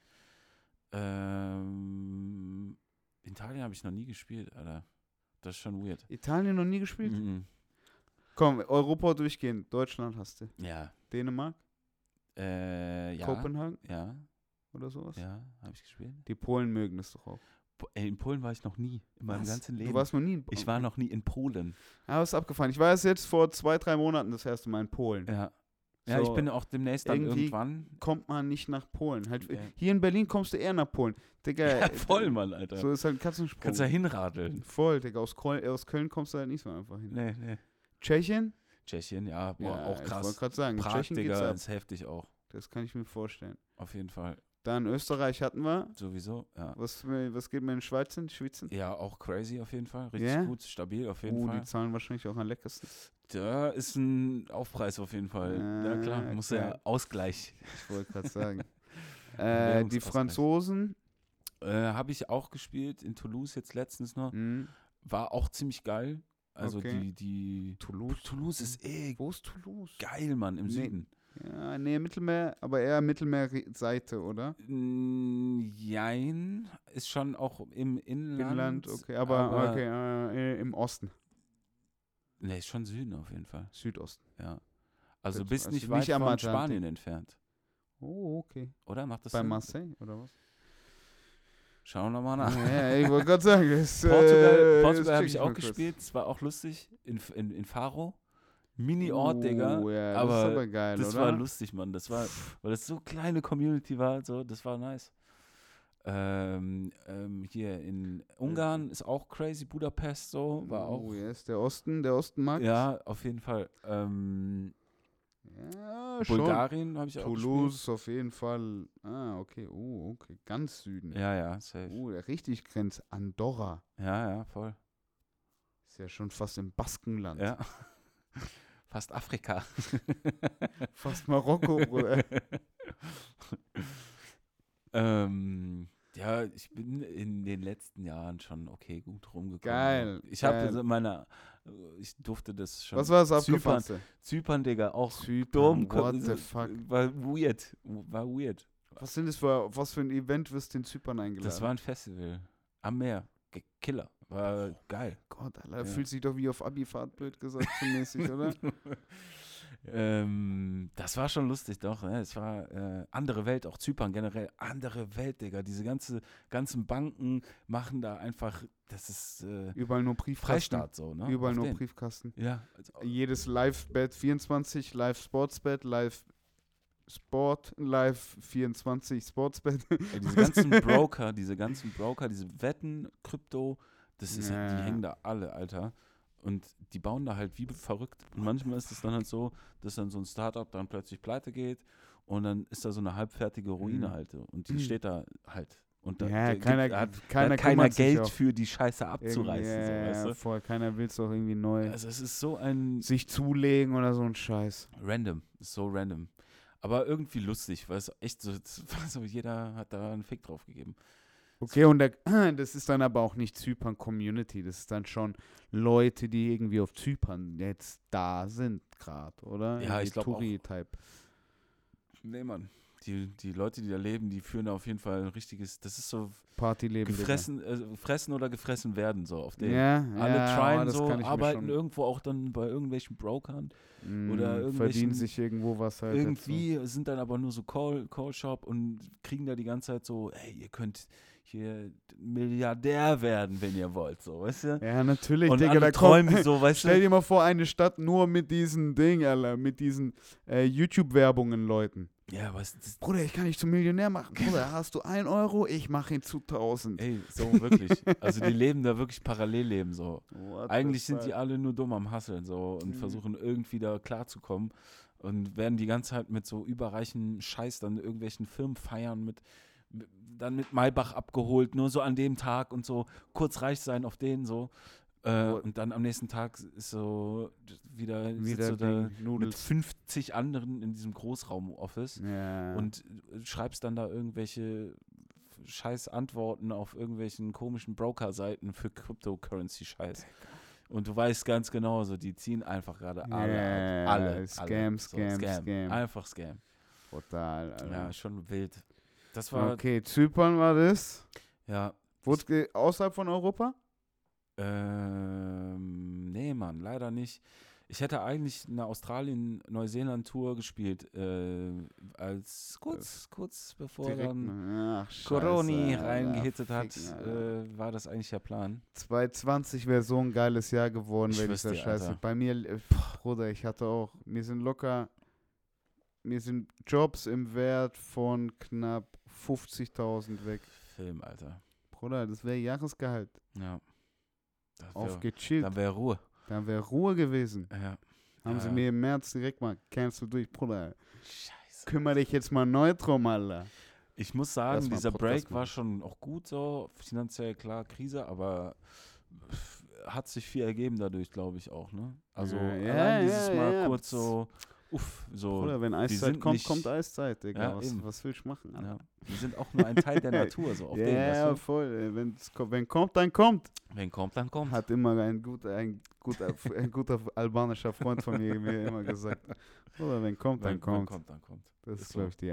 Italien habe ich noch nie gespielt, Alter. Das ist schon weird. Italien noch nie gespielt? Mhm. Komm, Europa durchgehen. Deutschland hast du. Ja. Dänemark? Ja. Kopenhagen? Ja, Oder sowas? ja, habe ich gespielt. Die Polen mögen das doch auch. In Polen war ich noch nie in meinem Was? ganzen Leben. Du warst noch nie in Ich war noch nie in Polen. Ah, was ist abgefahren. Ich war jetzt vor 2-3 Monaten das erste Mal in Polen. Ja. Ja, So, ich bin auch demnächst dann irgendwie irgendwann. Kommt man nicht nach Polen. Halt, Ja. Hier in Berlin kommst du eher nach Polen. Digga, Ja, voll, Mann, Alter. So ist halt ein Katzensprung. Kannst ja hinradeln. Voll, Digga. Aus Köln kommst du halt nicht so einfach hin. Nee. Tschechien? Tschechien, ja, boah, Ja, auch Ich wollte krass. gerade sagen, Prag, Tschechien geht's Digga, ab. ist heftig auch. Das kann ich mir vorstellen. Auf jeden Fall. Dann Österreich hatten wir. Sowieso, ja. Was geht mir in Schweiz hin? Schwitzen? Ja, auch crazy auf jeden Fall. Richtig Ja? gut, stabil auf jeden Die Fall. zahlen wahrscheinlich auch am leckersten. Da ist ein Aufpreis auf jeden Fall. Ja, klar, muss ja klar. Ausgleich. Ich wollte gerade sagen. Die Währungsausgleich. Franzosen. Habe ich auch gespielt in Toulouse jetzt letztens noch. War auch ziemlich geil. Also Okay. die Toulouse ist Wo ist Toulouse? geil, Mann, im Nee. Süden. Ja, nee, Mittelmeer, aber eher Mittelmeerseite, oder? Jein, ist schon auch im Inland. Inland, okay, aber okay, im Osten, Nee, ist schon Süden auf jeden Fall. Südosten. Ja. Also Gut, bist also nicht nicht weit am von Atlantik. Spanien entfernt. Oh, okay. Oder? Macht das Bei Sinn? Marseille, oder was? Schauen wir mal nach. Ja, ich wollte gerade sagen, das, Portugal habe check ich auch mal kurz. gespielt. Es war auch lustig. In Faro. Mini-Ort, Digga. Ja, das aber ist aber geil, das oder? war lustig, Mann. Das war, weil das so kleine Community war. So, das war nice. Hier in Ungarn ist auch crazy. Budapest so. War auch. Oh, yes, der Osten mag Ja, auf jeden Fall. Ja, schon. Bulgarien habe ich auch Toulouse auf jeden Fall. Ah, okay. Okay. Ganz Süden. gespielt. Ja, safe. Der richtig grenzt. Andorra. Ja, voll. Ist ja schon fast im Baskenland. Ja. Fast Afrika. Fast Marokko, Bruder. Ja, ich bin in den letzten Jahren schon gut rumgekommen. Geil, Ich habe geil. ich durfte das schon. Was war das Zypern, Abgefasste? Zypern, Digga, auch Zypern, dumm. what the fuck? War weird. Was für ein Event wirst du in Zypern eingeladen? Das war ein Festival am Meer. Killer. War geil. Gott, Alter, Ja. fühlt sich doch wie auf Abifahrt, blöd gesagt, so mäßig, oder? Das war schon lustig, doch. Ne? Es war andere Welt, auch Zypern generell. Andere Welt, Digga. Diese ganzen Banken machen da einfach, das ist Überall nur Briefkasten. Freistaat so, ne? Überall Auf nur den. Briefkasten. Ja. Also, Jedes Live-Bett 24, Live-Sportsbett, Live-Sport, Live-24 Sportsbett. ey, diese ganzen Broker, diese Wetten, Krypto, das ist, Ja. die hängen da alle, Alter. Und die bauen da halt wie verrückt. Und manchmal ist es dann halt so, dass dann so ein Startup dann plötzlich pleite geht und dann ist da so eine halbfertige Ruine halt. Und die steht da halt. Und da Ja, da keiner hat kümmert keiner sich Geld auch. für die Scheiße abzureißen. So, weißt du? Voll. Keiner will es doch irgendwie neu Also es ist so ein sich zulegen oder so ein Scheiß. random, so random. Aber irgendwie lustig, weil es echt so, jeder hat da einen Fick drauf gegeben. Okay, und das ist dann aber auch nicht Zypern-Community. Das ist dann schon Leute, die irgendwie auf Zypern jetzt da sind gerade, oder? Ja, ich glaub auch. Touri-Type. Nee, Mann. die Leute, die da leben, die führen da auf jeden Fall ein richtiges, das ist so Partyleben. fressen oder gefressen werden, so auf den. Ja, Alle ja, tryen das so, kann ich mir arbeiten schon- irgendwo auch dann bei irgendwelchen Brokern oder verdienen irgendwelchen- sich irgendwo was halt. irgendwie, sind dann aber nur so Call-Shop und kriegen da die ganze Zeit so, ey, ihr könnt hier Milliardär werden, wenn ihr wollt, so, weißt du? Dazu. Ja, natürlich, Und Digga, alle da träumen kommt, so, weißt stell du? dir mal vor, eine Stadt nur mit diesen Ding, Alter, mit diesen YouTube-Werbungen, Leuten. Ja, was das, Bruder, ich kann dich zum Millionär machen. Bruder, hast du 1 Euro? Ich mache ihn zu 1000. ey, so wirklich. Also die leben da wirklich Parallelleben, so. What Eigentlich the sind fuck? die alle nur dumm am Hasseln so und Mhm. versuchen irgendwie da klarzukommen und werden die ganze Zeit mit so überreichen Scheiß dann irgendwelchen Firmen feiern, dann mit Maybach abgeholt, nur so an dem Tag und so kurz reich sein auf denen so. Und dann am nächsten Tag ist so wieder sitzt du da Ding, mit Nudels. 50 anderen in diesem Großraum-Office Ja. und schreibst dann da irgendwelche scheiß Antworten auf irgendwelchen komischen Broker-Seiten für Cryptocurrency-Scheiß. Und du weißt ganz genau, so, die ziehen einfach gerade alle Ja, ab. Alle. Scam, alle. Scam. Einfach Scam. Total, Alter. Ja, schon wild. Das war, Okay, Zypern war das. ja, Wurde außerhalb von Europa? nee, Mann, leider nicht. Ich hätte eigentlich eine Australien-Neuseeland-Tour gespielt, als kurz bevor Direkt dann mal. Ach, scheiße, Coroni Alter, reingehittet hat, ficken, Alter. war das eigentlich der Plan. 2020 wäre so ein geiles Jahr geworden, Ich wenn schwör's dieser dir, Scheiße. Alter. Bei mir, Bruder, ich hatte auch, mir sind Jobs im Wert von knapp 50.000 weg. Film, Alter. Bruder, das wäre Jahresgehalt. Ja. Das Auf wär, gechillt. dann wäre Ruhe. Dann wäre Ruhe gewesen. Ja. Haben sie Ja. mir im März direkt mal, kennst du durch, Bruder. Scheiße. Kümmere dich jetzt mal neu drum, Alter. Ich muss sagen, Lass mal dieser Podcast Break war machen. schon auch gut so. Finanziell klar, Krise, aber hat sich viel ergeben dadurch, glaube ich auch, ne? Also Ja, allein dieses ja, Mal ja. kurz so, so. Bruder, wenn die Eiszeit sind kommt, nicht- kommt Eiszeit, Digga. Ja, was, eben. was willst du machen, Alter? Ja, die sind auch nur ein Teil der Natur, so auf Ja, dem, ja, weißt voll. Wenn kommt, dann kommt. du? Wenn kommt, dann kommt. Hat immer ein guter albanischer Freund von mir immer gesagt. Oder wenn kommt, dann Wenn kommt. kommt, dann kommt. Das Ist ist, so. glaube ich, die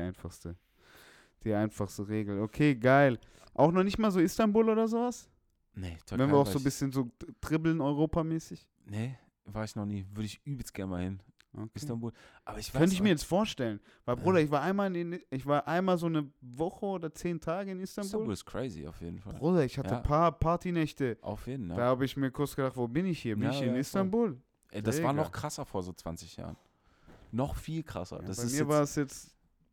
einfachste Regel. Okay, geil. Auch noch nicht mal so Istanbul oder sowas? Nee, Türkei Wenn wir auch war so ein ich- bisschen so dribbeln europamäßig? Nee, war ich noch nie. Würde ich übelst gerne mal hin. Okay. Istanbul. Aber ich weiß Könnte ich mir auch- jetzt vorstellen. Weil, Bruder, ich war einmal so eine Woche oder 10 Tage in Istanbul Istanbul. ist crazy auf jeden Fall. Bruder, ich hatte Ja. ein paar Partynächte. Auf jeden Fall. Da habe ich mir kurz gedacht, wo bin ich hier? Bin Ja, ich hier ja, in voll. Istanbul? Ey, das war Digga. noch krasser vor so 20 Jahren. Noch viel krasser. Ja, das bei ist mir jetzt, war es jetzt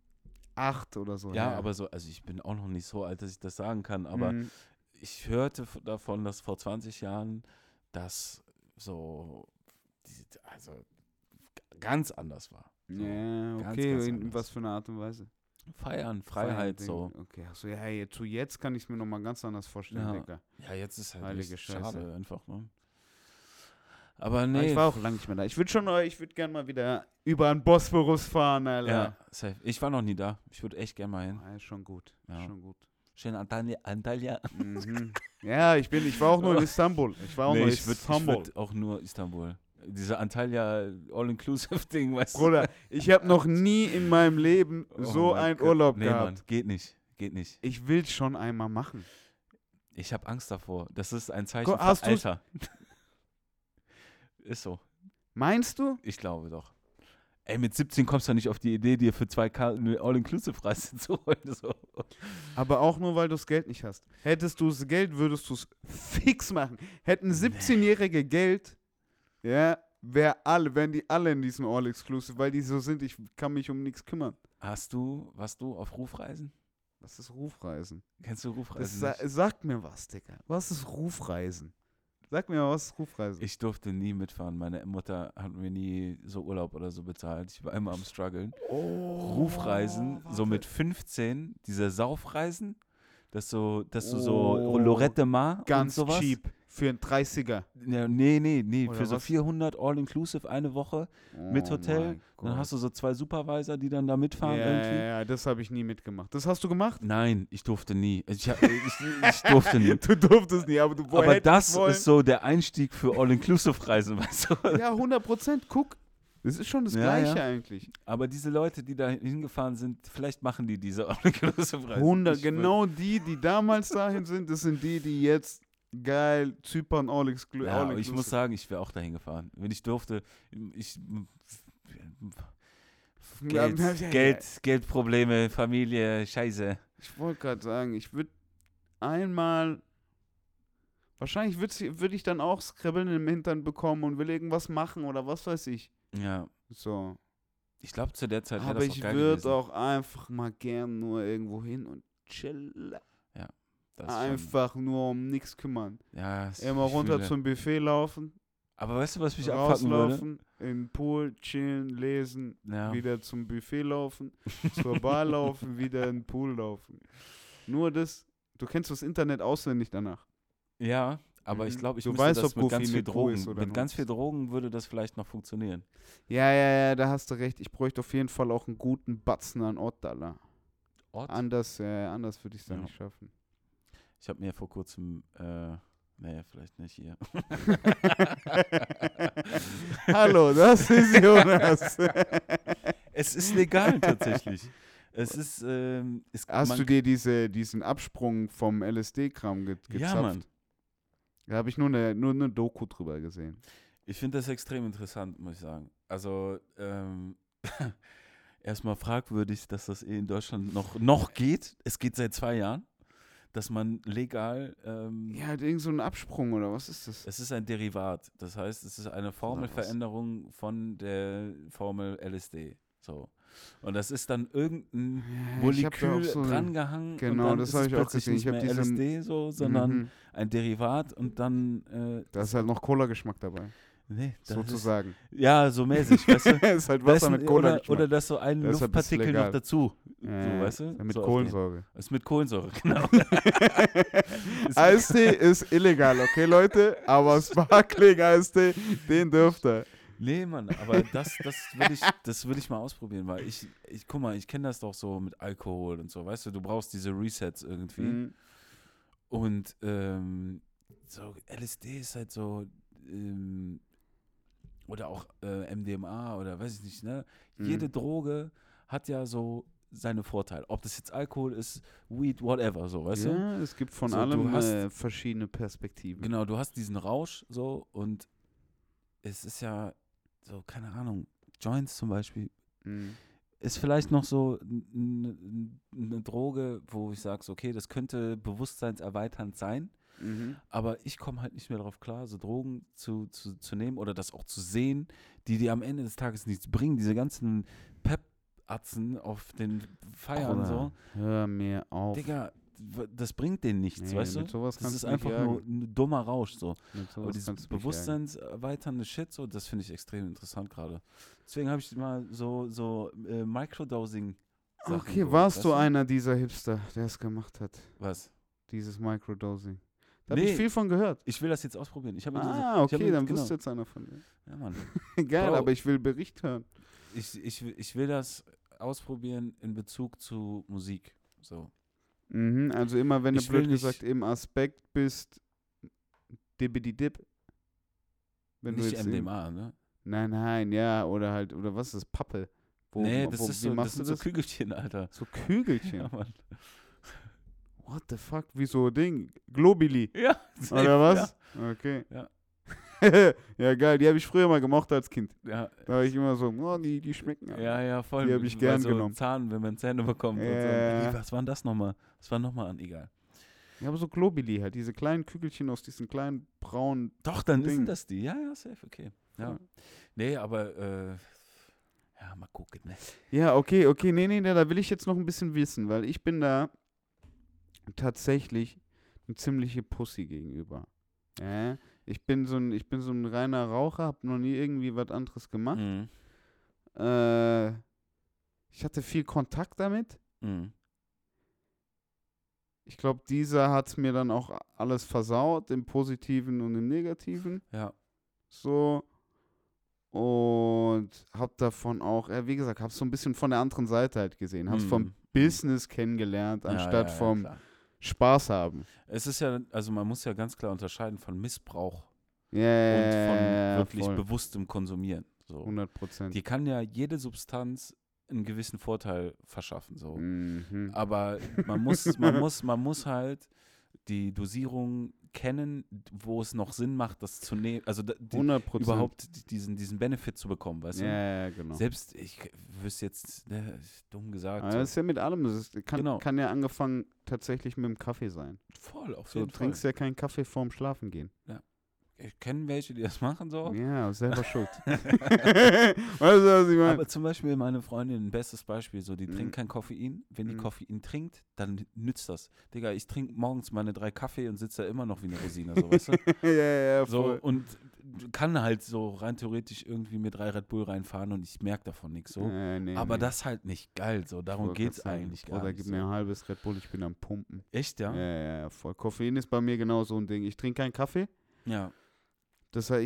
8 oder so. ja, her. aber so, also ich bin auch noch nicht so alt, dass ich das sagen kann, aber Mhm. ich hörte davon, dass vor 20 Jahren das so, also ganz anders war. So, Ja, ganz, okay. ganz In anders. was für eine Art und Weise? Feiern, Freiheit, Ding. so. Okay, achso, ja, jetzt kann ich es mir nochmal ganz anders vorstellen, Ja. Digga. Ja, jetzt ist halt Heilige echt Scheiße. schade einfach, ne? Aber Aber nee. ich war auch lange nicht mehr da. Ich würde gerne mal wieder über den Bosporus fahren, Alter. Ja, safe. Ich war noch nie da. Ich würde echt gerne mal hin. Ja, ist schon gut. Ja. Ist schon gut. Schön Antalya. Mhm. Ja, ich war auch nur in Istanbul. Ich war auch nur in ich Istanbul. würd auch nur Istanbul. Diese Antalya All-Inclusive-Ding, weißt du? Bruder, ich habe noch nie in meinem Leben Oh so mein einen Gott. Urlaub Nee, gehabt. Mann, geht nicht. Geht nicht. Ich will es schon einmal machen. Ich habe Angst davor. Das ist ein Zeichen Ko- für hast du's- Alter. Ist so. Meinst du? Ich glaube doch. Ey, mit 17 kommst du nicht auf die Idee, dir für 2 Karten eine All-Inclusive-Reise zu holen. So. Aber auch nur, weil du das Geld nicht hast. Hättest du das Geld, würdest du es fix machen. Hätten 17-Jährige Geld, ja, wären die alle in diesem All-Exclusive, weil die so sind, ich kann mich um nichts kümmern. Warst du auf Rufreisen? Was ist Rufreisen? Kennst du Das Rufreisen nicht? sagt mir was, Digga. Was ist Rufreisen? Sag mir mal, was ist Rufreisen? Ich durfte nie mitfahren. Meine Mutter hat mir nie so Urlaub oder so bezahlt. Ich war immer am struggeln. Rufreisen, so mit 15, diese Saufreisen, dass du so Lorette Mar Ganz und sowas. cheap. Für einen 30er. Ja, nee, Oder für so was? 400 All-Inclusive eine Woche mit Hotel. Dann hast du so 2 Supervisor, die dann da mitfahren irgendwie. Ja, das habe ich nie mitgemacht. Das hast du gemacht? Nein, ich durfte nie. Ich durfte nie. Du durftest nie, aber du Aber hättest das wollen. ist so der Einstieg für All-Inclusive-Reisen, weißt du? Ja, 100%. Guck, Das ist schon das Ja, Gleiche ja. eigentlich. Aber diese Leute, die da hingefahren sind, vielleicht machen die diese All-Inclusive-Reise. 100, Ich genau die damals dahin sind, das sind die jetzt geil Zypern Ja, aber ich muss sagen, ich wäre auch dahin gefahren. Wenn ich durfte, Geldprobleme, Familie, Scheiße. Ich wollte gerade sagen, ich würde einmal, wahrscheinlich würde ich dann auch Skribbeln im Hintern bekommen und will irgendwas machen oder was weiß ich. Ja, So. ich glaube, zu der Zeit wäre Aber das auch ich geil würde gewesen. auch einfach mal gern nur irgendwo hin und chillen. Das ist Einfach nur um nichts kümmern. schon, ja, Immer ich runter fühle. zum Buffet laufen, Aber weißt du, was mich abfacken würde? rauslaufen, in den Pool, chillen, lesen, Ja. wieder zum Buffet laufen, zur Bar laufen, wieder in den Pool laufen. Nur das, du kennst das Internet auswendig danach. Ja, aber ich Mhm. glaube, ich Du müsste weißt, das ob mit ganz Goofy viel mit Q Drogen. ist oder Mit nur ganz X. viel Drogen würde das vielleicht noch funktionieren. Ja, da hast du recht. Ich bräuchte auf jeden Fall auch einen guten Batzen an Ort-Dollar. Ort? Anders würde ich es dann Ja. nicht schaffen. Ich habe mir vor kurzem, nee, vielleicht nicht hier. Hallo, das ist Jonas. Es ist legal tatsächlich. Es ist, Hast du dir diesen Absprung vom LSD-Kram gezapft? Ja, Mann. Da habe ich nur eine Doku drüber gesehen. Ich finde das extrem interessant, muss ich sagen. Also, erstmal fragwürdig, dass das in Deutschland noch geht. Es geht seit 2 Jahren, dass man legal, Ja, halt irgend so ein Absprung oder was ist das? es ist ein Derivat. Das heißt, es ist eine Formelveränderung von der Formel LSD. So. Und das ist dann irgendein Ja, ich hab da Molekül auch so eine- drangehangen Genau, und dann das ist hab es ich auch plötzlich gesehen. nicht Ich hab mehr diese- LSD so, sondern Mhm. ein Derivat und dann Da ist halt noch Cola-Geschmack dabei, nee, das sozusagen. Ist, ja, so mäßig, weißt du? Es ist halt Da ist Wasser ein- mit oder, Cola-Geschmack. oder dass so ein Deshalb ist es Luftpartikel noch legal. dazu. Ja, So, weißt du? Mit So auf Kohlensäure. den- Ist mit Kohlensäure, genau. Eistee ist illegal, okay, Leute? Aber Sparkling-Eistee, den dürft ihr. Nee, Mann, aber das will ich mal ausprobieren, weil guck mal, ich kenne das doch so mit Alkohol und so, weißt du, du brauchst diese Resets irgendwie. Mhm. Und so LSD ist halt so, oder auch MDMA oder weiß ich nicht, ne? Jede Droge hat ja so seine Vorteile. Ob das jetzt Alkohol ist, Weed, whatever, so, weißt du? Ja, es gibt von So, du allem hast- verschiedene Perspektiven. Genau, du hast diesen Rausch so und es ist ja so, keine Ahnung, Joints zum Beispiel, Mhm. ist vielleicht noch so eine Droge, wo ich sage, so, okay, das könnte bewusstseinserweiternd sein, aber ich komme halt nicht mehr darauf klar, so Drogen zu nehmen oder das auch zu sehen, die dir am Ende des Tages nichts bringen. Diese ganzen Pep-Atzen auf den Feiern Bruder, so. Hör mir auf. Digga, das bringt denen nichts, Nee, weißt du? mit sowas Das kannst ist du mich einfach nur ein dummer Rausch, so. Mit sowas Aber dieses kannst du mich jagen. bewusstseinserweiternde Shit, so, das finde ich extrem interessant gerade. Deswegen habe ich mal so Microdosing. Okay, warst du einer dieser Hipster, der es gemacht hat? Was? Dieses Microdosing. Da habe Nee. ich viel von gehört. Ich will das jetzt ausprobieren. Ich habe mir Okay, dann genau. bist du jetzt einer von denen. Ja, Mann. Geil, Bro. aber ich will Bericht hören. Ich will das ausprobieren in Bezug zu Musik. So. Also immer, wenn du Ich will blöd nicht- gesagt im Aspekt bist, dibbidi-dip. Wenn du Nicht jetzt MDMA, ne? Nein, ja, oder was ist das, Pappe? Nee, das ist wie so, machst das du sind so Kügelchen, Alter. So Kügelchen. Ja, Mann. What the fuck? Wie so Ding? Globili. Ja, Oder was? Okay. Ja. Ja, geil. Die habe ich früher mal gemocht als Kind. Ja, Da war ich immer so, oh, die schmecken. ja, voll. Die hab ich Bei gern so genommen. Zahn, wenn man Zähne bekommt. Und so. Ja. Was war denn das nochmal? Was war nochmal an? Egal. Ja, aber so Globili halt. Diese kleinen Kügelchen aus diesen kleinen braunen. Doch, dann Ding. sind das die. Ja, safe, okay. Ja. Ja. Nee, aber, ja, mal gucken, ne? Ja, okay. Nee, da will ich jetzt noch ein bisschen wissen, weil ich bin da tatsächlich eine ziemliche Pussy gegenüber. Ich bin so ein reiner Raucher, hab noch nie irgendwie was anderes gemacht. Mhm. Ich hatte viel Kontakt damit. Mhm. Ich glaube, dieser hat es mir dann auch alles versaut, im Positiven und im Negativen. Ja. So. Und hab davon auch, wie gesagt, hab's so ein bisschen von der anderen Seite halt gesehen. Hab's vom Mhm. Business kennengelernt, anstatt vom klar. Spaß haben. Es ist ja, also man muss ja ganz klar unterscheiden von Missbrauch Ja, und von wirklich voll. bewusstem Konsumieren. So. 100%. Die kann ja jede Substanz einen gewissen Vorteil verschaffen. So. Mhm. Aber man muss halt die Dosierung kennen, wo es noch Sinn macht, das zu nehmen, also 100%. überhaupt diesen Benefit zu bekommen, weißt du? Ja, genau. Selbst, ich wüsste jetzt, ne, dumm gesagt. Aber das ist ja mit allem. Das Genau. kann ja angefangen tatsächlich mit dem Kaffee sein. Voll, auf So, jeden du Fall. trinkst ja keinen Kaffee vorm Schlafen gehen. Ich kenne welche, die das machen so. Ja, selber schuld. Weißt du, was ich meine? Aber zum Beispiel meine Freundin, ein bestes Beispiel, so, die Mhm. trinkt kein Koffein. Wenn die Mhm. Koffein trinkt, dann nützt das. Digga, ich trinke morgens meine 3 Kaffee und sitze da immer noch wie eine Rosine, so, weißt du? ja, So, voll. und kann halt so rein theoretisch irgendwie mir 3 Red Bull reinfahren und ich merke davon nichts so. Nee, Aber nee. das ist halt nicht geil, so, darum Wollte geht es grad sagen, eigentlich gar Bruder, nicht. gib So. mir ein halbes Red Bull, ich bin am Pumpen. Echt, ja? Ja, voll. Koffein ist bei mir genau so ein Ding. Ich trinke keinen Kaffee. Ja. Das heißt,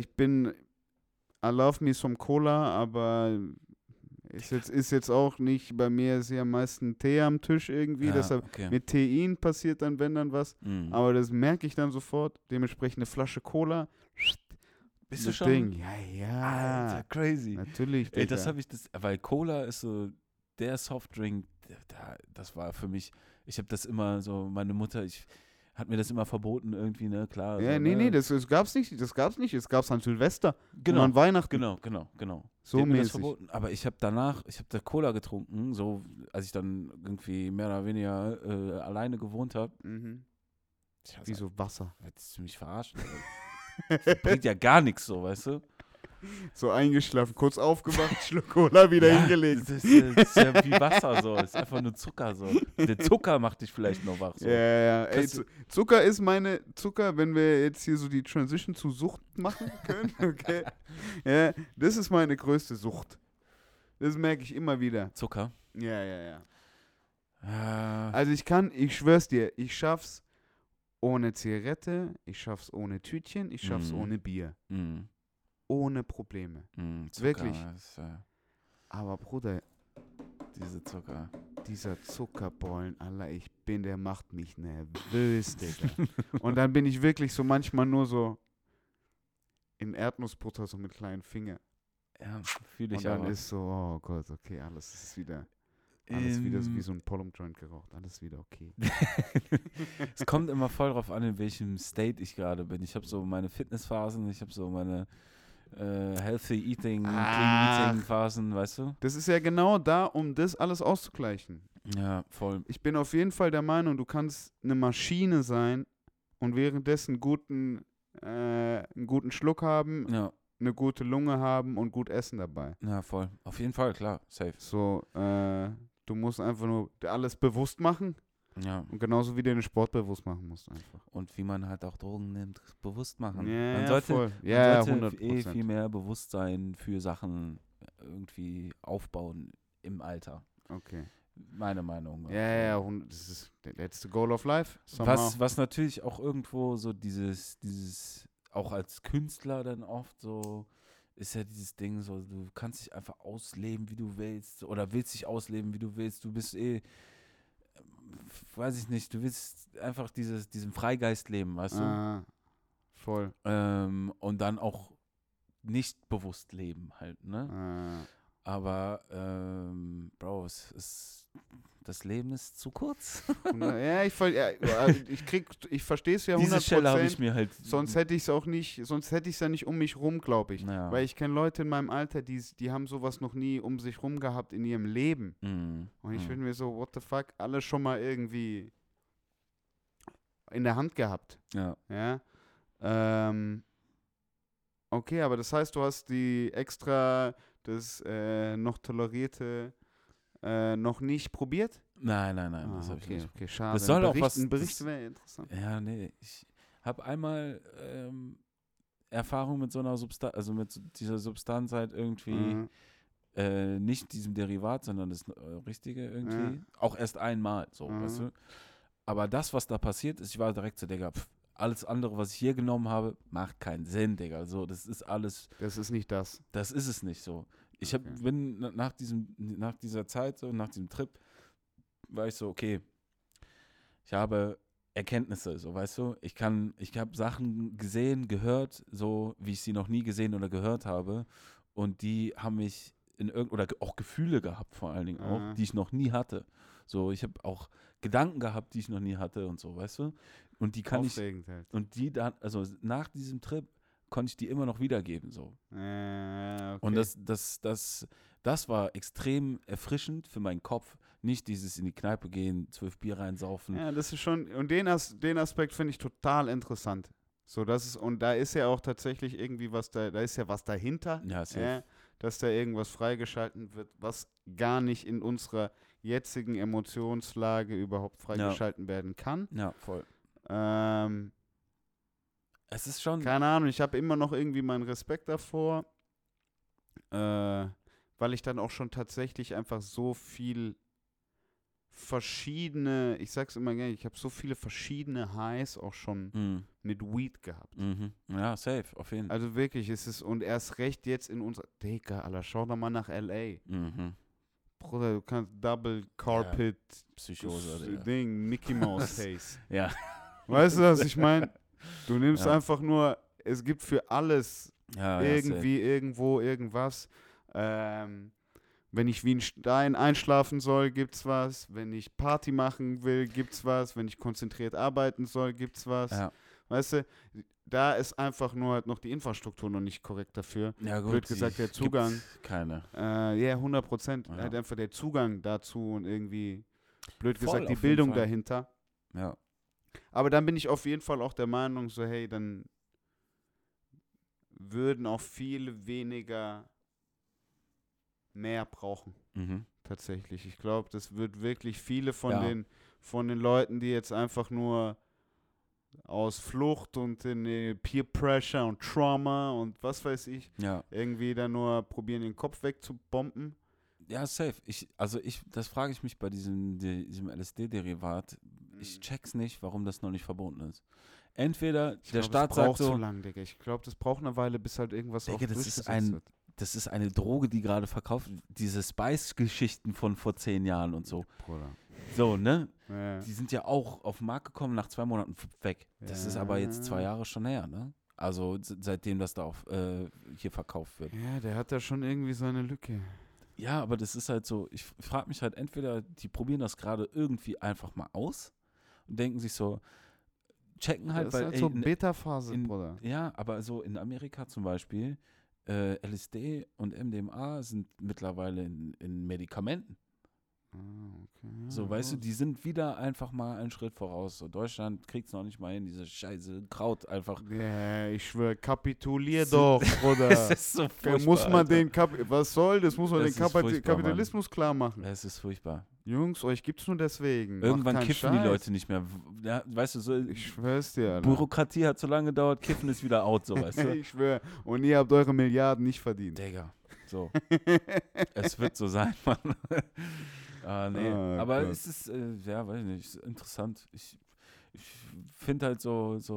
I love me some Cola, aber ist jetzt auch nicht, bei mir ist ja meistens Tee am Tisch irgendwie, Ja, deshalb okay. mit Tein passiert dann, wenn dann was, Mhm. aber das merke ich dann sofort, dementsprechend eine Flasche Cola. Bist du das schon? Ding. Ja, Alter, crazy. natürlich, Ey, Digga. weil Cola ist so der Softdrink, das war für mich, ich habe das immer so, meine Mutter, hat mir das immer verboten irgendwie, ne, klar. Ja, so, nee, ne? das gab's nicht, es gab's an Silvester Genau, und an Weihnachten. genau. So Die hat mir das mäßig. verboten. Aber ich habe da Cola getrunken, so, als ich dann irgendwie mehr oder weniger alleine gewohnt habe. Mhm. Ich Wie so Wasser. willst du mich verarschen? Das bringt ja gar nichts so, weißt du? So eingeschlafen, kurz aufgewacht, Schluck Cola wieder hingelegt. Das ist ja wie Wasser so, das ist einfach nur Zucker so. Der Zucker macht dich vielleicht noch wach so. Ja. Ey, Kannst du- Zucker, wenn wir jetzt hier so die Transition zu Sucht machen können, okay. Ja, das ist meine größte Sucht. Das merke ich immer wieder. Zucker? Ja. Ja. Also ich schwör's dir, ich schaff's ohne Zigarette, ich schaff's ohne Tütchen, ich schaff's Mhm. ohne Bier. Mhm. Ohne Probleme. Zucker, Wirklich. Ist, Aber Bruder, diese Zucker. dieser Zuckerbollen, Alter, der macht mich nervös, Digga. Und dann bin ich wirklich so manchmal nur so in Erdnussbutter, so mit kleinen Finger. Ja, fühle Und ich dann aber. ist so, oh Gott, okay, alles wieder so wie so ein Polum-Joint geraucht. Alles wieder okay. Es kommt immer voll drauf an, in welchem State ich gerade bin. Ich habe so meine Fitnessphasen, ich habe so meine Healthy Eating, Clean Eating Phasen, weißt du? Das ist ja genau da, um das alles auszugleichen. Ja, voll. Ich bin auf jeden Fall der Meinung, du kannst eine Maschine sein und währenddessen einen guten Schluck haben, Ja, eine gute Lunge haben und gut essen dabei. ja, voll. Auf jeden Fall, klar, safe. So, du musst einfach nur alles bewusst machen Ja. und genauso wie du den Sport bewusst machen musst einfach. Und wie man halt auch Drogen nimmt, bewusst machen. Ja, man ja, sollte, voll. man Ja, sollte 100%. viel mehr Bewusstsein für Sachen irgendwie aufbauen im Alter. Okay. Meine Meinung. Ja, das ist der letzte Goal of life. Somehow. Was natürlich auch irgendwo so dieses, auch als Künstler dann oft so, ist ja dieses Ding so, du kannst dich einfach ausleben, wie du willst, oder willst dich ausleben, wie du willst. Du bist weiß ich nicht, du willst einfach diesen Freigeist leben, weißt du? Voll. Und dann auch nicht bewusst leben halt, ne? Aber, Bro, das Leben ist zu kurz. Ja, ich verstehe es ja 100%. Diese Stelle habe ich mir halt. Sonst hätte ich es ja nicht um mich rum, glaube ich. Naja. Weil ich kenne Leute in meinem Alter, die haben sowas noch nie um sich rum gehabt in ihrem Leben. Und ich bin mir so, what the fuck, alles schon mal irgendwie in der Hand gehabt. Ja. Ja. Okay, aber das heißt, du hast die extra, das noch tolerierte noch nicht probiert? Nein, das habe ich nicht. Okay, schade. Das soll auch Ein Bericht wäre interessant. Ja, nee, ich habe einmal Erfahrung mit so einer Substanz, also mit dieser Substanz halt irgendwie, nicht diesem Derivat, sondern das Richtige irgendwie. Auch erst einmal, so, weißt du. Aber das, was da passiert ist, ich war direkt so, Digga, alles andere, was ich hier genommen habe, macht keinen Sinn, Digga. So, das ist alles. Das ist nicht das. Das ist es nicht so. Ich bin nach dieser Zeit, so nach diesem Trip, war ich so, okay, ich habe Erkenntnisse, so, weißt du, ich habe Sachen gesehen, gehört, so wie ich sie noch nie gesehen oder gehört habe und die haben mich oder auch Gefühle gehabt vor allen Dingen auch, die ich noch nie hatte. So, ich habe auch Gedanken gehabt, die ich noch nie hatte und so, weißt du? Und die kann ich, Halt. und die dann, also nach diesem Trip konnte ich die immer noch wiedergeben, so. Okay. Und das war extrem erfrischend für meinen Kopf. Nicht dieses in die Kneipe gehen, 12 Bier reinsaufen. Ja, das ist schon, und den Aspekt finde ich total interessant. So, und da ist ja auch tatsächlich irgendwie da ist ja was dahinter, Ja, safe. dass da irgendwas freigeschalten wird, was gar nicht in unserer jetzigen Emotionslage überhaupt freigeschalten werden kann. Ja, voll. Es ist schon. Keine Ahnung, ich habe immer noch irgendwie meinen Respekt davor, weil ich dann auch schon tatsächlich einfach so viel verschiedene, ich sag's immer gerne, ich habe so viele verschiedene Highs auch schon mit Weed gehabt. Mhm. Ja, safe, auf jeden Fall. Also wirklich, und erst recht jetzt in unserer, Digga, Alter, schau doch mal nach L.A. Mhm. Bruder, du kannst Double Carpet Psychose, Ding, Mickey Mouse Face. Ja. Weißt du, was ich meine? Du nimmst Ja. einfach nur, es gibt für alles irgendwie, safe. irgendwo, irgendwas. Wenn ich wie ein Stein einschlafen soll, gibt's was. Wenn ich Party machen will, gibt's was. Wenn ich konzentriert arbeiten soll, gibt's was. Ja. Weißt du, da ist einfach nur halt noch die Infrastruktur noch nicht korrekt dafür. Ja, gut, Blöd gesagt, der Zugang. Keine. Ja, 100%. Ja. Halt einfach der Zugang dazu und irgendwie, blöd Voll, gesagt, die auf jeden Bildung Fall. dahinter. Ja. Aber dann bin ich auf jeden Fall auch der Meinung, so hey, dann würden auch viele weniger mehr brauchen. Mhm. Tatsächlich. Ich glaube, das wird wirklich viele von Ja. den Leuten, die jetzt einfach nur aus Flucht und in Peer Pressure und Trauma und was weiß ich, Ja. irgendwie dann nur probieren, den Kopf wegzubomben. Ja, safe. Das frage ich mich bei diesem LSD-Derivat. Ich check's nicht, warum das noch nicht verboten ist. Entweder Ich der glaub, Staat das sagt braucht so, so lang, Digga. Ich glaube, das braucht eine Weile, bis halt irgendwas Digga, auch das durchgesetzt ist wird. das ist eine Droge, die gerade verkauft wird. Diese Spice-Geschichten von vor 10 Jahren und so. Bruder. So, ne? Ja. Die sind ja auch auf den Markt gekommen, nach 2 Monaten weg. Das ist aber jetzt 2 Jahre schon her, ne? Also seitdem das da hier verkauft wird. Ja, der hat da schon irgendwie seine Lücke. Ja, aber das ist halt so, ich frage mich halt entweder, die probieren das gerade irgendwie einfach mal aus und denken sich so, checken halt, Das weil ist halt so Beta-Phase, Bruder. ja, aber so in Amerika zum Beispiel, LSD und MDMA sind mittlerweile in Medikamenten. Okay. So, weißt du, die sind wieder einfach mal einen Schritt voraus. So, Deutschland kriegt es noch nicht mal hin, diese scheiße Kraut einfach. Ja, ich schwöre, kapitulier doch, Bruder. Es ist so furchtbar, Muss man Alter. was soll das? Muss man Es den ist furchtbar, Kapitalismus klar machen. Es ist furchtbar. Jungs, euch gibt's nur deswegen. Irgendwann Macht keinen kiffen die Scheiß. Leute nicht mehr. Ja, weißt du, so Ich schwör's dir, Alter. Bürokratie hat so lange gedauert, Kiffen ist wieder out, so weißt du. Ich schwöre. Und ihr habt eure Milliarden nicht verdient. Digga, so. Es wird so sein, Mann. Nee. Ah, Aber Gott. es ist, ja, weiß ich nicht, ist interessant. Ich finde halt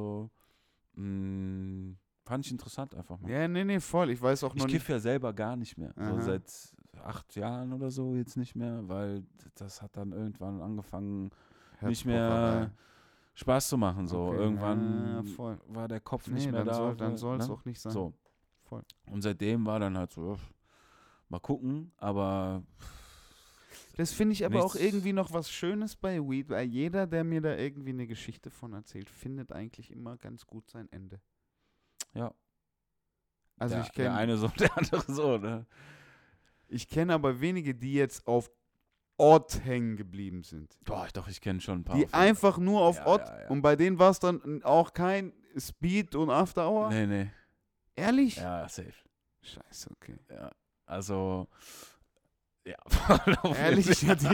fand ich interessant einfach mal. Ja, nee, voll. Ich weiß auch Ich noch nicht. kiffe ja selber gar nicht mehr. So Aha. seit 8 Jahren oder so jetzt nicht mehr, weil das hat dann irgendwann angefangen, nicht mehr Spaß zu machen. So. Okay, Irgendwann ja, voll. war der Kopf Nee, nicht mehr da. dann soll es ne? auch nicht sein. So. Voll. Und seitdem war dann halt so, mal gucken, aber Das finde ich aber auch Nichts. irgendwie noch was Schönes bei Weed, weil jeder, der mir da irgendwie eine Geschichte von erzählt, findet eigentlich immer ganz gut sein Ende. ja. Also der, ich der kenne eine so, der andere so, ne? aber wenige, die jetzt auf Ort hängen geblieben sind. Boah, doch, ich kenne schon ein paar. Die einfach nur auf Ja, Ort ja, ja. und bei denen war es dann auch kein Speed und After Hour. Nee. Ehrlich? Ja, safe. Scheiße, okay. Ja. Also, ja. Ehrlich?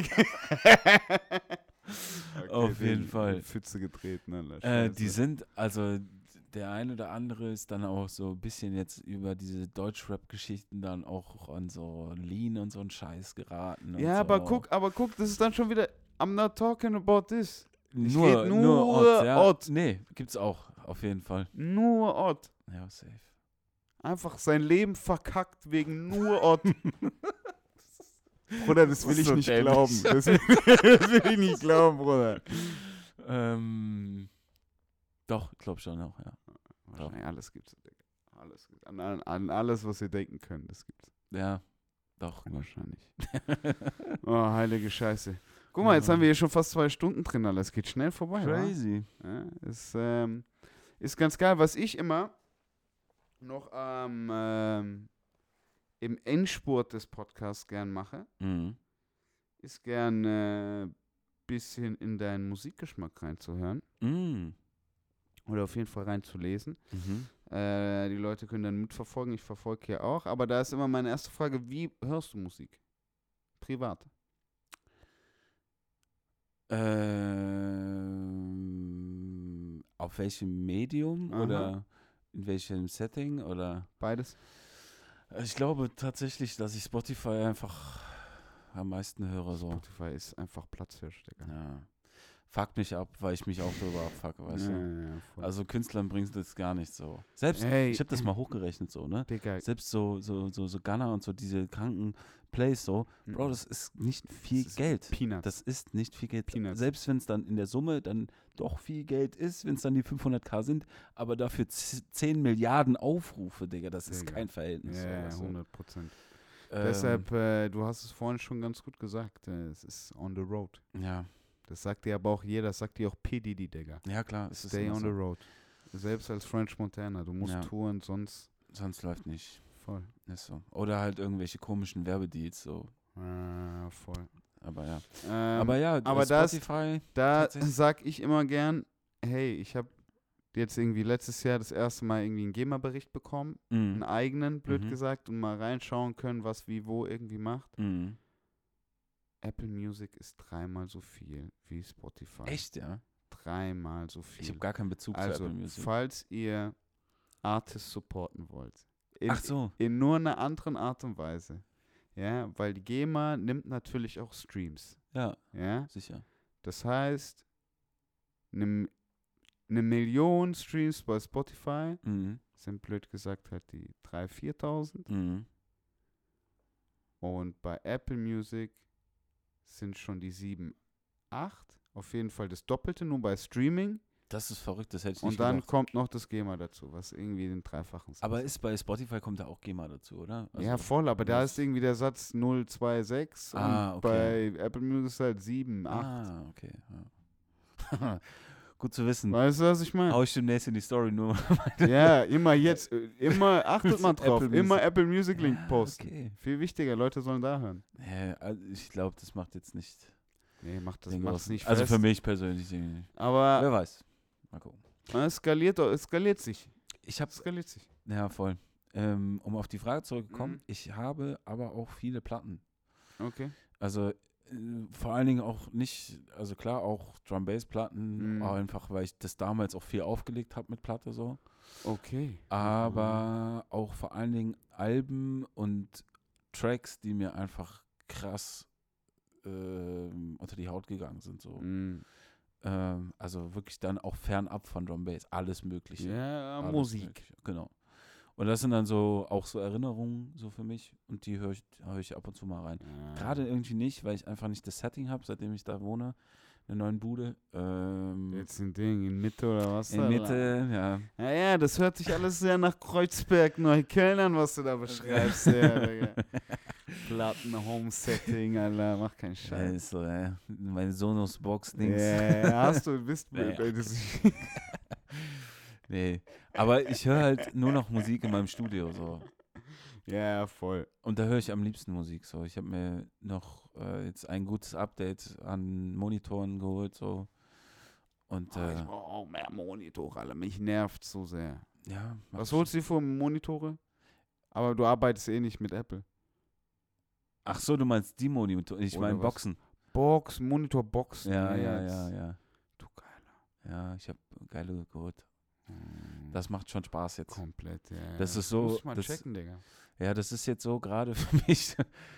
Auf jeden Fall. Pfütze getreten, Alter. Die sind, also der eine oder andere ist dann auch so ein bisschen jetzt über diese Deutschrap-Geschichten dann auch an so Lean und so einen Scheiß geraten. Und Ja, so. aber guck, das ist dann schon wieder, I'm not talking about this. nur red nur Ort, ja. Ort. Nee, gibt's auch, auf jeden Fall. Nur Ort. Ja, safe. Einfach sein Leben verkackt wegen nur Ort. Bruder, das will ist ich so nicht dämlich. glauben. Das will ich nicht glauben, Bruder. Doch, ich glaube schon auch, ja. Wahrscheinlich alles gibt's. alles. An alles, was ihr denken könnt, das gibt's. Ja, doch. Wahrscheinlich. Oh, heilige Scheiße. Guck mal, jetzt haben wir hier schon fast 2 Stunden drin, alles geht schnell vorbei. Crazy. Ja, ist ganz geil. Was ich immer noch im Endspurt des Podcasts gern mache, Mhm. ist gern bisschen in deinen Musikgeschmack reinzuhören Mhm. oder auf jeden Fall reinzulesen. Mhm. Die Leute können dann mitverfolgen, ich verfolge hier auch. Aber da ist immer meine erste Frage, wie hörst du Musik? Privat. Auf welchem Medium Aha. oder in welchem Setting oder? Beides? Ich glaube tatsächlich, dass ich Spotify einfach am meisten höre so. Spotify ist einfach Platzhirsch, Digga. Ja. Fuckt mich ab, weil ich mich auch darüber abfucke, weißt du? Ja, voll. Also Künstlern bringt das gar nicht so. Selbst, Ey. ich habe das mal hochgerechnet so, ne? Digga. Selbst so Gunner und so diese kranken Plays so, Bro, das ist nicht viel Das ist Geld. Peanuts. Das ist nicht viel Geld. Peanuts. Selbst wenn es dann in der Summe dann doch viel Geld ist, wenn es dann die 500.000 sind, aber dafür 10 Milliarden Aufrufe, Digga, das ist Digga. kein Verhältnis. so, Ja, weißt du? 100%. Deshalb, du hast es vorhin schon ganz gut gesagt, es ist on the road. Ja, Das sagt dir aber auch jeder, das sagt dir auch P. Diddy, Digga. ja klar. Es ist Stay immer on so. the road. Selbst als French Montana, du musst Ja. touren, sonst Sonst läuft nicht. voll. Ist so. Oder halt irgendwelche komischen Werbedeals so. Voll. Aber ja. Ähm, Aber ja, aber das- Spotify. Da tatsächlich- sag ich immer gern, hey, ich habe jetzt irgendwie letztes Jahr das erste Mal irgendwie einen GEMA-Bericht bekommen, einen Mhm. eigenen, blöd Mhm. gesagt, und mal reinschauen können, was wie wo irgendwie macht. Mhm. Apple Music ist 3-mal so viel wie Spotify. Echt, ja? 3-mal so viel. Ich habe gar keinen Bezug zu Also, Apple Music. falls ihr Artists supporten wollt, Ach so. in nur einer anderen Art und Weise, ja, weil die GEMA nimmt natürlich auch Streams, Ja, ja. sicher. Das heißt, eine Million Streams bei Spotify Mhm. sind blöd gesagt halt die 3.000, 4.000 Mhm. und bei Apple Music sind schon die 7, 8. Auf jeden Fall das Doppelte nur bei Streaming. Das ist verrückt, das hätte ich nicht Und dann gedacht. kommt noch das GEMA dazu, was irgendwie den Dreifachen ist. Aber ist bei Spotify kommt da auch GEMA dazu, oder? Also, Ja, voll, aber da das- ist irgendwie der Satz 0,26 Ah, und okay. bei Apple Music ist halt 7, 8. Ah, okay. Ja. Gut zu wissen. Weißt du, was ich meine? Hau ich demnächst in die Story nur. Ja, immer jetzt, immer achtet mal drauf, Apple immer Music. Apple Music Link Ja, posten. Okay. Viel wichtiger, Leute sollen da hören. Ja, also ich glaube, das macht jetzt nicht. Nee, macht das den macht's großen- nicht also fest. für mich persönlich. Wer Aber weiß. Mal gucken. es skaliert sich. Ich habe Es skaliert sich. Ja, voll. Um auf die Frage zurückzukommen, ich habe aber auch viele Platten. Okay. Also vor allen Dingen auch nicht, also klar auch Drum-Bass-Platten, Mhm. einfach weil ich das damals auch viel aufgelegt habe mit Platte so. Okay. Aber auch vor allen Dingen Alben und Tracks, die mir einfach krass unter die Haut gegangen sind. So. Mhm. Also wirklich dann auch fernab von Drum-Bass, alles Mögliche. Ja, Alles Musik. Mögliche, genau. Und das sind dann so auch so Erinnerungen so für mich und die hör ich ab und zu mal rein. Gerade irgendwie nicht, weil ich einfach nicht das Setting habe, seitdem ich da wohne, in der neuen Bude. Jetzt ein Ding in Mitte oder was? In da? Mitte, ja. Ja, das hört sich alles sehr nach Kreuzberg, Neukölln an, was du da beschreibst. Ja, Digga. Platten-Home-Setting, Alter, mach keinen Ja, Scheiß. ist so, meine Sonos-Box-Dings. Ja, hast du, bist Ja, ja. das- Nee, aber ich höre halt nur noch Musik in meinem Studio so. Ja, voll. Und da höre ich am liebsten Musik so. Ich habe mir noch jetzt ein gutes Update an Monitoren geholt so. Und Ich brauche auch mehr Monitore, Alter. Mich nervt so sehr. ja. Was holst du dir für Monitore? Aber du arbeitest eh nicht mit Apple. Ach so, du meinst die Monitore, ich Oder meine was? Boxen. Monitorboxen. Ja. jetzt. Du Geiler. Ja, ich habe geile geholt. Hm, Das macht schon Spaß jetzt. komplett, ja. Das ist so- Muss ich mal das- checken, Digga. Ja, das ist jetzt so gerade für mich.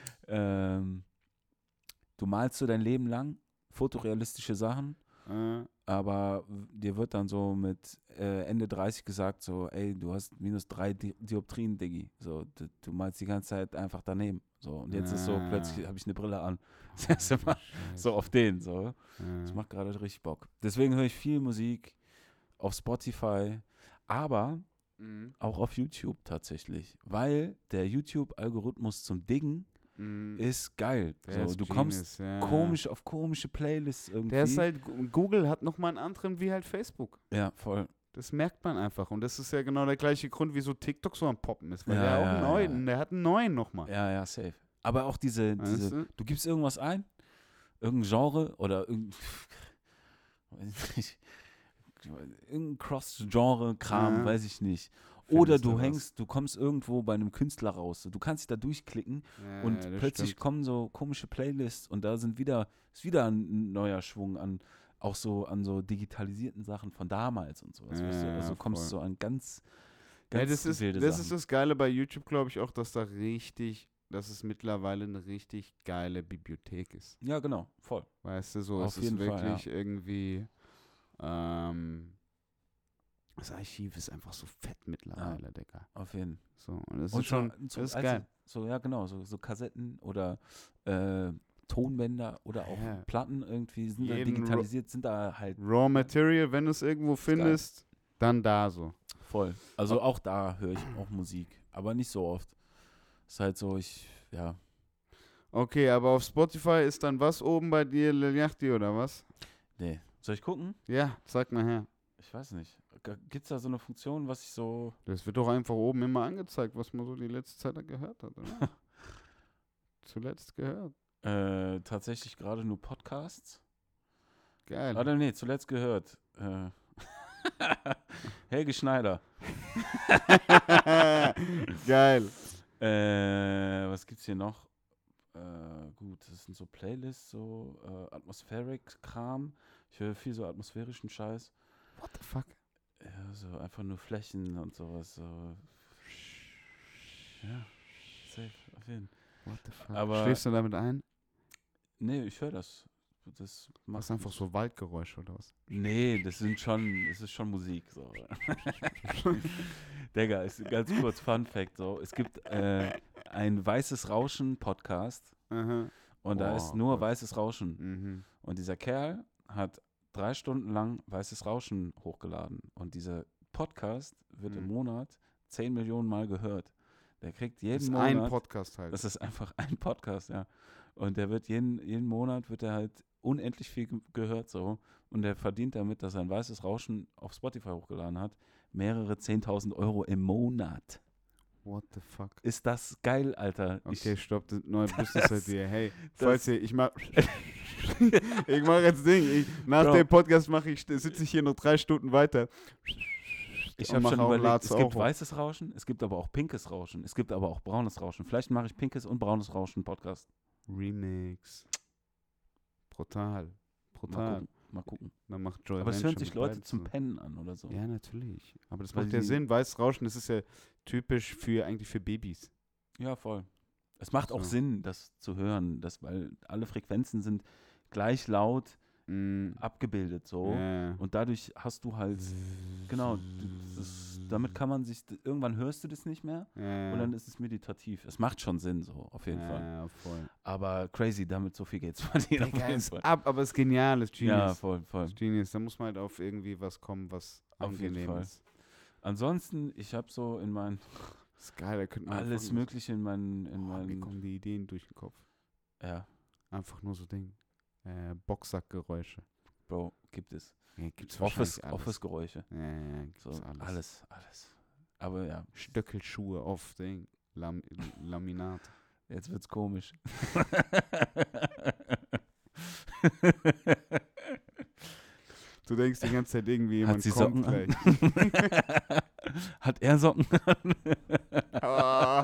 Du malst so dein Leben lang fotorealistische Sachen, aber dir wird dann so mit Ende 30 gesagt, so, ey, du hast -3 Dioptrien, Diggi. So, du malst die ganze Zeit einfach daneben. So, und jetzt ist so, Ah. plötzlich habe ich eine Brille an. Das erste Mal so auf den, so. Das macht gerade richtig Bock. Deswegen höre ich viel Musik auf Spotify. Aber Mhm. auch auf YouTube tatsächlich, weil der YouTube-Algorithmus zum Diggen Mhm. ist geil. Der So, ist du Genius, kommst ja. auf komische Playlists irgendwie. Der ist halt, Google hat nochmal einen anderen wie halt Facebook. Ja, voll. Das merkt man einfach. Und das ist ja genau der gleiche Grund, wieso TikTok so am Poppen ist. Weil Ja, der auch ja, einen neuen, der hat einen neuen nochmal. Ja, ja, safe. Aber auch diese, Weißt du? du gibst irgendwas ein, irgendein Genre oder irgendein Cross-Genre-Kram, Ja. weiß ich nicht. Findest Oder du was? du kommst irgendwo bei einem Künstler raus. Du kannst dich da durchklicken Ja, und das plötzlich stimmt. kommen so komische Playlists und da ist wieder ein neuer Schwung an, auch so an so digitalisierten Sachen von damals und sowas. Weißt du? Ja, Also kommst voll. du so an ganz Ja, das ist wilde das Sachen. ist das Geile bei YouTube, glaube ich, auch, dass dass es mittlerweile eine richtig geile Bibliothek ist. Ja, genau, voll. Weißt du, so Auf es ist jeden Fall, wirklich irgendwie, das Archiv ist einfach so fett mittlerweile, Digga. Auf jeden Fall. So, und das Und ist schon, so, das ist also, geil. So, ja, genau, so Kassetten oder Tonbänder oder auch Ja. Platten irgendwie sind da Jeden digitalisiert, sind da halt Raw Material, wenn du es irgendwo findest, dann da so. voll. Also auch da höre ich auch Musik, aber nicht so oft. Ist halt so, ja. Okay, aber auf Spotify ist dann was oben bei dir, Lil Yachty, oder was? Nee. Soll ich gucken? Ja, zeig mal her. Ich weiß nicht. Gibt es da so eine Funktion, was ich so. Das wird doch einfach oben immer angezeigt, was man so die letzte Zeit gehört hat, oder? Zuletzt gehört. Tatsächlich gerade nur Podcasts. Geil. Warte, nee, zuletzt gehört. Helge Schneider. Geil. Was gibt's hier noch? Gut, das sind so Playlists, so Atmospheric-Kram. Ich höre viel so atmosphärischen Scheiß. What the fuck? Ja, so einfach nur Flächen und sowas. So. Ja, safe, auf jeden Fall. What the fuck? Aber- Schläfst du damit ein? Nee, ich höre das. Das Das macht ist einfach so Waldgeräusche oder was? Nee, das ist schon Musik. So. Digga, ist ganz kurz, Fun Fact. So. Es gibt ein Weißes Rauschen-Podcast Aha. und da Oh ist nur Gott. Weißes Rauschen. Mhm. Und dieser Kerl hat 3 Stunden lang Weißes Rauschen hochgeladen. Und dieser Podcast wird im Mhm. Monat 10 Millionen Mal gehört. Der kriegt Das jeden ist Monat. ein Podcast halt. Das ist einfach ein Podcast, ja. Und der wird jeden Monat wird er halt unendlich viel gehört so. Und der verdient damit, dass er ein Weißes Rauschen auf Spotify hochgeladen hat, mehrere 10.000 Euro im Monat. What the fuck? Ist das geil, Alter? Okay, stopp, das neue Business-Idee. Hey, das- falls ihr, ich mach jetzt Ding. Nach Bro. dem Podcast sitze ich hier noch 3 Stunden weiter. Ich Und habe mach schon auch überlegt, Lad's es gibt auch hoch. weißes Rauschen, es gibt aber auch pinkes Rauschen, es gibt aber auch braunes Rauschen. Vielleicht mache ich pinkes und braunes Rauschen Podcast. Remix. Brutal. Mal gucken. Dann macht Joel Aber es Manchin hören sich mit Leute beiden zum zusammen. Pennen an oder so. Ja, natürlich. Aber das Weil macht ja die- Sinn. Weißes Rauschen, das ist ja typisch eigentlich für Babys. Ja, voll. Es macht auch So. Sinn, das zu hören, weil alle Frequenzen sind gleich laut Mm. abgebildet so. Ja. Und dadurch hast du halt, genau, damit kann man sich, irgendwann hörst du das nicht mehr Ja. und dann ist es meditativ. Es macht schon Sinn so, auf jeden Fall. Ja, voll. Aber crazy, damit so viel Geld verdienen. Auf Digga, jeden ist Fall. ab, aber es ist genial, ist Genius. Ja, voll. Ist Genius. Da muss man halt auf irgendwie was kommen, was Auf jeden angenehm Fall. ist. Ansonsten, ich habe so in meinen, Das ist geil, da könnte man alles einfach- Mögliche in meinen, Mir kommen die Ideen durch den Kopf. ja, Einfach nur so Ding. Boxsackgeräusche. Bro, gibt es. Ja, gibt's wahrscheinlich alles. Office-Geräusche. Ja, gibt's So, alles. alles. Aber ja, Stöckelschuhe auf Ding. Laminat. jetzt wird's komisch. Du denkst die ganze Zeit irgendwie, Hat jemand sie kommt Socken an? gleich. Hat er Socken an? Ah.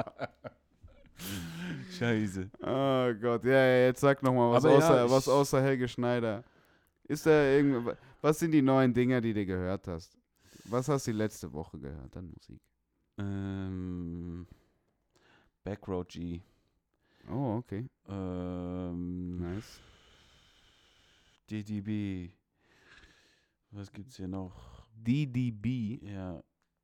Scheiße. Oh Gott, ja, jetzt sag nochmal, Aber ja, was außer Helge Schneider. Ist da was sind die neuen Dinger, die du gehört hast? Was hast du die letzte Woche gehört an Musik? Backroad G. Oh, okay. Ähm, Nice. DDB. Was gibt's hier noch? DDB. Ja,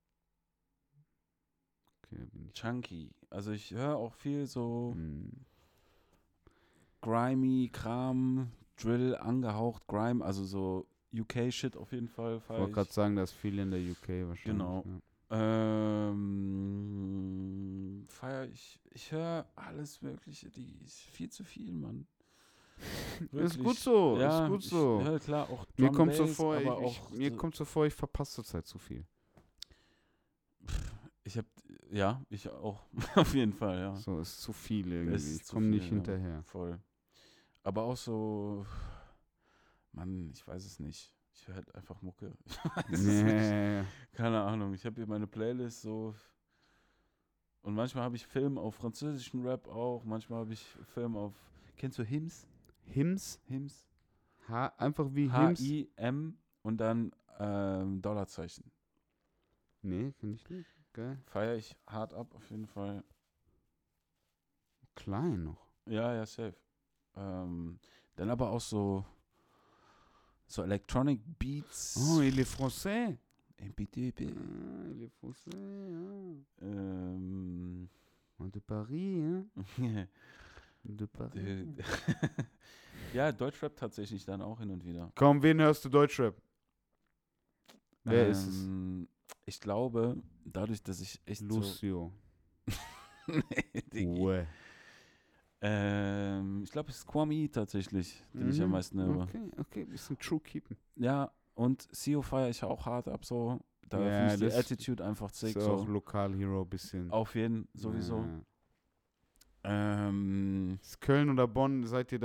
Okay, bin ich. Chunky. Also ich höre auch viel so Hm. grimy Kram, Drill angehaucht, Grime, also so UK-Shit auf jeden Fall. Ich wollte gerade sagen, da ist viel in der UK wahrscheinlich. Genau. Feier ich höre alles Mögliche, die ist viel zu viel, Mann. Ist gut Wirklich. so, Ja, ist gut ich so. höre klar auch Mir Drum kommt so Bass, vor, aber auch mir so, kommt so vor, ich verpasse zurzeit zu viel. ich habe, ja, ich auch, auf jeden Fall, ja. So, ist zu viel irgendwie. Es ist Ich zu komme nicht viel, ja, hinterher. voll. Aber auch so, Mann, ich weiß es nicht. Ich höre halt einfach Mucke. Ich weiß es nicht. Nee. Keine Ahnung. Ich habe hier meine Playlist so. Und manchmal habe ich Film auf französischen Rap auch. Manchmal habe ich Film auf. Kennst du Hims? Hims? Hims? Einfach wie Hims? H-I-M und dann Dollarzeichen. Nee, kenn ich nicht. Geil. Feiere ich hart ab, auf jeden Fall. Klein noch. Ja, ja, safe. Dann aber auch so Electronic Beats. Oh, il est français. Bitte. Ah, il est français, ja. Ähm, Und de Paris, hein? De Paris. ja, Deutschrap tatsächlich dann auch hin und wieder. Komm, wen hörst du Deutschrap? Wer ist es? Ich glaube, dadurch, dass ich echt Lucio. so... nee, Diggi. Uwe. Ich glaube, es ist Kwame tatsächlich, den ich am meisten höre. Okay, bisschen True Keepen. Ja, und CEO feiere ich auch hart ab so. Da Ja, finde ich die das Attitude einfach zick. Ist So. auch Lokal-Hero bisschen. Auf jeden, sowieso. Ja. Ist Köln oder Bonn,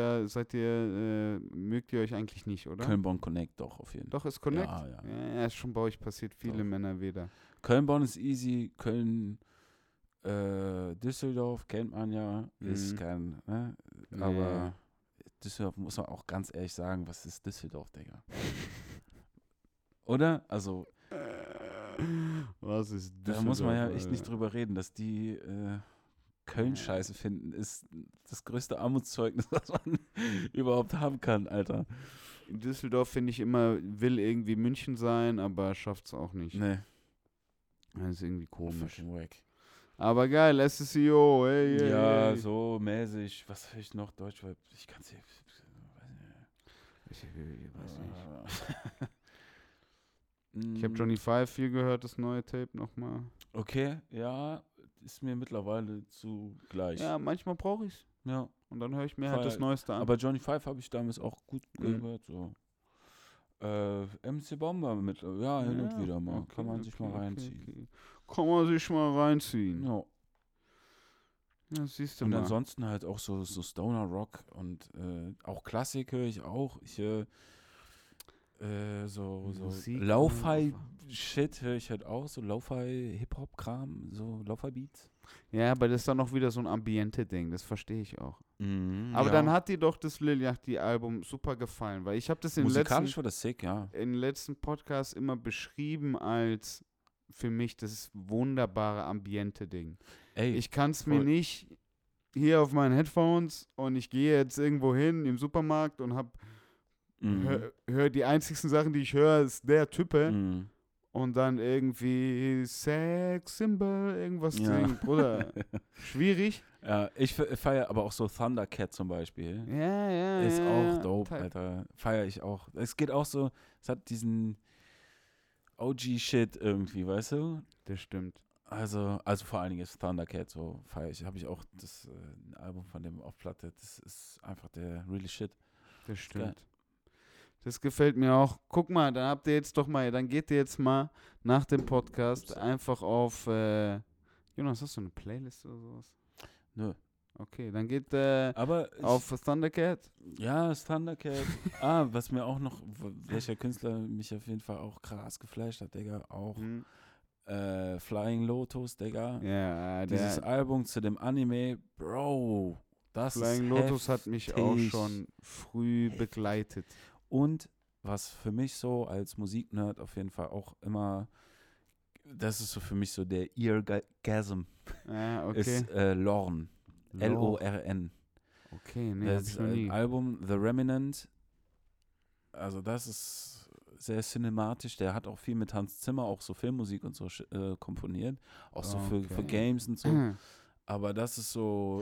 mögt ihr euch eigentlich nicht, oder? Köln-Bonn Connect doch, auf jeden Fall. Doch, ist Connect? Ja, ja. Ja, ist schon bei euch passiert, viele Doch. Männer wieder. Köln-Bonn ist easy, Köln, Düsseldorf kennt man ja, ist kein, ne? Aber Düsseldorf muss man auch ganz ehrlich sagen, was ist Düsseldorf, Digga? Oder? Also, Was ist da muss man ja echt nicht drüber reden, dass die Köln scheiße finden, ist das größte Armutszeugnis, was man überhaupt haben kann, Alter. In Düsseldorf finde ich immer, will irgendwie München sein, aber schafft es auch nicht. Nee. Das ist irgendwie komisch. Fucking wack. Aber geil, SSEO, hey. Ja, so mäßig. Was höre ich noch? Deutsch, weil ich kann es hier. Ich weiß nicht. nicht. Ich habe Johnny Five viel gehört, das neue Tape nochmal. Okay, ja, ist mir mittlerweile zu gleich. Ja, manchmal brauche ich Ja. und dann höre ich mir halt das Neueste an. Aber Johnny Five habe ich damals auch gut gehört. So. MC Bomber mit, ja, hin und wieder mal. Okay, Kann man sich mal reinziehen. Okay. Kann man sich mal reinziehen. Ja. Ja, siehst du Und mal. ansonsten halt auch so Stoner Rock und auch Klassik höre ich auch. Ich höre so Musik, Lo-Fi-Shit höre ich halt auch. So Lo-Fi-Hip-Hop-Kram, so Lo-Fi-Beats. Ja, aber das ist dann noch wieder so ein Ambiente-Ding, das verstehe ich auch. Aber ja. dann hat dir doch das Lil Yachty-Album super gefallen, weil ich habe das Musikalisch war das sick, ja. in den letzten Podcast immer beschrieben als für mich das wunderbare Ambiente-Ding. Ey, Ich kann es mir nicht hier auf meinen Headphones und ich gehe jetzt irgendwo hin im Supermarkt und hör die einzigsten Sachen, die ich höre, ist der Type und dann irgendwie Sex Symbol, irgendwas singen. Bruder, schwierig. Ja, ich feiere aber auch so Thundercat zum Beispiel. Ja. Ist auch dope, Alter. Feiere ich auch. Es geht auch so, es hat diesen OG-Shit irgendwie, weißt du? Das stimmt. Also vor allen Dingen ist Thundercat so feiere ich. Habe ich auch das Album von dem auf Platte. Das ist einfach der really shit. Das stimmt. Das gefällt mir auch. Guck mal, dann geht ihr jetzt mal nach dem Podcast einfach auf Jonas, hast du eine Playlist oder sowas? Nö. Okay, dann geht aber auf Thundercat. Ja, das Thundercat. Was mir auch noch, welcher Künstler mich auf jeden Fall auch krass geflasht hat, Digga, auch Flying Lotus, Digga. Ja, dieses Album zu dem Anime, Bro, das Flying ist Lotus hat mich auch schon früh begleitet. Und was für mich so als Musiknerd auf jeden Fall auch immer, das ist so für mich so der Eargasm, ist Lorn. L-O-R-N. Okay, nee, das ist ein Album, The Remnant. Also das ist sehr cinematisch. Der hat auch viel mit Hans Zimmer, auch so Filmmusik und so komponiert. Auch so für Games und so. Aber das ist so...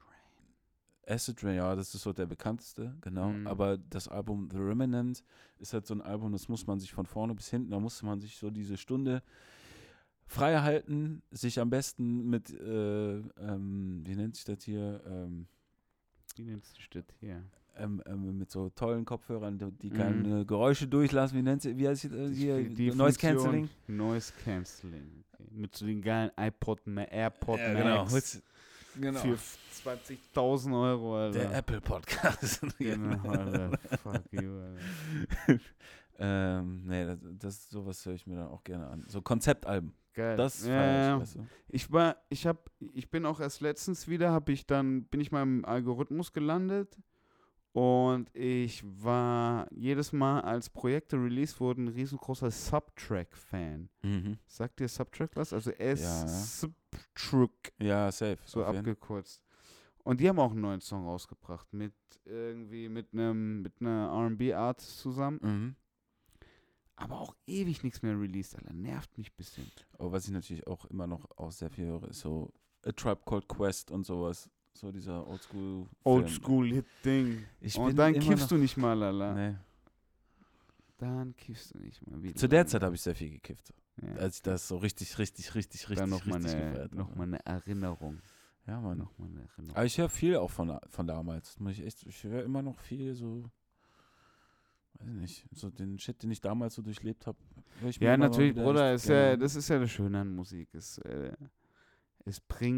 Acid Rain, ja, das ist so der bekannteste, genau. Aber das Album The Remnant ist halt so ein Album, das muss man sich von vorne bis hinten, da musste man sich so diese Stunde frei halten, sich am besten mit, wie nennt sich das hier, Wie nennst du das hier? mit so tollen Kopfhörern, die keine Geräusche durchlassen, wie heißt das hier, Die Noise Funktion Cancelling. Noise Cancelling. Okay. Mit so den geilen AirPod Genau. Max Genau. für 20.000 Euro, Alter. Der Apple Podcast. Genau, Alter. Fuck you, Alter. Nee, sowas höre ich mir dann auch gerne an. So Konzeptalben. Geil. Das ja, feier ich, weißt du? Ich bin auch erst letztens wieder, bin ich mal im Algorithmus gelandet und ich war jedes Mal, als Projekte released wurden, ein riesengroßer Subtrack-Fan. Mhm. Sagt dir Subtrack was? Also Ja. Subtrack, Ja, safe. so auf jeden. abgekürzt. Und die haben auch einen neuen Song rausgebracht mit einer R&B-Artist zusammen. Mhm. Aber auch ewig nichts mehr released, Alter. Nervt mich ein bisschen. Aber was ich natürlich auch immer noch sehr viel höre, ist so A Tribe Called Quest und sowas. So dieser Oldschool. Oldschool-Hit-Ding. Und dann kiffst du nicht mal, Alter. Nee. Dann kiffst du nicht mal wieder. Zu der Zeit habe ich sehr viel gekifft. Ja. Als ich das so richtig Dann noch mal gefeiert noch habe. mal eine Erinnerung. Ja, Mann. Noch mal eine Erinnerung. Aber ich höre viel auch von damals. Ich höre immer noch viel so, weiß ich nicht, so den Shit, den ich damals so durchlebt habe. Ja, natürlich, Bruder. Das ist ja das Schöne an Musik. Es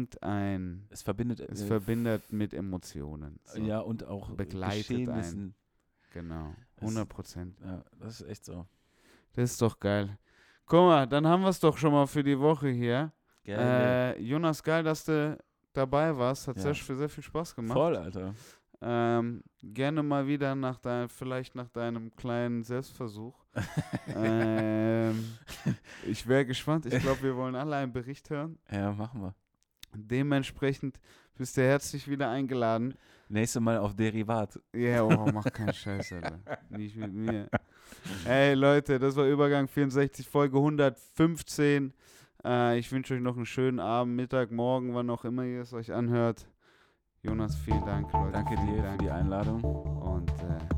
verbindet mit Emotionen. So. Ja, und auch Begleitet Geschehnissen. Genau, 100%. Ja, das ist echt so. Das ist doch geil. Guck mal, dann haben wir es doch schon mal für die Woche hier. Geil. Jonas, geil, dass du dabei warst. Hat Ja. sehr viel Spaß gemacht. Voll, Alter. Gerne mal wieder vielleicht nach deinem kleinen Selbstversuch. Ich wäre gespannt. Ich glaube, wir wollen alle einen Bericht hören. Ja, machen wir. Dementsprechend bist du herzlich wieder eingeladen. Nächstes Mal auf Derivat. Ja, oh, mach keinen Scheiß, Alter. Nicht mit mir. Hey, Leute, das war Übergang 64, Folge 115. Ich wünsche euch noch einen schönen Abend, Mittag, Morgen, wann auch immer ihr es euch anhört. Jonas, vielen Dank, Leute. Danke dir für die Einladung. Und